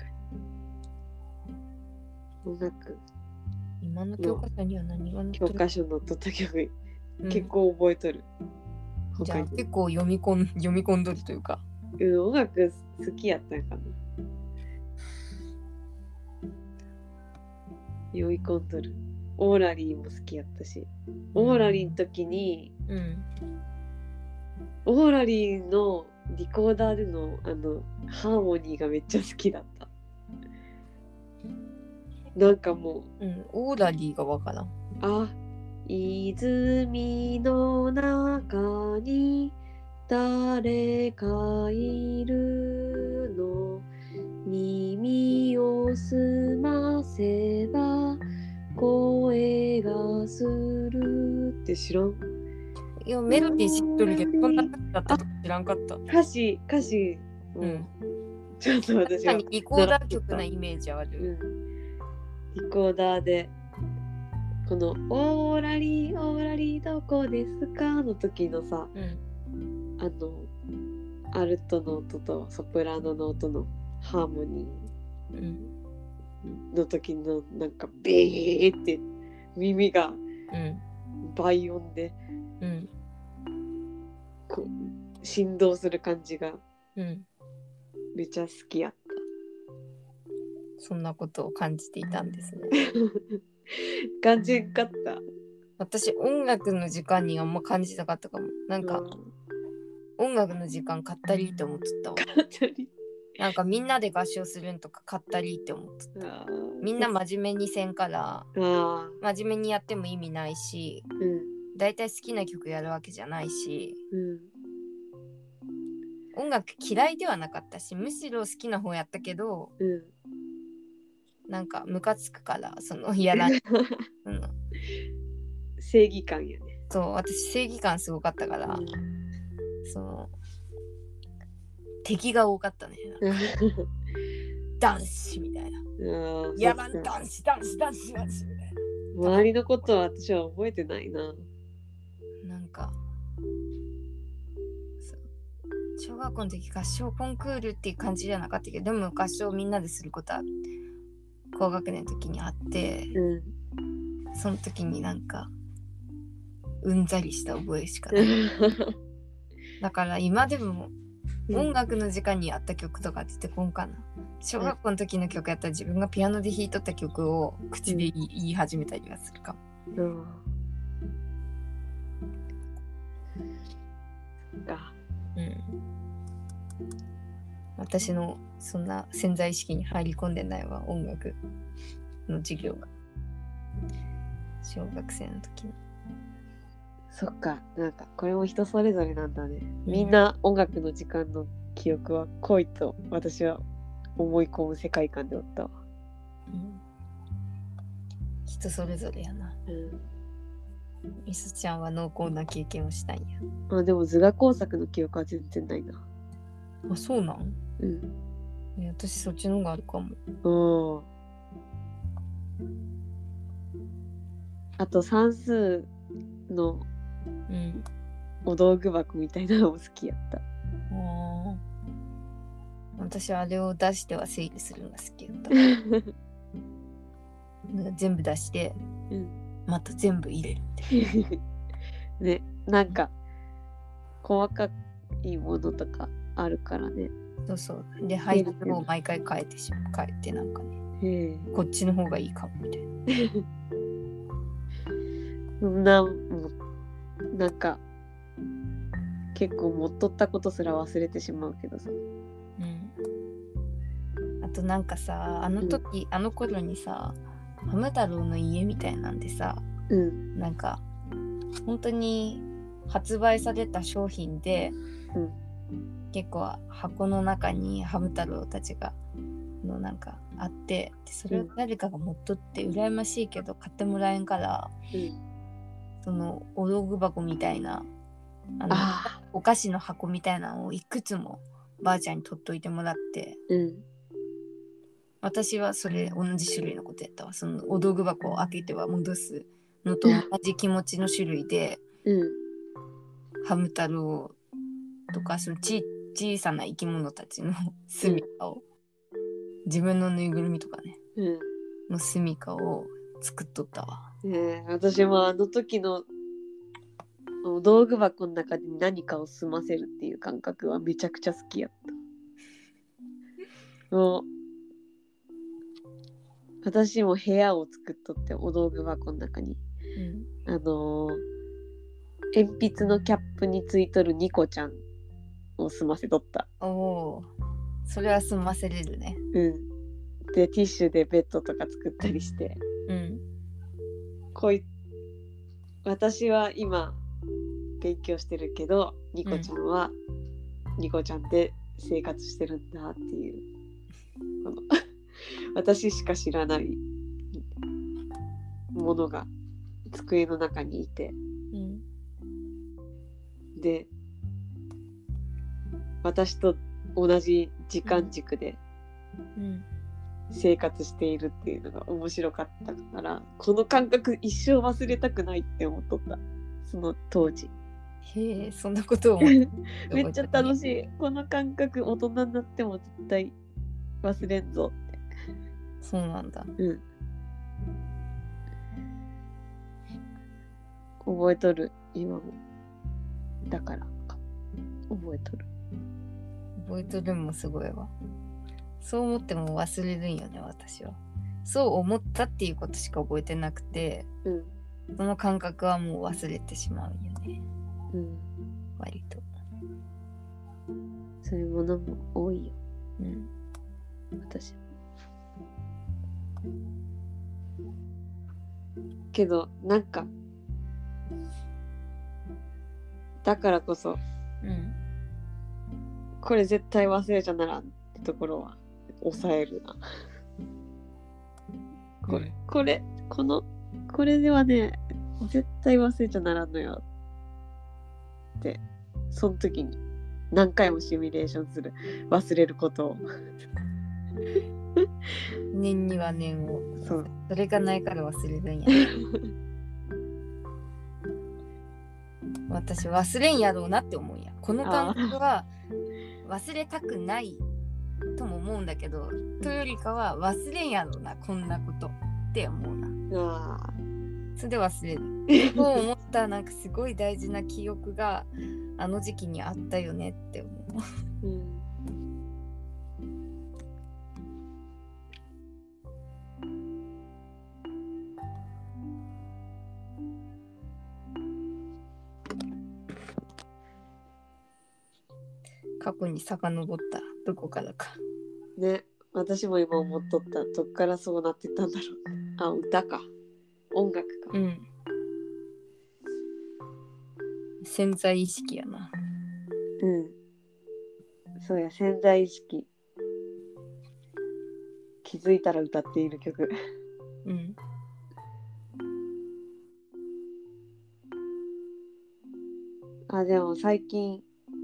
Speaker 1: に。音楽。
Speaker 2: 今の教科書には何が載ってる？
Speaker 1: 教科書載っとった曲、結構覚えとる。
Speaker 2: じゃあ結構読み込んどるというか。
Speaker 1: 音楽好きやったんかな。読み込んどる。オーラリーも好きやったし、オーラリーの時に、オーラリーのリコーダーでのハーモニーがめっちゃ好きだった。なんかもう、
Speaker 2: オーラリーがわからん。
Speaker 1: 泉の中に誰かいるの、耳を澄ませば声がするって知らん？
Speaker 2: いや、メロディー知っとるけど、そんな歌詞だったと知らんかった。
Speaker 1: 歌詞ちょっと私は
Speaker 2: 確かにリコーダー曲なイメージある。
Speaker 1: リコーダーでこのオーラリーオーラリーどこですかの時のさ、アルトの音とソプラノの音のハーモニーの時のなんかビーって耳が倍音でこう振動する感じがめちゃ好きやった。
Speaker 2: そんなことを感じていたんですね。
Speaker 1: 感じんかった。
Speaker 2: 私音楽の時間にあんま感じなかったかも。なんか、音楽の時間買ったりって思ってたわ。なんかみんなで合唱するんとか買ったりって思ってた。みんな真面目にせんから真面目にやっても意味ないし、だいたい好きな曲やるわけじゃないし、音楽嫌いではなかったし、むしろ好きな方やったけど、なんかムカつくからそのやらない、
Speaker 1: 正義感やね。
Speaker 2: そう、私正義感すごかったから、その敵が多かったね。男子みたいな。野蛮男子みたいな。
Speaker 1: 周りのことは私は覚えてないな。
Speaker 2: なんか小学校の時合唱コンクールっていう感じじゃなかったけど、でも合唱みんなですることは高学年の時にあって、その時になんかうんざりした覚えしかない。だから今でも音楽の時間にあった曲とか出てこんかな。小学校の時の曲やったら自分がピアノで弾いとった曲を口で言い始めたりはするかも。私のそんな潜在意識に入り込んでないわ、音楽の授業が。小学生の時の。
Speaker 1: そっか、なんかこれも人それぞれなんだね。みんな音楽の時間の記憶は濃いと私は思い込む世界観でおったわ。
Speaker 2: 人それぞれやな。みすちゃんは濃厚な経験をしたんや。
Speaker 1: でも図画工作の記憶は全然ないな。
Speaker 2: あ、そうなん？私そっちの方があるかも。
Speaker 1: あと算数のお道具箱みたいなのも好きやった。
Speaker 2: 私はあれを出しては整理するのが好きやった。全部出して、また全部入れるって
Speaker 1: ね、なんか細かいものとかあるからね。
Speaker 2: そうそう。で配置を毎回変えてなんかね、こっちの方がいいかもみたいな。
Speaker 1: なんか結構持っとったことすら忘れてしまうけどさ。
Speaker 2: あとなんかさ、あの時、あの頃にさ、ハム太郎の家みたいなんでさ、なんか本当に発売された商品で、結構箱の中にハム太郎たちがのなんかあって、でそれを誰かが持っとって羨ましいけど買ってもらえんから、そのお道具箱みたいなお菓子の箱みたいなのをいくつもばあちゃんに取っといてもらって、私はそれ同じ種類のことやったわ。そのお道具箱を開けては戻すのと同じ気持ちの種類で、ハム太郎とかその小さな生き物たちの住処を、自分のぬいぐるみとかね、の住処を作っとったわ。
Speaker 1: 私もあの時の道具箱の中で何かを済ませるっていう感覚はめちゃくちゃ好きやった。もう私も部屋を作っとって、お道具箱の中に、鉛筆のキャップについとるニコちゃんを済ませとった。
Speaker 2: それは済ませれるね。
Speaker 1: でティッシュでベッドとか作ったりして、私は今勉強してるけどニコちゃんはニコちゃんで生活してるんだっていう、私しか知らないものが机の中にいて、で私と同じ時間軸で生活しているっていうのが面白かったから、この感覚一生忘れたくないって思っとった、その当時。
Speaker 2: へえ、そんなことを思って
Speaker 1: めっちゃ楽しい。この感覚大人になっても絶対忘れんぞって。
Speaker 2: そうなんだ。
Speaker 1: 覚えとる今も。だから覚えとる。
Speaker 2: 覚えとるもすごいわ。 そう思っても忘れるんよね、私は。そう思ったっていうことしか覚えてなくて、その感覚はもう忘れてしまうんよね。割と。
Speaker 1: そういうものも多いよ。私。けどなんかだからこそ、これ絶対忘れちゃならんってところは抑えるな。これではね、絶対忘れちゃならんのよって、その時に何回もシミュレーションする、忘れることを。
Speaker 2: 念には念を。
Speaker 1: そう。
Speaker 2: それがないから忘れるんや。私忘れんやろうなって思うんや。この感覚は忘れたくないとも思うんだけど、というよりかは忘れんやろうな、こんなことって思うな。それで忘れる。そう思ったなんかすごい大事な記憶があの時期にあったよねって思う。過去に遡ったどこからか
Speaker 1: ね。私も今思っとった。どっからそうなってたんだろう。歌か、音楽か。
Speaker 2: 潜在意識やな。
Speaker 1: そうや、潜在意識。気づいたら歌っている曲。でも最近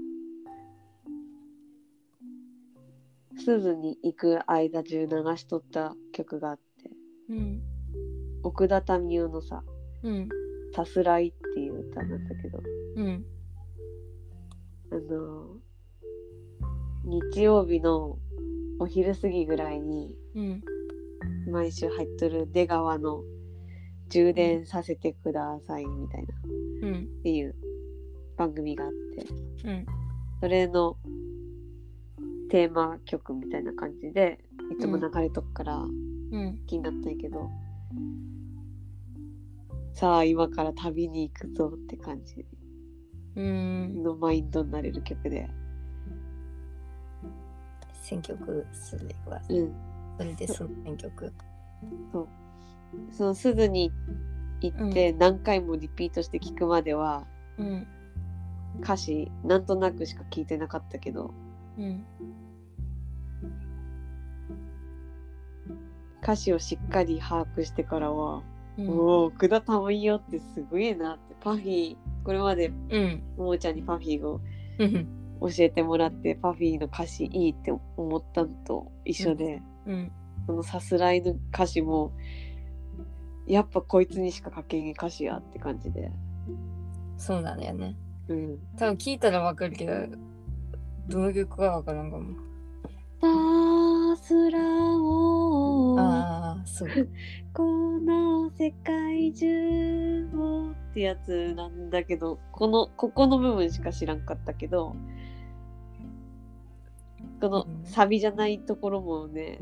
Speaker 1: 鈴に行く間中流しとった曲があって、奥田民生のさ、さすらいっていう歌なんだけど、日曜日のお昼過ぎぐらいに、毎週入っとる出川の充電させてくださいみたいな、っていう番組があって、それのテーマ曲みたいな感じでいつも流れとくから気になったんやけど、さあ今から旅に行くぞって感じのマインドになれる曲で、
Speaker 2: 選曲すれば、それでその選曲、
Speaker 1: その鈴に行って何回もリピートして聞くまでは、歌詞なんとなくしか聞いてなかったけど、歌詞をしっかり把握してからは、奥田民生ってすごいなって。パフィー、これまでももちゃんにパフィーを教えてもらって、パフィーの歌詞いいって思ったのと一緒で、そのさすらいの歌詞もやっぱこいつにしか書けん歌詞やって感じで。
Speaker 2: そうなんだよね。多分聞いたらわかるけど、どの曲かわからんかも。
Speaker 1: さすらを
Speaker 2: そう
Speaker 1: この世界中をってやつなんだけど、ここの部分しか知らんかったけど、このサビじゃないところもね、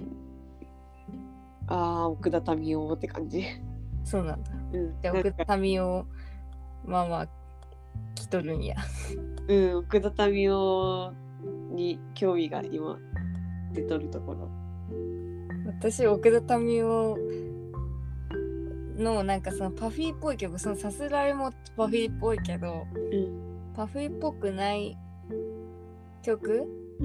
Speaker 1: 奥田民生って感じ。
Speaker 2: そうなんだ。じゃあ奥田民生まあ来とるんや。
Speaker 1: 奥田民生に興味が今出とるところ。
Speaker 2: 私奥田民生のなんかそのパフィーっぽい曲、そのさすらいもパフィーっぽいけど、パフィーっぽくない曲、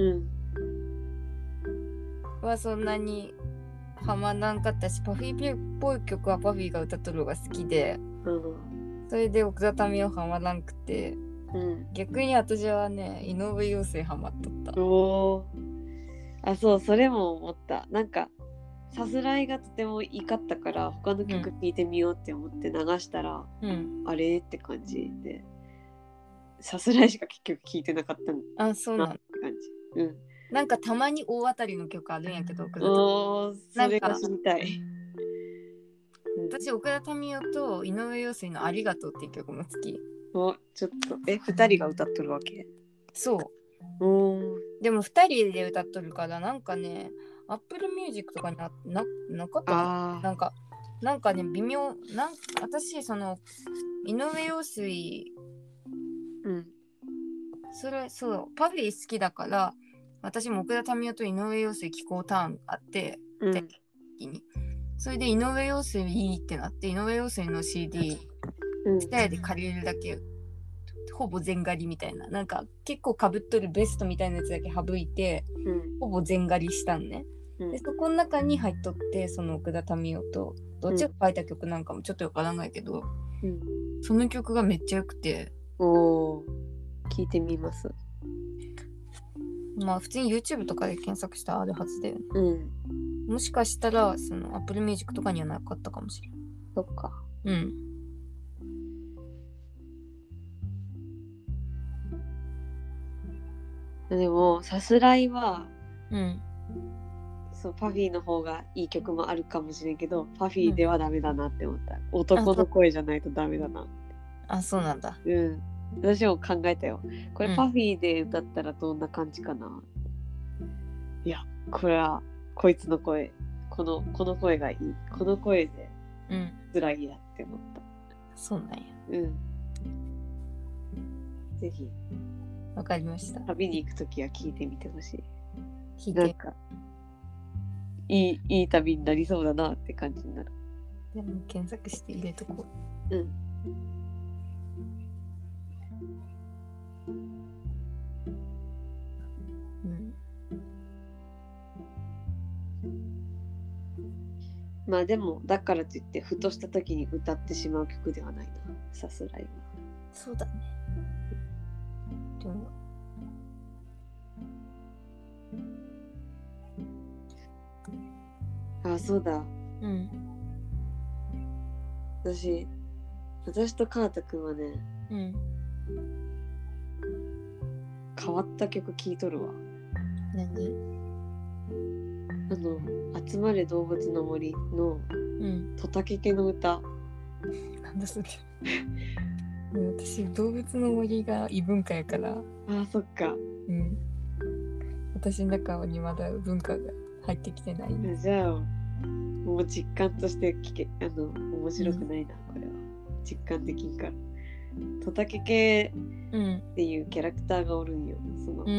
Speaker 2: はそんなにハマらんかったし、パフィーっぽい曲はパフィーが歌っとるのが好きで、それで奥田民生ハマらんくて、逆に私はね井上陽水ハマっとった。
Speaker 1: そう、それも思った。なんかさすらいがとてもいいかったから他の曲聴いてみようって思って流したら、あれって感じで、さすらいしか結局聴いてなかった
Speaker 2: の。そうなん
Speaker 1: って感じ。
Speaker 2: なんかたまに大当たりの曲あるんやけど、
Speaker 1: それが知りたい。
Speaker 2: 私奥田民生と井上陽水のありがとうっていう曲も好き。
Speaker 1: ちょっと2人が歌っとるわけ？
Speaker 2: そう。でも2人で歌っとるからなんかね、 Apple Music とかになかったかなんかね、微妙、私、その、井上陽水、そう、パフィー好きだから、私も奥田民生と井上陽水聴こうターンあって、時に。それで井上陽水いいってなって、井上陽水の CD、ツタヤで借りれるだけ、ほぼ全借りみたいな、なんか結構かぶっとるベストみたいなやつだけ省いて、ほぼ全借りしたんね。で、そこの中に入っとって、その奥田民生と、どっちが書いた曲なんかもちょっとわからないけど、その曲がめっちゃ良くて。
Speaker 1: 聞いてみます。
Speaker 2: まあ普通に YouTube とかで検索したらあるはずだよね。もしかしたらその Apple Music とかにはなかったかもしれない。
Speaker 1: そっか。でもさすらいは、そうパフィーの方がいい曲もあるかもしれんけど、パフィーではダメだなって思った。男の声じゃないとダメだなって。
Speaker 2: あ、そうなんだ。
Speaker 1: 私も考えたよ。これパフィーで歌ったらどんな感じかな。いや、これはこいつの声、この声がいい。この声で辛いやって思った。
Speaker 2: そうなんや。
Speaker 1: ぜひ。
Speaker 2: わかりました。
Speaker 1: 旅に行くときは聞いてみてほしい。
Speaker 2: 聞いて。
Speaker 1: なんかいい旅になりそうだなって感じになる。
Speaker 2: でも検索して入れとこう。
Speaker 1: まあでもだからといってふとした時に歌ってしまう曲ではないな、さすらいは。
Speaker 2: そうだね。でも
Speaker 1: そうだ。私とカータ君はね、変わった曲聴いとるわ。
Speaker 2: 何？
Speaker 1: 集まれ動物の森のトタケケの歌。
Speaker 2: なんだそれ。私動物の森が異文化やから。
Speaker 1: そっか。
Speaker 2: 私の中にまだ文化が入ってきてない。
Speaker 1: じゃあもう実感として聞け、面白くないな、これは。実感できんから。トタケケっていうキャラクターがおるんよ。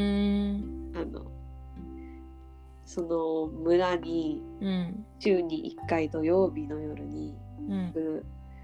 Speaker 1: その村に週に1回土曜日の夜に来る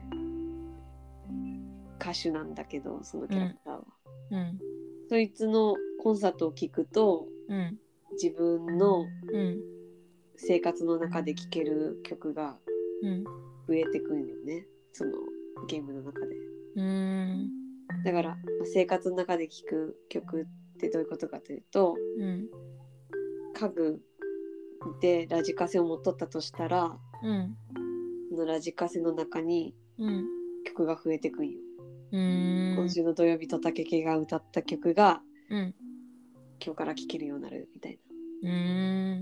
Speaker 1: 歌手なんだけど、そのキャラクターは。そいつのコンサートを聴くと、自分の生活の中で聴ける曲が増えてくるよね、そのゲームの中で。だから生活の中で聴く曲ってどういうことかというと、家具でラジカセを持っとったとしたら、そのラジカセの中に曲が増えてくんよ。今週の土曜日とたけけが歌った曲が、今日から聴けるようになるみたいな。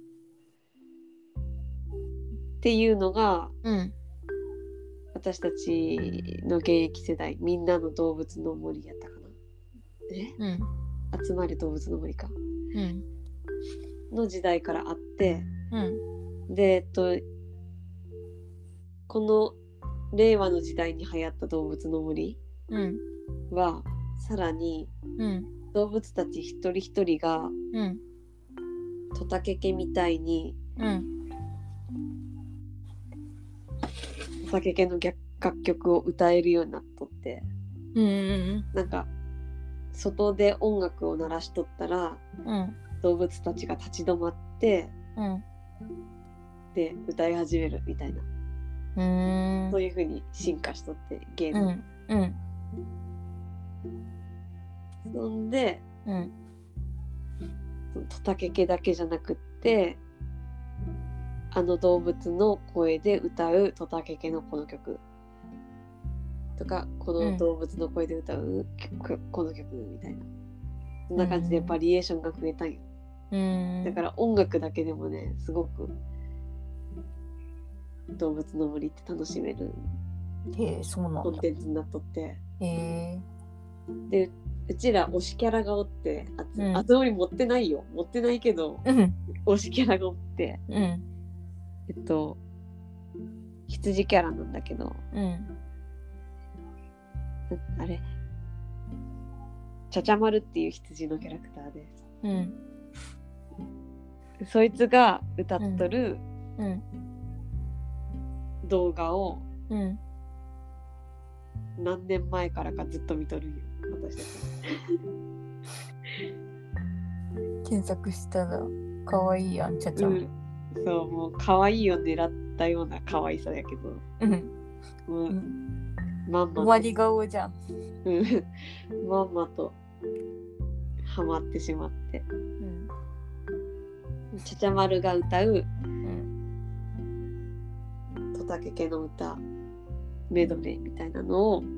Speaker 1: っていうのが、私たちの現役世代、みんなの動物の森やったかな。集まれ動物の森か。の時代からあって、でこの令和の時代に流行った動物の森は、さらに、動物たち一人一人が、トタケケみたいに、トタケケの楽曲を歌えるようになっとって、なんか外で音楽を鳴らしとったら、動物たちが立ち止まって、で歌い始めるみたいな、そういう風に進化しとってゲーム、そんで、トタケケだけじゃなくって、動物の声で歌うトタケケのこの曲とか、この動物の声で歌う、この曲みたいな、そんな感じでバリエーションが増えたんよ。だから音楽だけでもね、すごく動物の森って楽しめる
Speaker 2: そうなんだ。
Speaker 1: コンテンツになっとって、でうちら推しキャラがおって、あつ森持ってないよ。持ってないけど、推しキャラがおって、羊キャラなんだけど、あれ、ちゃちゃまるっていう羊のキャラクターで、そいつが歌っとる動画を、何年前からかずっと見とるんよ、私たち。
Speaker 2: 検索したら可愛いやん、ちゃちゃ。
Speaker 1: そう、もう可愛いを狙ったような可愛さやけど、もうまんま
Speaker 2: 終わり顔じゃん。
Speaker 1: まんまとハマってしまって、ちゃちゃまるが歌う、トタケケの歌メドレーみたいなのを、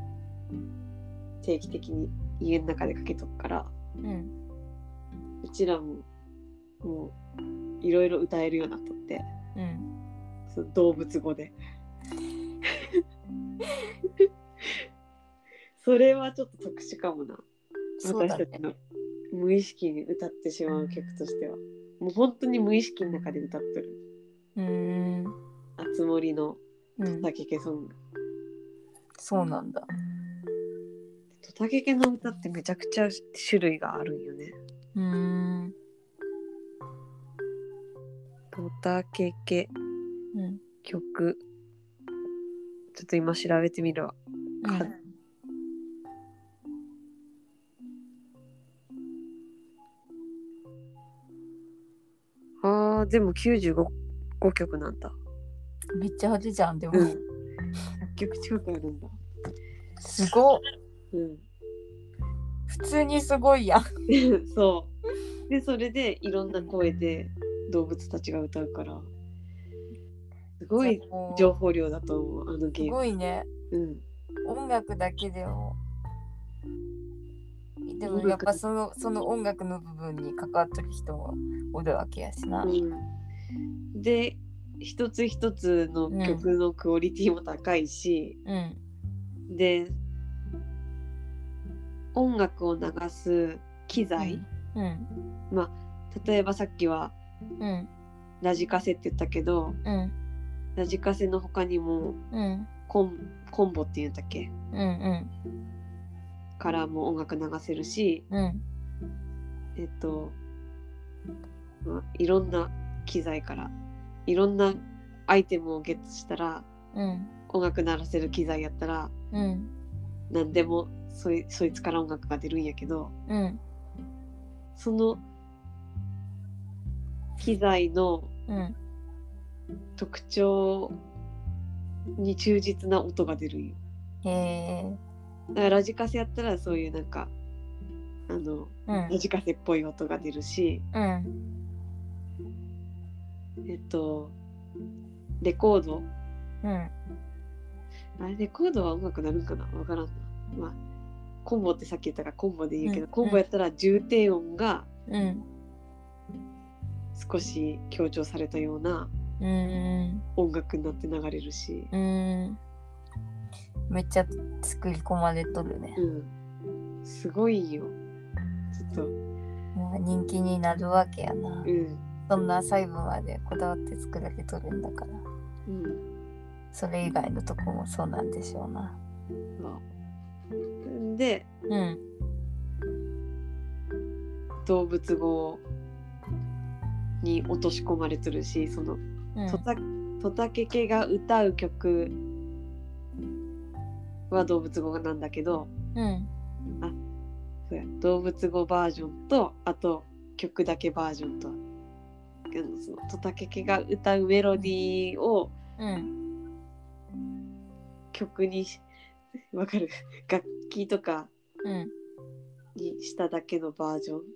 Speaker 1: 定期的に家の中でかけとくから、うちらももういろいろ歌えるようになっとって、その動物語でそれはちょっと特殊かもな、私たちの無意識に歌ってしまう曲としては。もう本当に無意識の中で歌ってる。あつ森のトタケケソング、
Speaker 2: そうなんだ。
Speaker 1: トタケケの歌ってめちゃくちゃ種類があるんよね。トタケケ、曲、ちょっと今調べてみるわ。でも95曲なんだ。
Speaker 2: めっちゃあるじゃん、でも。
Speaker 1: 100曲近くあるんだ。
Speaker 2: すごっ。普通にすごいやん。
Speaker 1: そう。で、それでいろんな声で動物たちが歌うから、すごい情報量だと思う、あのゲーム。
Speaker 2: すごいね。音楽だけでも。でもやっぱその音楽の部分に関わってる人もおるわけやしな。
Speaker 1: で、一つ一つの曲のクオリティも高いし、で、音楽を流す機材、まあ例えばさっきは、ラジカセって言ったけど、ラジカセの他にも、コンボって言うんだっけ、からも音楽流せるし、いろんな機材からいろんなアイテムをゲットしたら、音楽鳴らせる機材やったら、何でもそいつから音楽が出るんやけど、その機材の特徴に忠実な音が出るんよ。だからラジカセやったらそういうなんかラジカセっぽい音が出るし、レコード、あれレコードは音楽なるんかな、わからんな。まあコンボってさっき言ったからコンボで言うけど、コンボやったら重低音が少し強調されたような音楽になって流れるし、
Speaker 2: めっちゃ作り込まれとるね。
Speaker 1: すごいよ。ちょっと
Speaker 2: 人気になるわけやな。そんな細部までこだわって作られとるんだから、それ以外のとこもそうなんでしょうな。
Speaker 1: で、動物語に落とし込まれてるし、その、トタケケが歌う曲は動物語なんだけど、そうや、動物語バージョンとあと曲だけバージョンと、そのトタケケが歌うメロディーを曲にわかる楽器とかにしただけのバージョン、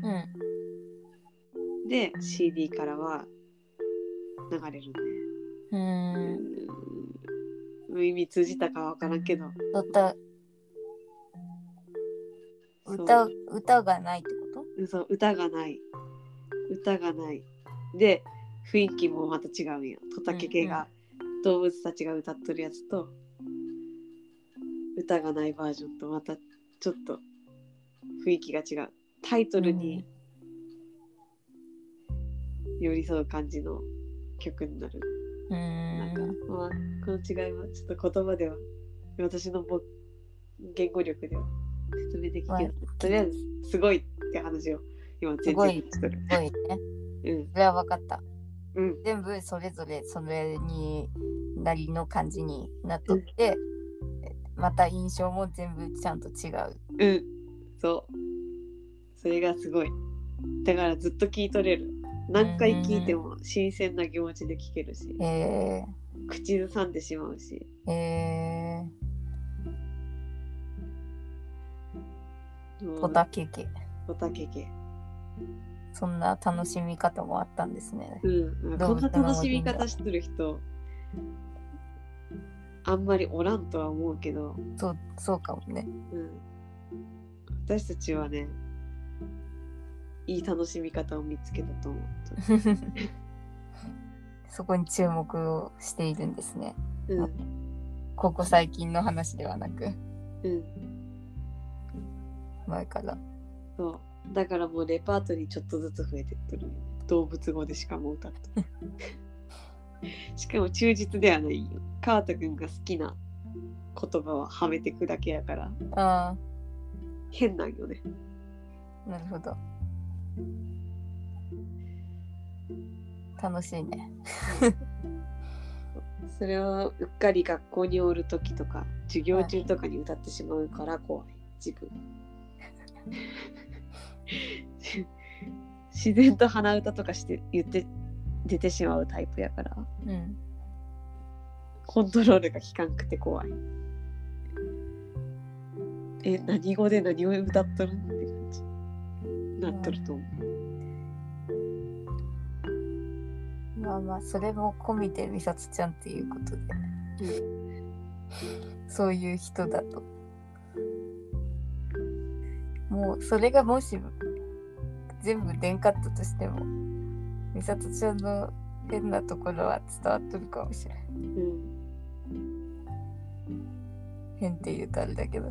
Speaker 1: で CD からは流れるね。意味通じたかは分からんけど、
Speaker 2: 歌がないってこと？
Speaker 1: そう、歌がないで雰囲気もまた違うんよ。トタケケが、動物たちが歌っとるやつと歌がないバージョンとまたちょっと雰囲気が違う。タイトルに寄り添う感じの曲になる。なんか、まあ、この違いはちょっと言葉では私の言語力では説明できない。とりあえずすごいって話を今全然
Speaker 2: すごいね。それは分かった。全部それぞれそれになりの感じになっとって、また印象も全部ちゃんと違う。
Speaker 1: そう。それがすごい。だからずっと聞いとれる。何回聞いても新鮮な気持ちで聞けるし、口ずさんでしまうし。
Speaker 2: ポタケケ。そんな楽しみ方もあったんですね。
Speaker 1: こんな楽しみ方してる人あんまりおらんとは思うけど。
Speaker 2: そうかもね。
Speaker 1: 私たちはね、いい楽しみ方を見つけたと思う。
Speaker 2: そこに注目をしているんですね。ここ最近の話ではなく。前から。
Speaker 1: そう。だからもうレパートリーちょっとずつ増えてってるよね。動物語でしかも歌ってしかも忠実ではないよ。川田くんが好きな言葉ははめてくだけやから。変なんよね。
Speaker 2: なるほど。楽しいね
Speaker 1: それをうっかり学校におる時とか授業中とかに歌ってしまうから怖い、自分自然と鼻歌とかして言って出てしまうタイプやから、コントロールが効かんくて怖い。何語で何を歌っとるんって感じなっとると思う。
Speaker 2: まあそれも込みで美里ちゃんっていうことで、そういう人だともうそれがもし全部出んかったとしても美里ちゃんの変なところは伝わっとるかもしれない。変って言うとあれだけど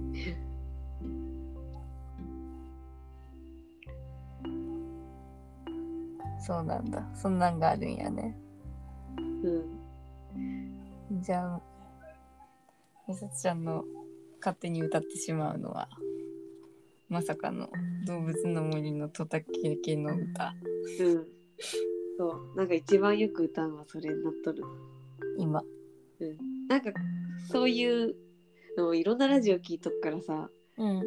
Speaker 2: そうなんだ。そんなんがあるんやね。じゃあ美里ちゃんの勝手に歌ってしまうのはまさかの動物の森のトタケケの歌。
Speaker 1: そうなんか一番よく歌うのはそれになっとる
Speaker 2: 今。
Speaker 1: なんかそういうのいろんなラジオ聞いとくからさ、重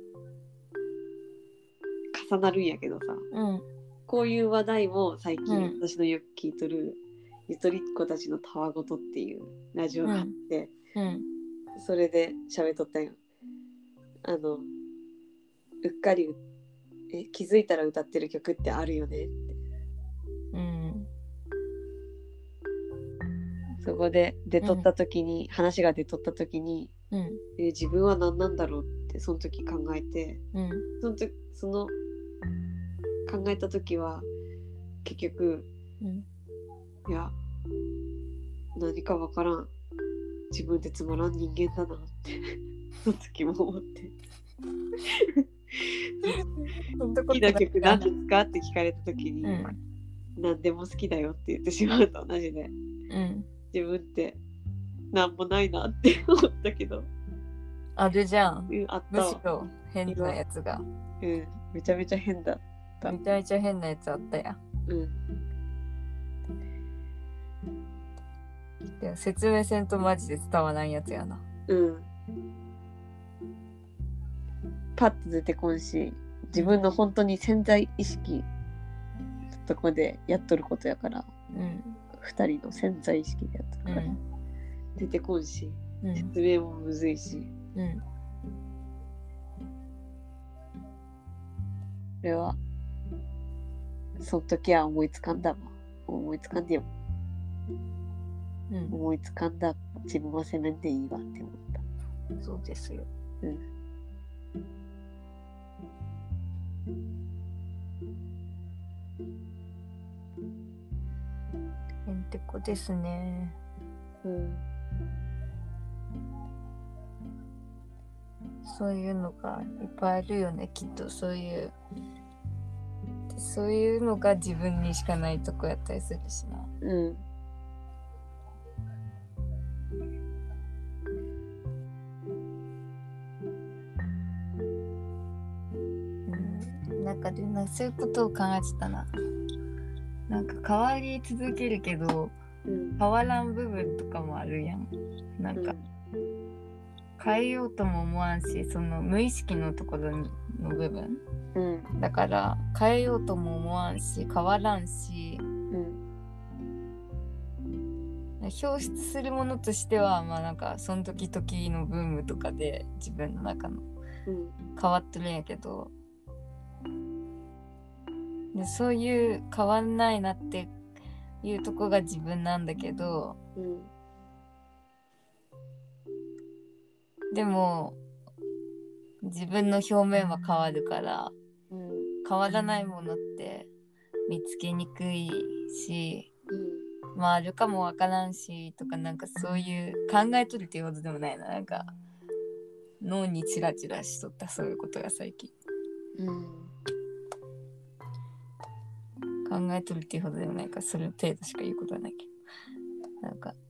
Speaker 1: なるんやけどさ、こういう話題も最近私のよく聞いとるゆとりっ子たちのたわごとっていうラジオがあって、それで喋っとったよ。うっかり気づいたら歌ってる曲ってあるよねって。そこで出とった時に、話が出とった時に、自分は何なんだろうってその時考えて、その考えた時は結局、いや何かわからん、自分ってつまらん人間だなってその時も思って好きな曲何ですかって聞かれた時に、何でも好きだよって言ってしまうと同じで、自分ってなんもないなって思ったけど、
Speaker 2: あるじゃん、
Speaker 1: あったわ。
Speaker 2: むしろ変なやつが、
Speaker 1: めちゃめちゃ変だった。
Speaker 2: めちゃめちゃ変なやつあったやん。でも説明せんとマジで伝わらんやつやな。
Speaker 1: パッと出てこんし、自分の本当に潜在意識のとこでやっとることやから、2人の潜在意識でやっとるから、出てこんし、説明もむずいし、これはその時は思いつかんだわ。思いつかんでよ、思いつかんだ自分は責めんでいいわって思った。
Speaker 2: そうですよ。へんてこですね。 そういうのがいっぱいあるよね、きっと。そういうのが自分にしかないとこやったりするしな。
Speaker 1: うん。
Speaker 2: なんかそういうことを考えてたな。なんか変わり続けるけど、変わらん部分とかもあるやん。なんか、変えようとも思わんし、その無意識のところの部分、だから変えようとも思わんし、変わらんし、表出するものとしては、まあなんかその時々のブームとかで自分の中の変わってるんやけど、でそういう変わんないなっていうとこが自分なんだけど、でも自分の表面は変わるから、変わらないものって見つけにくいし、まああるかもわからんしとか、なんかそういう考えとるっていうことでもないな。なんか脳にチラチラしとった、そういうことが最近。考えとるっていうほどでもないから、それ程度しか言うことはないけど、なんか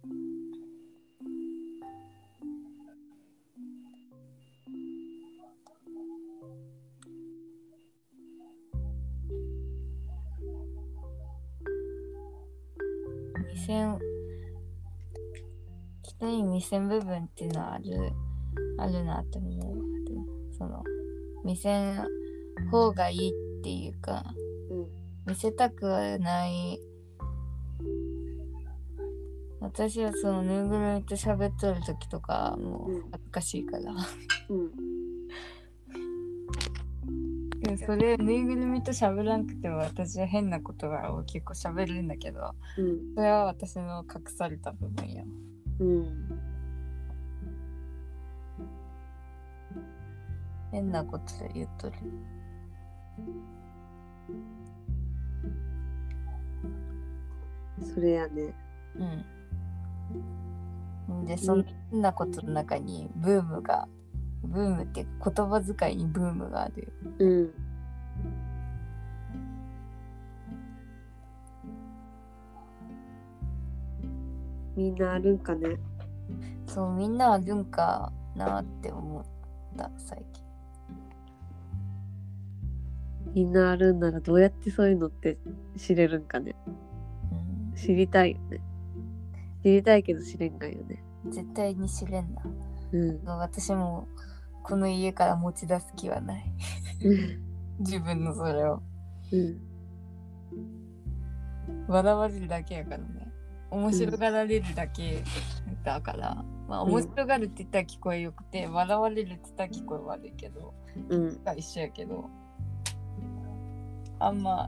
Speaker 2: 人に見せん部分っていうのはあるなって思う。その見せん方がいいっていうか、見せたくはない。私はそのぬいぐるみと喋っとる時とかもう恥ずかしいから、それぬいぐるみと喋らんくても私は変な言葉を結構喋るんだけど、それは私の隠された部分や。変なこと言っとる。
Speaker 1: それやね。
Speaker 2: でそんなことの中にブームっていうか言葉遣いにブームがあるよ。
Speaker 1: みんなあるんかね。
Speaker 2: そう、みんなあるんかなって思った最近。
Speaker 1: みんなあるんならどうやってそういうのって知れるんかね。知りたいよね。知りたいけど知れんがよね。
Speaker 2: 絶対に知れんな。私もこの家から持ち出す気はない自分のそれを。笑われるだけやからね。面白がられるだけだから、まあ面白がるって言ったら聞こえよくて、笑われるって言ったら聞こえ悪いけど、が一緒やけど、あんま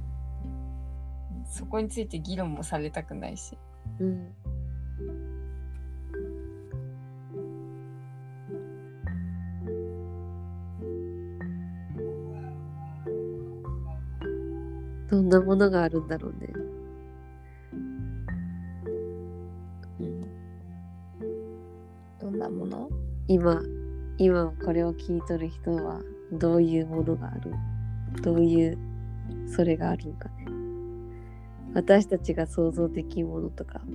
Speaker 2: そこについて議論もされたくないし。
Speaker 1: どんなものがあるんだろうね。
Speaker 2: どんなもの？
Speaker 1: 今これを聞いとる人はどういうものがある？どういうそれがあるんかね。私たちが想像できるものとか、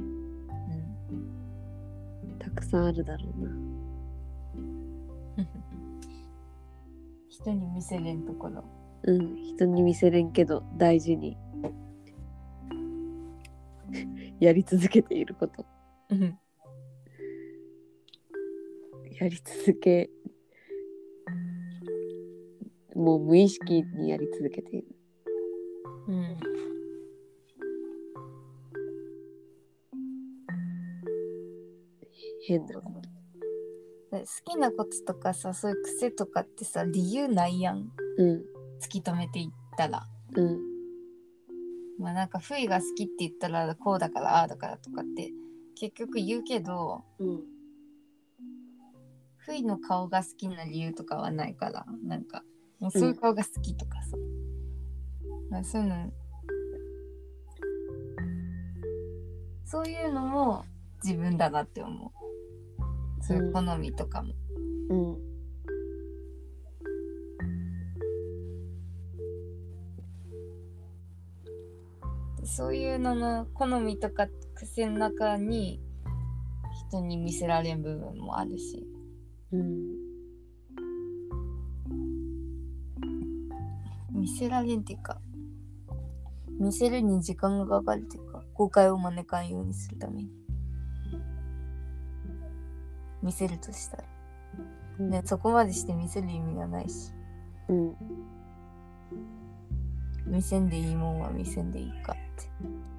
Speaker 1: たくさんあるだろうな。
Speaker 2: 人に見せれんところ。
Speaker 1: 人に見せれんけど大事にやり続けていること。やり続け、もう無意識にやり続けている。変なこと。
Speaker 2: 好きなこととかさ、そういう癖とかってさ、理由ないやん。突き止めていったら。まあなんか不意が好きって言ったらこうだからああだからとかって結局言うけど、不意の顔が好きな理由とかはないから、なんかもうそういう顔が好きとかさ、そういうの、そういうのも自分だなって思う。そういう好みとかも。 そういうのの好みとか癖の中に人に見せられん部分もあるし、見せられんっていうか見せるに時間がかかるっていうか、誤解を招かんようにするために見せるとしたら、ね、そこまでして見せる意味がないし、見せんでいいもんは見せんでいいかって。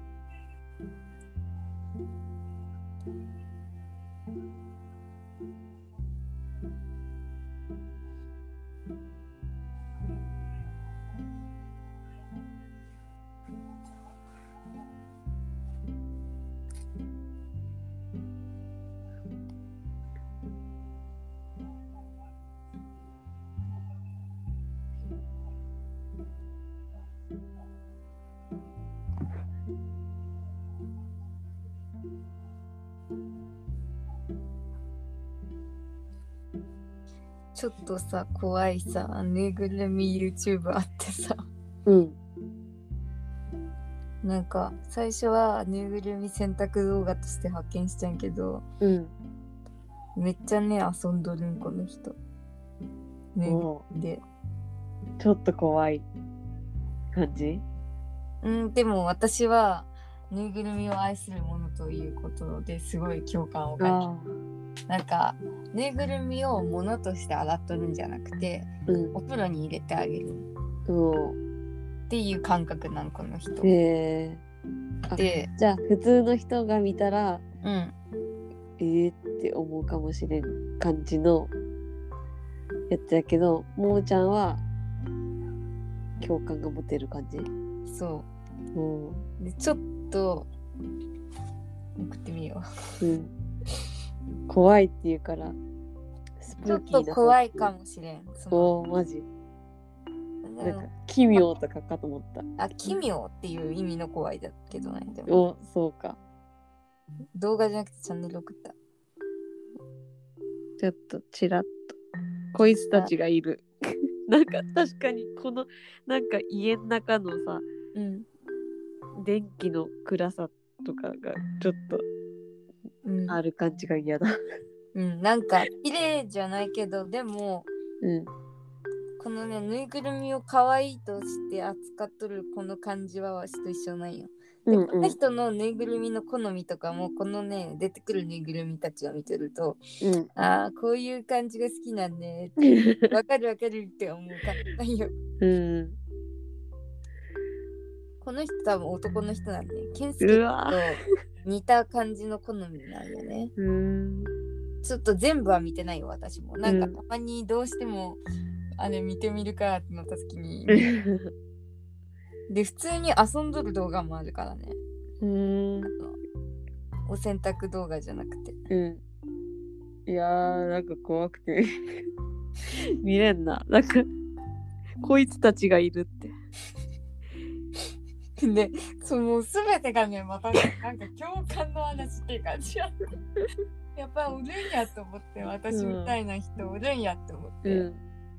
Speaker 2: ちょっとさ怖いさぬいぐるみ YouTube あってさ、なんか最初はぬいぐるみ洗濯動画として発見したんやけど、めっちゃね遊んどるんこの人ね。で
Speaker 1: ちょっと怖い感じ。
Speaker 2: でも私はぬいぐるみを愛するものということですごい共感を感じる。なんかぬいぐるみを物として洗っとるんじゃなくて、お風呂に入れてあげるっていう感覚なんこの人。で
Speaker 1: じゃあ普通の人が見たらって思うかもしれん感じのやつやけど、もーちゃんは共感が持てる感じ。
Speaker 2: そうでちょっと送ってみよう。
Speaker 1: 怖いっていうからスプーキーな、
Speaker 2: ちょっと怖いかもしれん。
Speaker 1: マジなんか奇妙とかかと思った。
Speaker 2: 奇妙っていう意味の怖いだけどね。でも
Speaker 1: そうか。
Speaker 2: 動画じゃなくてチャンネル送った。
Speaker 1: ちょっとチラッとこいつたちがいるなんか確かにこのなんか家の中のさ、電気の暗さとかがちょっとある感じが嫌だ。
Speaker 2: なんか綺麗じゃないけど、でも、このねぬいぐるみを可愛いとして扱っとるこの感じはわしと一緒なんよ。で、この人のぬいぐるみの好みとかもこのね出てくるぬいぐるみたちを見てると、こういう感じが好きなんねってわかるわかるって思う感じなんよ。この人多分男の人なんね。健介と似た感じの好みなんよね。ちょっと全部は見てないよ私も。なんかたまにどうしてもあれ見てみるかってなった時にで普通に遊んどる動画もあるからね。お洗濯動画じゃなくて。
Speaker 1: いやーなんか怖くて見れんな。なんかこいつたちがいるって
Speaker 2: で、もう全てがね、またなんか共感の話っていう感じやっぱおるんやと思って、私みたいな人おるんやと思って、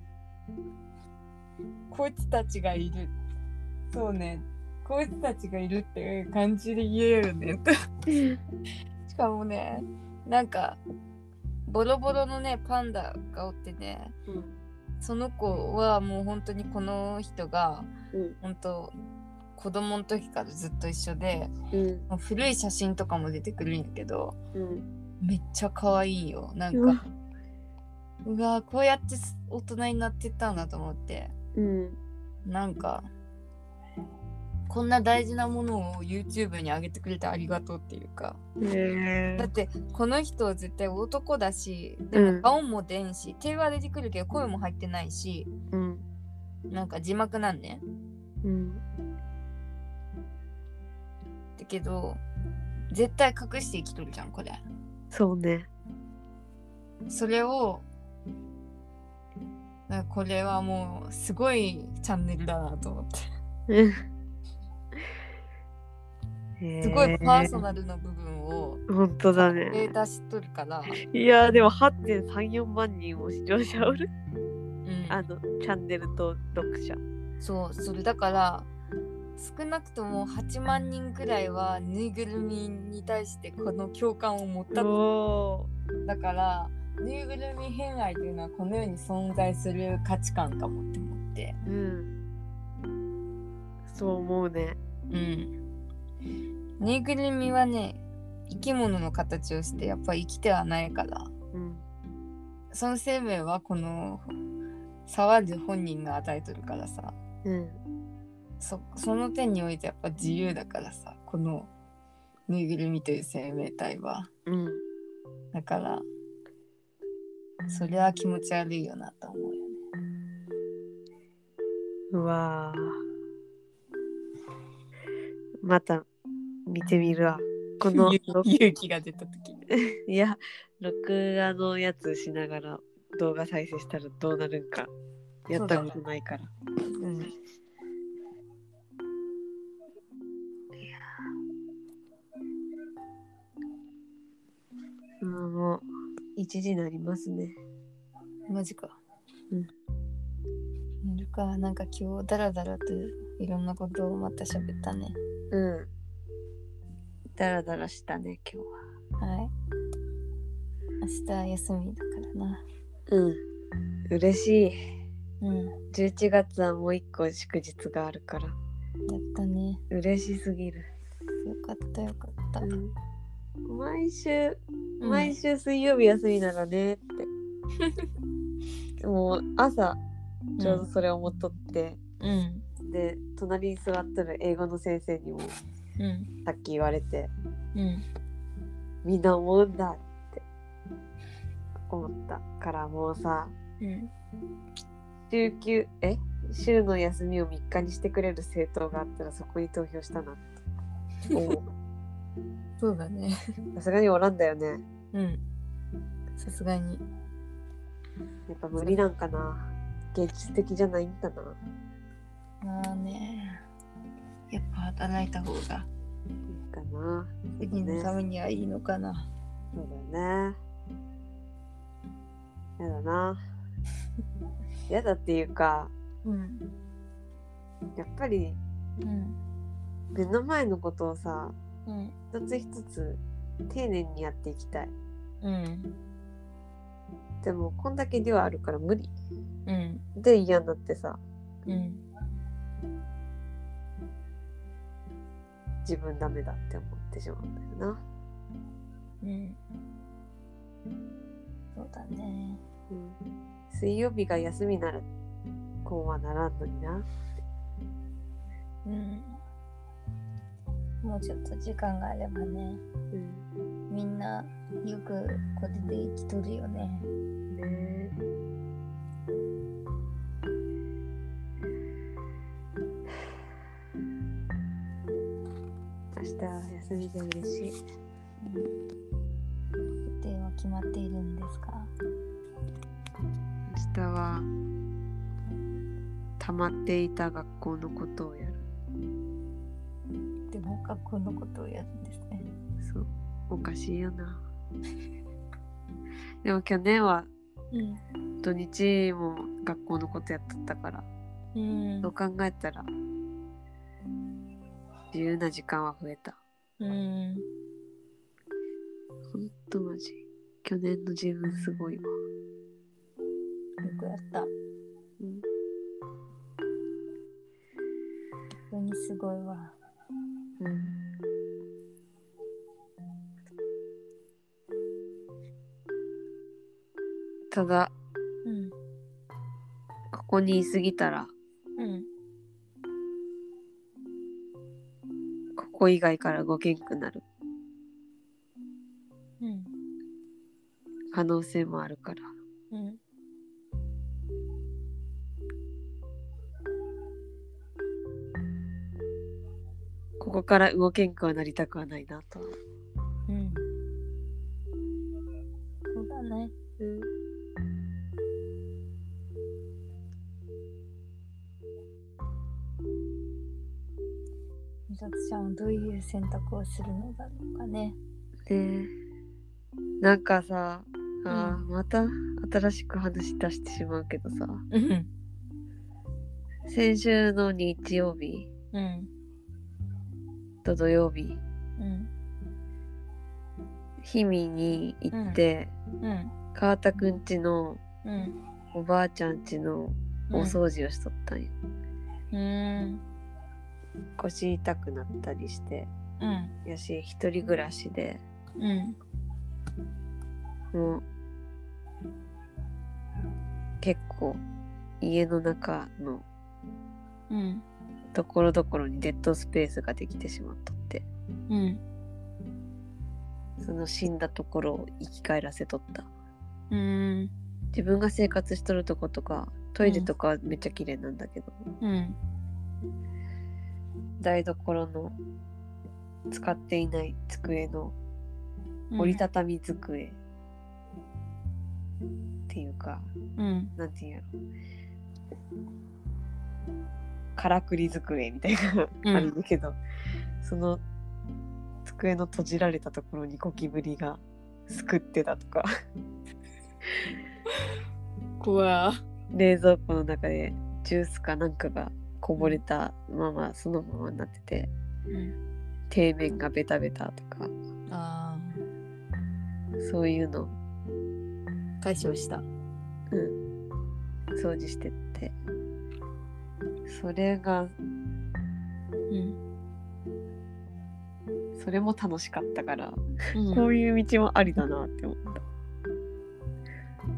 Speaker 2: こいつたちがいる。そうね、こいつたちがいるっていう感じで言えるねしかもね、なんかボロボロのねパンダがおってね、その子はもう本当にこの人が本当子供の時からずっと一緒で、もう古い写真とかも出てくるんやけど、めっちゃ可愛いよ。なんか、うわこうやって大人になってったんだと思って、なんかこんな大事なものを YouTube に上げてくれてありがとうっていうか、だってこの人は絶対男だし、でも顔も出んし、手は出てくるけど声も入ってないし、なんか字幕なんね。だけど絶対隠して生きとるじゃんこれ。
Speaker 1: そうね。
Speaker 2: それをこれはもうすごいチャンネルだなと思ってすごいパーソナルな部分を
Speaker 1: 本当だね
Speaker 2: 出しとるから。
Speaker 1: いやでも 8.34 万人も視聴者おる、チャンネルと読者。
Speaker 2: そうそれだから少なくとも8万人くらいはぬいぐるみに対してこの共感を持ったと。だからぬいぐるみ偏愛というのはこの世に存在する価値観かもって思って。
Speaker 1: そう思うね。
Speaker 2: ぬいぐるみはね、生き物の形をしてやっぱ生きてはないから、その生命はこの触る本人が与えとるからさ、その点においてやっぱ自由だからさ、このぬいぐるみという生命体は、だからそれは気持ち悪いよなと思うよね。
Speaker 1: うわまた見てみるわ。この
Speaker 2: 勇気が出た時
Speaker 1: いや、録画のやつしながら動画再生したらどうなるんかやったことないから。もう1時になりますね。
Speaker 2: マジか。なるか。なんか今日ダラダラといろんなことをまた喋ったね。
Speaker 1: ダラダラしたね今日は。
Speaker 2: はい。明日休みだからな。
Speaker 1: 嬉しい。11月はもう1個祝日があるから。や
Speaker 2: ったね。
Speaker 1: 嬉しすぎる。
Speaker 2: よかったよかった。
Speaker 1: 毎週水曜日休みならねってもう朝ちょうどそれを思っとって、で隣に座ってる英語の先生にも、さっき言われて、みんな思うんだって思ったからもうさ、週の休みを3日にしてくれる政党があったらそこに投票したなって思う。
Speaker 2: そうだね。
Speaker 1: さすがにおらんだよね。
Speaker 2: さすがに。
Speaker 1: やっぱ無理なんかな。現実的じゃないんだな。
Speaker 2: まあね。やっぱ働いた方がいいか
Speaker 1: な。
Speaker 2: 国のためにはいいのかな。
Speaker 1: そうだよね。やだな。やだっていうか、やっぱり、目の前のことをさ、一つ一つ丁寧にやっていきたい。でもこんだけ量あるから無理。で嫌になってさ、自分ダメだって思ってしまうんだよな。
Speaker 2: そうだね。
Speaker 1: 水曜日が休みならこうはならんのにな。
Speaker 2: もうちょっと時間があればね。みんなよくこれで生きとるよね。
Speaker 1: 明日は休みで嬉しい。
Speaker 2: 予定は決まっているんですか？
Speaker 1: 明日は溜まっていた学校のことをやる。
Speaker 2: でも学校のことをやるんですね。
Speaker 1: そう、おかしいよな。でも去年は土日も学校のことやっとったから、そう考えたら自由な時間は増えた。ほんとマジ去年の自分すごいわ。よ
Speaker 2: くやった。本当にすごいわ。
Speaker 1: ただ、ここにいすぎたら、ここ以外から動けんくなる、可能性もあるから、ここから動けんくはなりたくはないなと。
Speaker 2: そうだね。みさつちゃんはどういう選択をするのだろうかね。
Speaker 1: なんかさ、また新しく話し出してしまうけどさ、先週の日曜日と土曜日、
Speaker 2: うん、
Speaker 1: 氷見に行って、
Speaker 2: うん、
Speaker 1: 川田くん家の
Speaker 2: うん、
Speaker 1: おばあちゃん家のお掃除をしとったんよ。腰痛くなったりして、やし一人暮らしで、もう結構家の中のところどころにデッドスペースができてしまっとって、その死んだところを生き返らせとった。自分が生活しとるとことかトイレとかはめっちゃ綺麗なんだけど、台所の使っていない机の折りたたみ机っていうか、なんていうんやろ、からくり机みたいなあるんだけど、その机の閉じられたところにゴキブリがすくってたとか
Speaker 2: 怖
Speaker 1: 冷蔵庫の中でジュースかなんかがこぼれたままそのままになってて、底面がベタベタとか、そういうの
Speaker 2: 解消した。
Speaker 1: 掃除してって、それが、それも楽しかったから、こういう道もありだなって思った。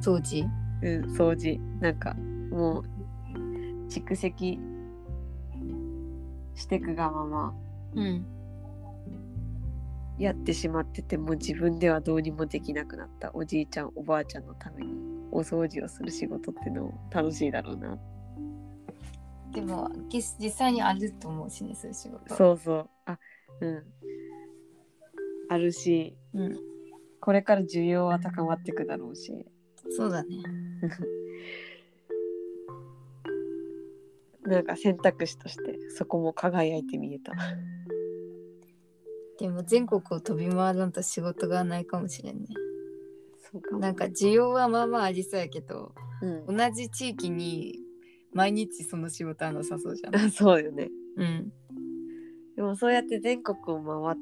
Speaker 2: 掃除？
Speaker 1: 掃除。なんかもう蓄積してくがまま、やってしまってても自分ではどうにもできなくなったおじいちゃんおばあちゃんのためにお掃除をする仕事ってのも楽しいだろうな。
Speaker 2: でも実際にあると思うしね、そういう仕事。
Speaker 1: そうそう、あるし、これから需要は高まっていくだろうし。
Speaker 2: そうだね
Speaker 1: なんか選択肢としてそこも輝いて見えた。
Speaker 2: でも全国を飛び回らんと仕事がないかもしれんね。
Speaker 1: そうか。
Speaker 2: なんか需要はまあまあありそうやけど、同じ地域に毎日その仕事はなさそうじゃん。
Speaker 1: そうよね。でもそうやって全国を回って、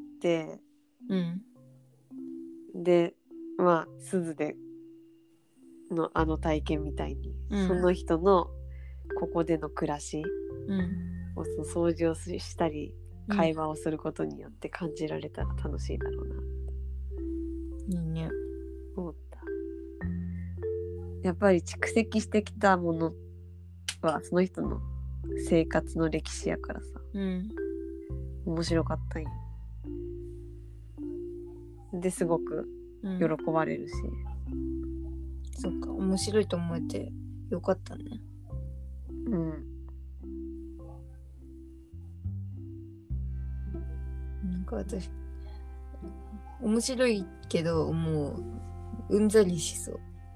Speaker 1: でまあ鈴でのあの体験みたいに、その人のここでの暮らしを、掃除をしたり会話をすることによって感じられたら楽しいだろうなって
Speaker 2: いいね
Speaker 1: 思った。やっぱり蓄積してきたものはその人の生活の歴史やからさ、面白かったんよ。ですごく喜ばれるし、
Speaker 2: そっか、面白いと思えてよかったね。なんか私面白いけどもううんざりしそう。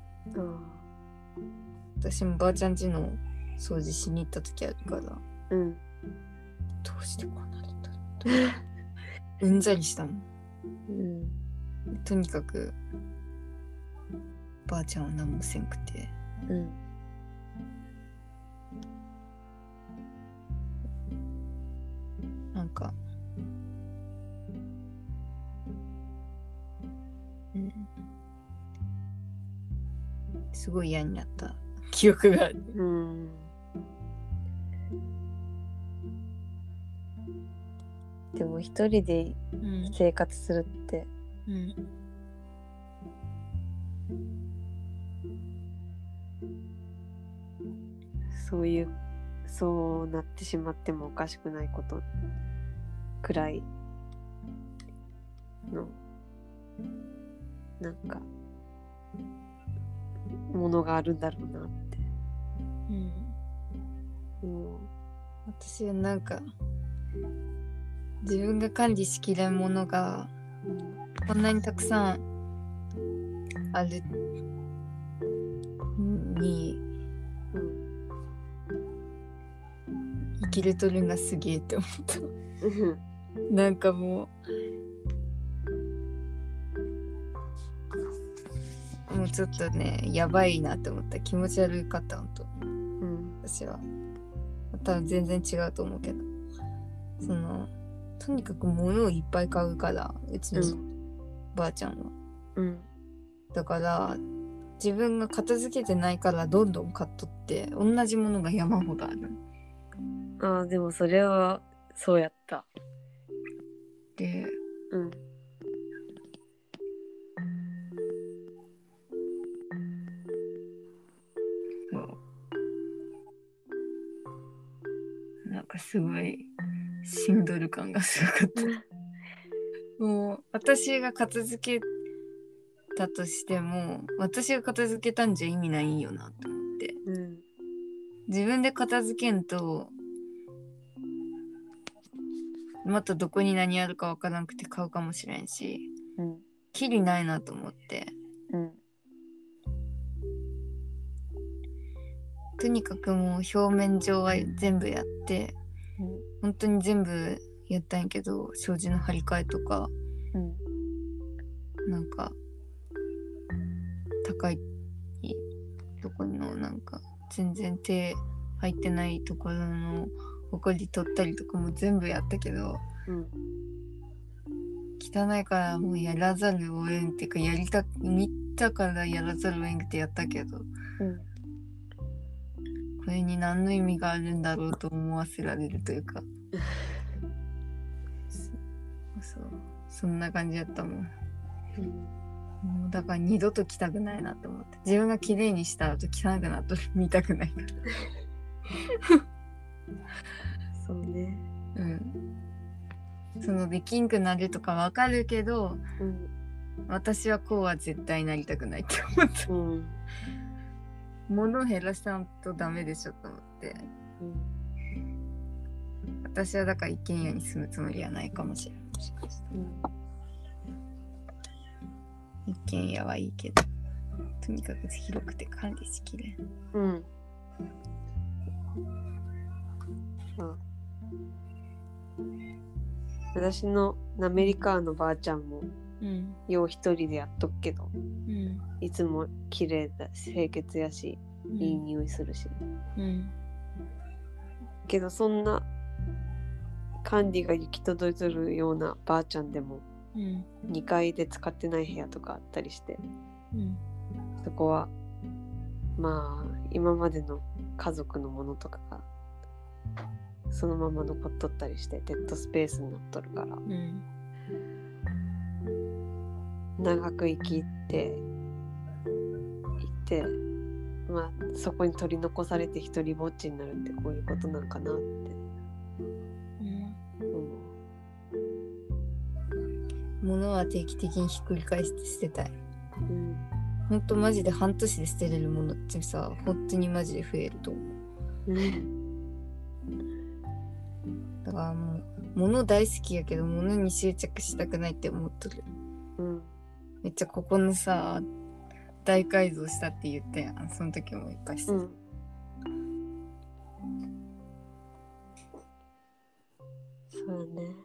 Speaker 2: 私もばあちゃん家の掃除しに行った時あるから、どうしてこうなるんだろううんざりしたもん。とにかくばあちゃんは何もせんくて、なんかすごい嫌になった記憶がある。
Speaker 1: でも一人で生活するって、そうなってしまってもおかしくないことくらいのなんかものがあるんだろうなって。
Speaker 2: 私はなんか自分が管理しきれんものがこんなにたくさんあるに、生きれとるんがすげえって思ったなんかもうちょっとねやばいなって思った。気持ち悪かった本当、私は多分全然違うと思うけど、そのとにかく物をいっぱい買うから、うちのばあちゃんは、
Speaker 1: うん、
Speaker 2: だから自分が片付けてないからどんどん買っとって同じものが山ほどある。
Speaker 1: ああでもそれはそうやった。
Speaker 2: で、
Speaker 1: うん、
Speaker 2: そうなんかすごいしんどる感がすごかったもう私が片付けたとしても私が片付けたんじゃ意味ないよなと思って、
Speaker 1: うん、
Speaker 2: 自分で片付けんとまたどこに何あるかわからなくて買うかもしれんし、
Speaker 1: うん、
Speaker 2: きりないなと思って、
Speaker 1: うん、
Speaker 2: とにかくもう表面上は全部やって、
Speaker 1: うん、
Speaker 2: 本当に全部やったんやけど、障子の張り替えとか、
Speaker 1: うん、
Speaker 2: なんか高いところのなんか全然手入ってないところのほこり取ったりとかも全部やったけど、
Speaker 1: うん、
Speaker 2: 汚いからもうやらざるをえんっていうか、見たからやらざるをえんってやったけど、
Speaker 1: うん、
Speaker 2: これに何の意味があるんだろうと思わせられるというかそんな感じやったもん。もうだから二度と来たくないなと思って、自分が綺麗にした後汚くなっと見たくないから
Speaker 1: そうね。
Speaker 2: うん。そのできんくなるとかわかるけど、
Speaker 1: うん、
Speaker 2: 私はこうは絶対なりたくないって思った。
Speaker 1: うん、
Speaker 2: 物を減らさんとダメでしょと思って、
Speaker 1: うん、
Speaker 2: 私はだから一軒家に住むつもりはないかもしれない。
Speaker 1: うん、
Speaker 2: 一軒家はいいけど、とにかく広くて管理しきれん。
Speaker 1: うん。私のアメリカのばあちゃんも、よう一人でやっとくけど、いつも綺麗だし清潔やし、いい匂いするし、けどそんな管理が行き届いてるようなばあちゃんでも、2階で使ってない部屋とかあったりして、そこはまあ今までの家族のものとかがそのまま残っとったりしてデッドスペースになっとるから、長く生きてまあそこに取り残されて一人ぼっちになるってこういうことなんかなって思
Speaker 2: う。物は定期的にひっくり返して捨てたい。ほんとマジで半年で捨てれるものってさ、本当にマジで増えると思う。だからもう物大好きやけど物に執着したくないって思っとる。めっちゃここのさ大改造したって言ったやん、その時もいっぱいして、
Speaker 1: そうね。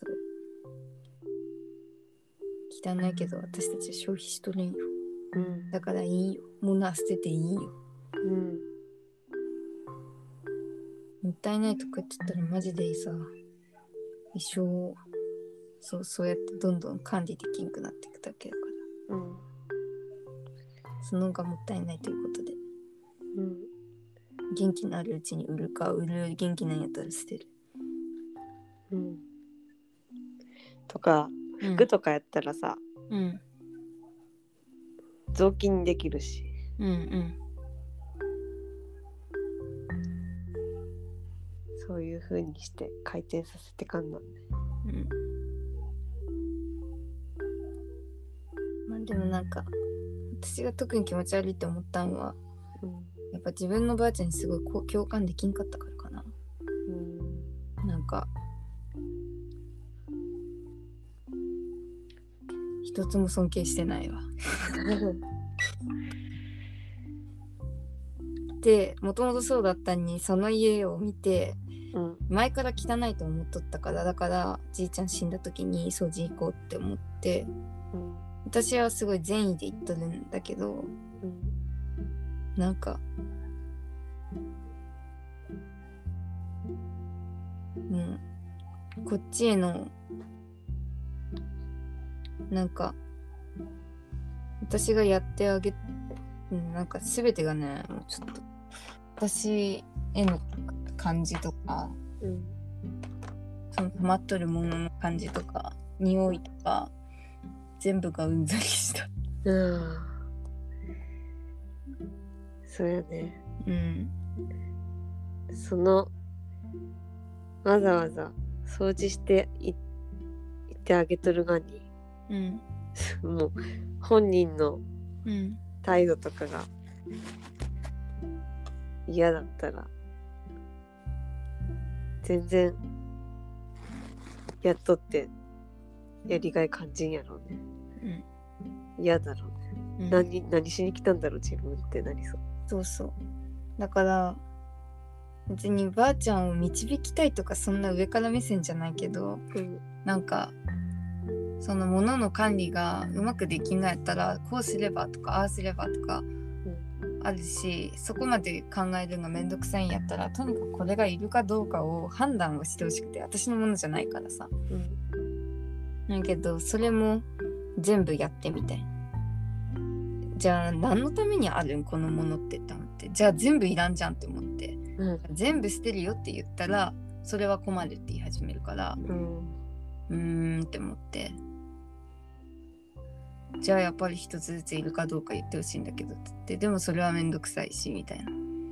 Speaker 2: 汚いけど私たちは消費しとるんよ、だからいいよ、物は捨てていいよ、もったいないとか言ってたらマジでさ、一生そうやってどんどん管理できんくなっていくだけだから、その方がもったいないということで、元気のあるうちに売るか、売る元気ないやったら捨てる、
Speaker 1: とか服とかやったらさ、雑巾できるし、そういう風にして回転させてかんなんね。
Speaker 2: まあでもなんか私が特に気持ち悪いって思ったのは、やっぱ自分のばあちゃんにすごい共感できんかったからかな。なんか一つも尊敬してないわで、もともとそうだったのに、その家を見て、前から汚いと思っとったから、だからじいちゃん死んだ時に掃除行こうって思って、私はすごい善意で言っとるんだけど、なんかもうこっちへのなんか私がやってあげなんか全てがねもうちょっと私への感じとか、その溜まっとるものの感じとか匂いとか全部がうんざりした。
Speaker 1: そうやね。
Speaker 2: うん。
Speaker 1: そのわざわざ掃除していってあげとるがに、もう本人の態度とかが嫌だったら全然やっとってやりがい感じんやろうね。嫌だろうね。何しに来たんだろう自分ってなりそう。
Speaker 2: そうそう。だから別にばあちゃんを導きたいとかそんな上から目線じゃないけど、なんかその物の管理がうまくできんのやったらこうすればとかああすればとかあるし、そこまで考えるのがめんどくさいんやったらとにかくこれがいるかどうかを判断をしてほしくて、私のものじゃないからさ。だけどそれも全部やってみたいな。じゃあ何のためにあるんこのものって思って、じゃあ全部いらんじゃんって思って、全部捨てるよって言ったらそれは困るって言い始めるから、って思って、じゃあやっぱり一つずついるかどうか言ってほしいんだけどって言って、でもそれはめんどくさいしみたいな、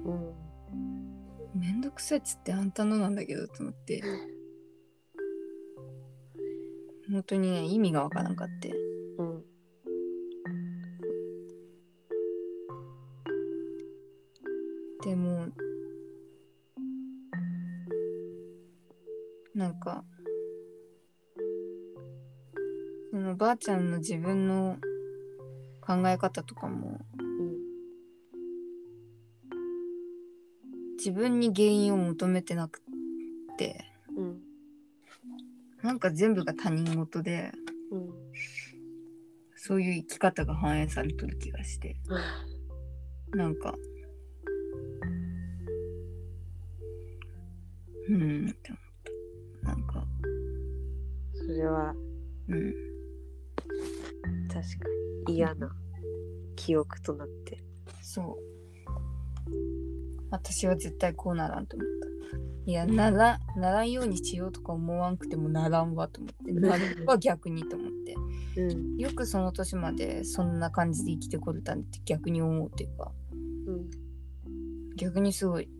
Speaker 2: めんどくさいっつってあんたのなんだけどと思って、本当にね意味がわからんかって、でもなんかそのばあちゃんの自分の考え方とかも、自分に原因を求めてなくて、なんか全部が他人事で、そういう生き方が反映されてる気がして、なんかって思った。なんか
Speaker 1: それは確かに嫌な記憶となって、
Speaker 2: そう私は絶対こうならんと思った。いやならんようにしようとか思わんくてもならんわと思って、なるは逆にと思って、よくその年までそんな感じで生きてこれたんって逆に思うっていうか、逆にすごい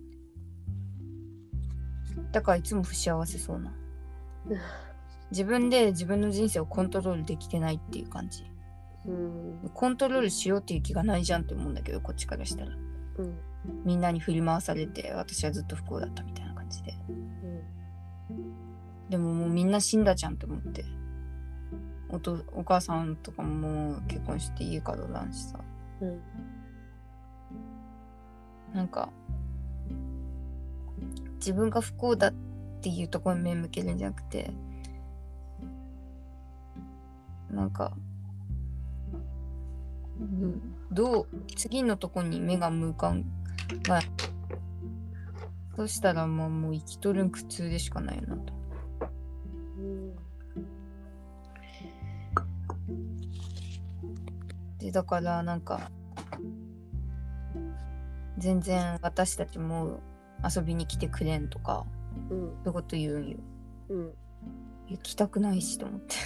Speaker 2: だからいつも不幸せそうな、自分で自分の人生をコントロールできてないっていう感じ、コントロールしようっていう気がないじゃんって思うんだけど、こっちからしたら、みんなに振り回されて私はずっと不幸だったみたいな感じで、でももうみんな死んだじゃんって思って、お母さんとかももう結婚して家からおらんしさ、なんか自分が不幸だっていうところに目向けるんじゃなくて、なんか、どう次のとこに目が向かんが、そしたらもう生きとるん苦痛でしかないよなと。でだからなんか全然私たちも遊びに来てくれんとか、そういうこと言うんよ。行きたくないしと思って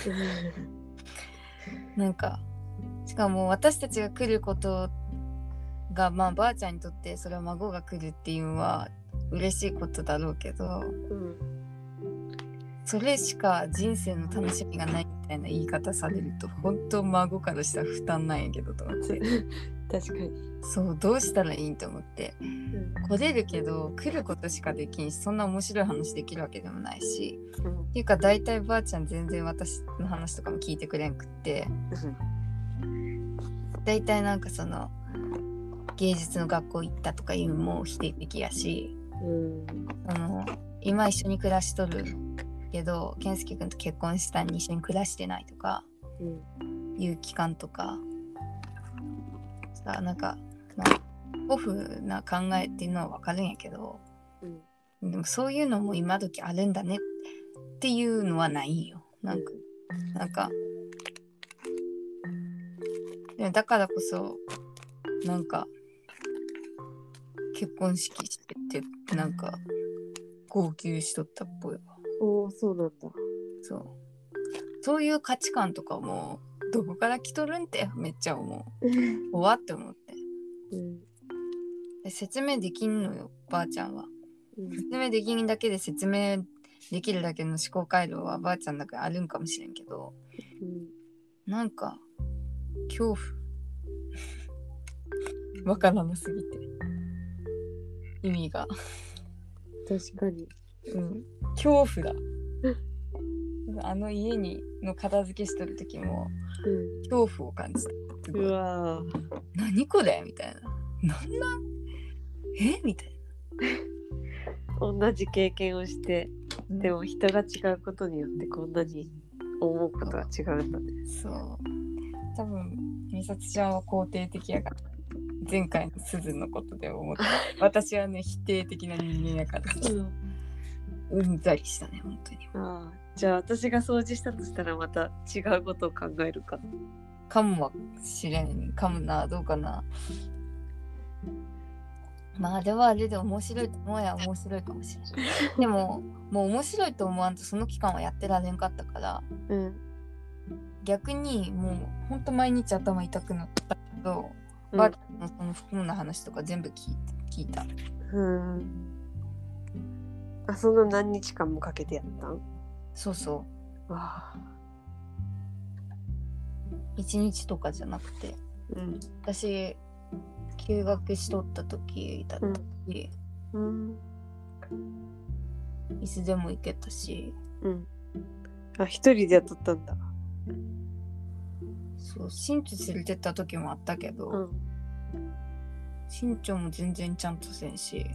Speaker 2: なんかしかも私たちが来ることがばあちゃんにとってそれは孫が来るっていうのは嬉しいことだろうけど、それしか人生の楽しみがないみたいな言い方されると本当孫からしたら負担なんやけどと思って
Speaker 1: 確かに
Speaker 2: そうどうしたらいいんと思って、来れるけど来ることしかできんし、そんな面白い話できるわけでもないし、っていうか大体ばあちゃん全然私の話とかも聞いてくれんくって、大体なんかその芸術の学校行ったとかいうのも否定的やし、今一緒に暮らしとるけど健介君と結婚したに一緒に暮らしてないとか、いう期間とかさ、なんかオフな考えっていうのは分かるんやけど、でもそういうのも今時あるんだね。 っていうのはないんよ。なんかでもだからこそなんか結婚式してってなんか号泣しとったっぽいわ。
Speaker 1: おー、そうなんだ。
Speaker 2: そういう価値観とかもどこから来とるんってめっちゃ思う。終わって思って、で説明できんのよばあちゃんは。説明できんだけで説明できるだけの思考回路はばあちゃんの中にあるんかもしれんけど、なんか恐怖わからなすぎて意味が
Speaker 1: 確かに、
Speaker 2: 恐怖だ。あの家の片付けしてる時も、恐怖を感じた。
Speaker 1: うわ
Speaker 2: 何これみたいな。みたい
Speaker 1: な。同じ経験をして、でも人が違うことによってこんなに思うことは違うんだね。
Speaker 2: そう。多分美里ちゃんは肯定的やから。前回の鈴のことで思った。私はね否定的な人間やから。うんざりしたね本当に。
Speaker 1: じゃあ私が掃除したとしたらまた違うことを考えるか。
Speaker 2: かもしれんかもな、どうかな。まあではあれで面白いと思うや面白いかもしれない。でももう面白いと思わんとその期間はやってられんかったから、逆にもうほんと毎日頭痛くなったけど、ばあちゃんのその服務の話とか全部聞いた。
Speaker 1: その何日間もかけてやったん？
Speaker 2: そうそう。1日とかじゃなくて、私休学しとった時だったし、いつでも行けたし、
Speaker 1: 一人でやっとったんだ。
Speaker 2: そう、新居連れてった時もあったけど、新居も全然ちゃんとせんし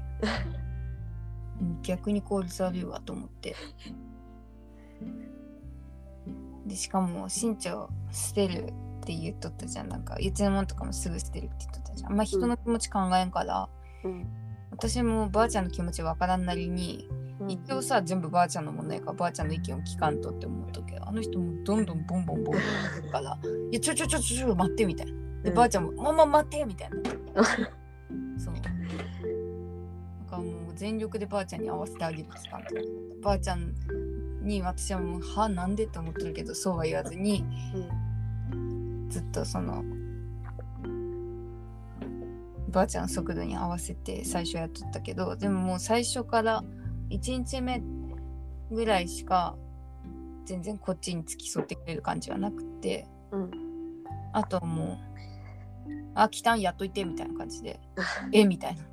Speaker 2: 逆に効率悪いわと思って、でしかも新居捨てるって言っとったじゃん。なんか家のもんとかもすぐ捨てるって言っとったじゃん。あんま人の気持ち考えんから、私もばあちゃんの気持ちわからんなりに、一応さ全部ばあちゃんの問題からばあちゃんの意見を聞かんとって思うとけど、あの人もどんどんボンボンするからいやちょ待ってみたいな。で、ばあちゃんもママ待ってみたいなそうなんかもう全力でばあちゃんに合わせてあげる期間とか、ばあちゃんに私はもうなんでって思ってるけど、そうは言わずに、ずっとそのばあちゃんの速度に合わせて最初やっとったけど、でももう最初から1日目ぐらいしか全然こっちに付き添ってくれる感じはなくて、あとはもう来たんやっといてみたいな感じでみたいな、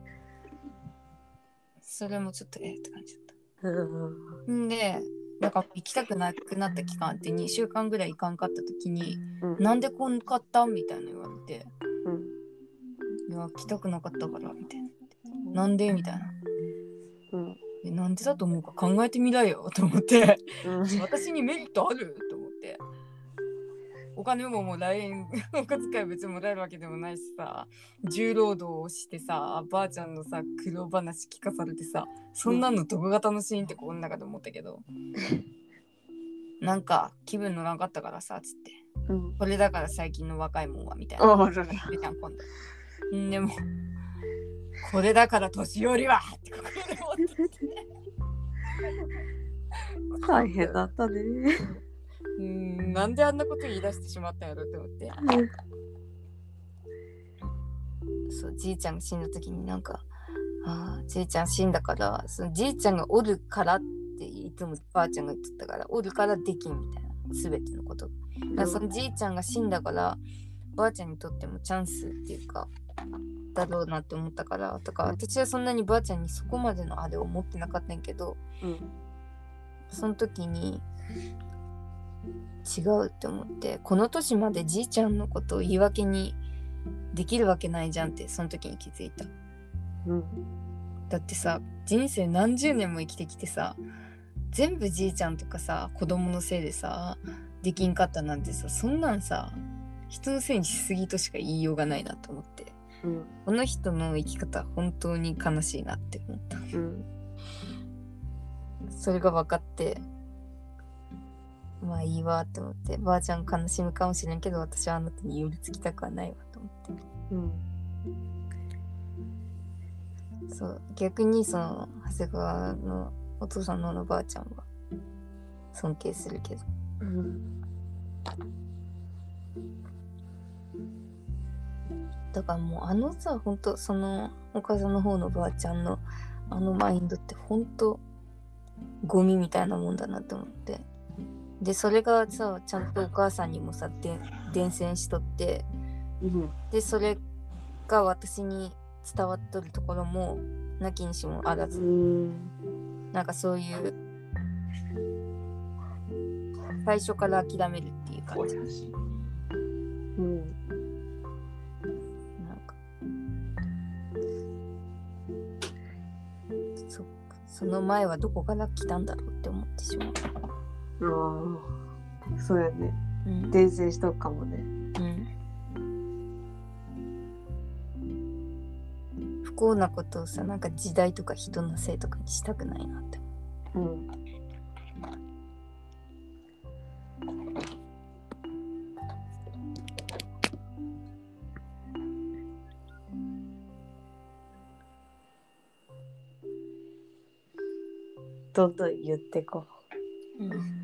Speaker 2: それもちょっとって感じだった。んでなんか行きたくなくなった期間って2週間ぐらい行かんかった時に、なんでこんかったみたいな言われて、いや来たくなかったからみたいな、なんでみたいな、なんでだと思うか考えてみらよと思って私にメリットあると思って、お金ももらえん、お小遣い別にもらえるわけでもないしさ、重労働をしてさ、ばあちゃんのさ苦労話聞かされてさ、そんなのどこが楽しいんってこの中で思ったけど、なんか気分乗らなかったからさつって、これだから最近の若いもんはみたいな言ってたん今度。でもこれだから年寄りはってここで思って
Speaker 1: 大変だったね。
Speaker 2: なんであんなこと言い出してしまったんやろって思って、そう、じいちゃんが死んだ時になんか、じいちゃん死んだからそのじいちゃんがおるからっていつもばあちゃんが言ってたから、おるからできんみたいな、全てのこと。だからそのじいちゃんが死んだからばあちゃんにとってもチャンスっていうかだろうなって思ったから、とか私はそんなにばあちゃんにそこまでのあれを持ってなかったんやけど、その時に違うって思って、この年までじいちゃんのことを言い訳にできるわけないじゃんってその時に気づいた。だってさ人生何十年も生きてきてさ、全部じいちゃんとかさ子供のせいでさできんかったなんてさ、そんなんさ人のせいにしすぎとしか言いようがないなと思って、この人の生き方本当に悲しいなって思った。それが分かってまあいいわと思って、ばあちゃん悲しむかもしれんけど私はあなたに寄りつきたくはないわと思って、そう逆にその長谷川のお父さんのおばあちゃんは尊敬するけど、だからもうさほんとそのお母さんの方のばあちゃんのマインドってほんとゴミみたいなもんだなと思って、でそれがさちゃんとお母さんにもさ伝染しとって、でそれが私に伝わっとるところもなきにしもあらず、なんかそういう最初から諦めるっていう感じ。なんかその前はどこから来たんだろうって思ってしまう。
Speaker 1: そうやね、伝染しとくかもね。
Speaker 2: 不幸なことをさなんか時代とか人のせいとかにしたくないなって。
Speaker 1: どんどん言ってこう。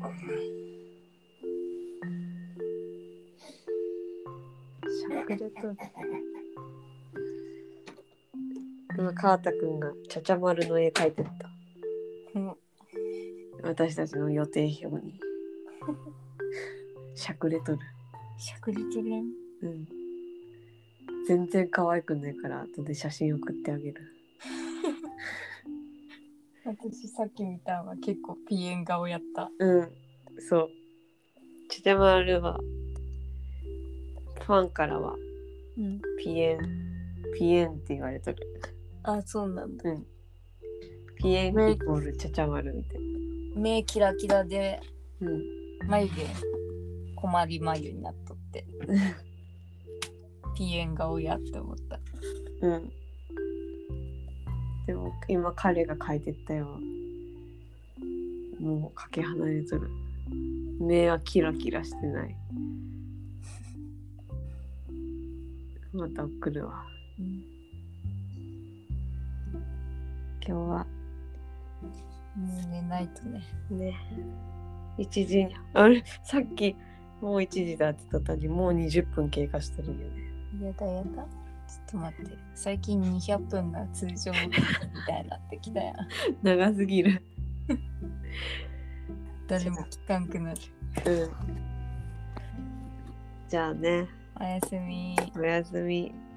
Speaker 1: しゃくれとる。川田くんがちゃちゃ丸の絵描いてった。私たちの予定表に。しゃくれとる。
Speaker 2: しゃくれとる。
Speaker 1: 全然可愛くないから後で写真送ってあげる。
Speaker 2: 私さっき見たのは結構ピエン顔やった。
Speaker 1: そう。ちゃちゃ丸はファンからは、ピエンって言われとる。
Speaker 2: あ、そうなんだ。
Speaker 1: ピエンイコールちゃちゃ丸みたいな。
Speaker 2: 目キラキラで、眉毛困り眉になっとってピエン顔やって思った。
Speaker 1: でも今彼が描いてったよ。もうかけ離れとる。目はキラキラしてない。また送るわ。今日は
Speaker 2: もう寝ないとね。
Speaker 1: 1時にあれさっきもう1時だって言ったのにもう20分経過してるよね。
Speaker 2: やだちょっと待って、最近200分が通常みたいになってきたやん。
Speaker 1: 長すぎる。
Speaker 2: 誰も聞かんくなる。
Speaker 1: じゃあね、
Speaker 2: おやすみ。
Speaker 1: おやすみ。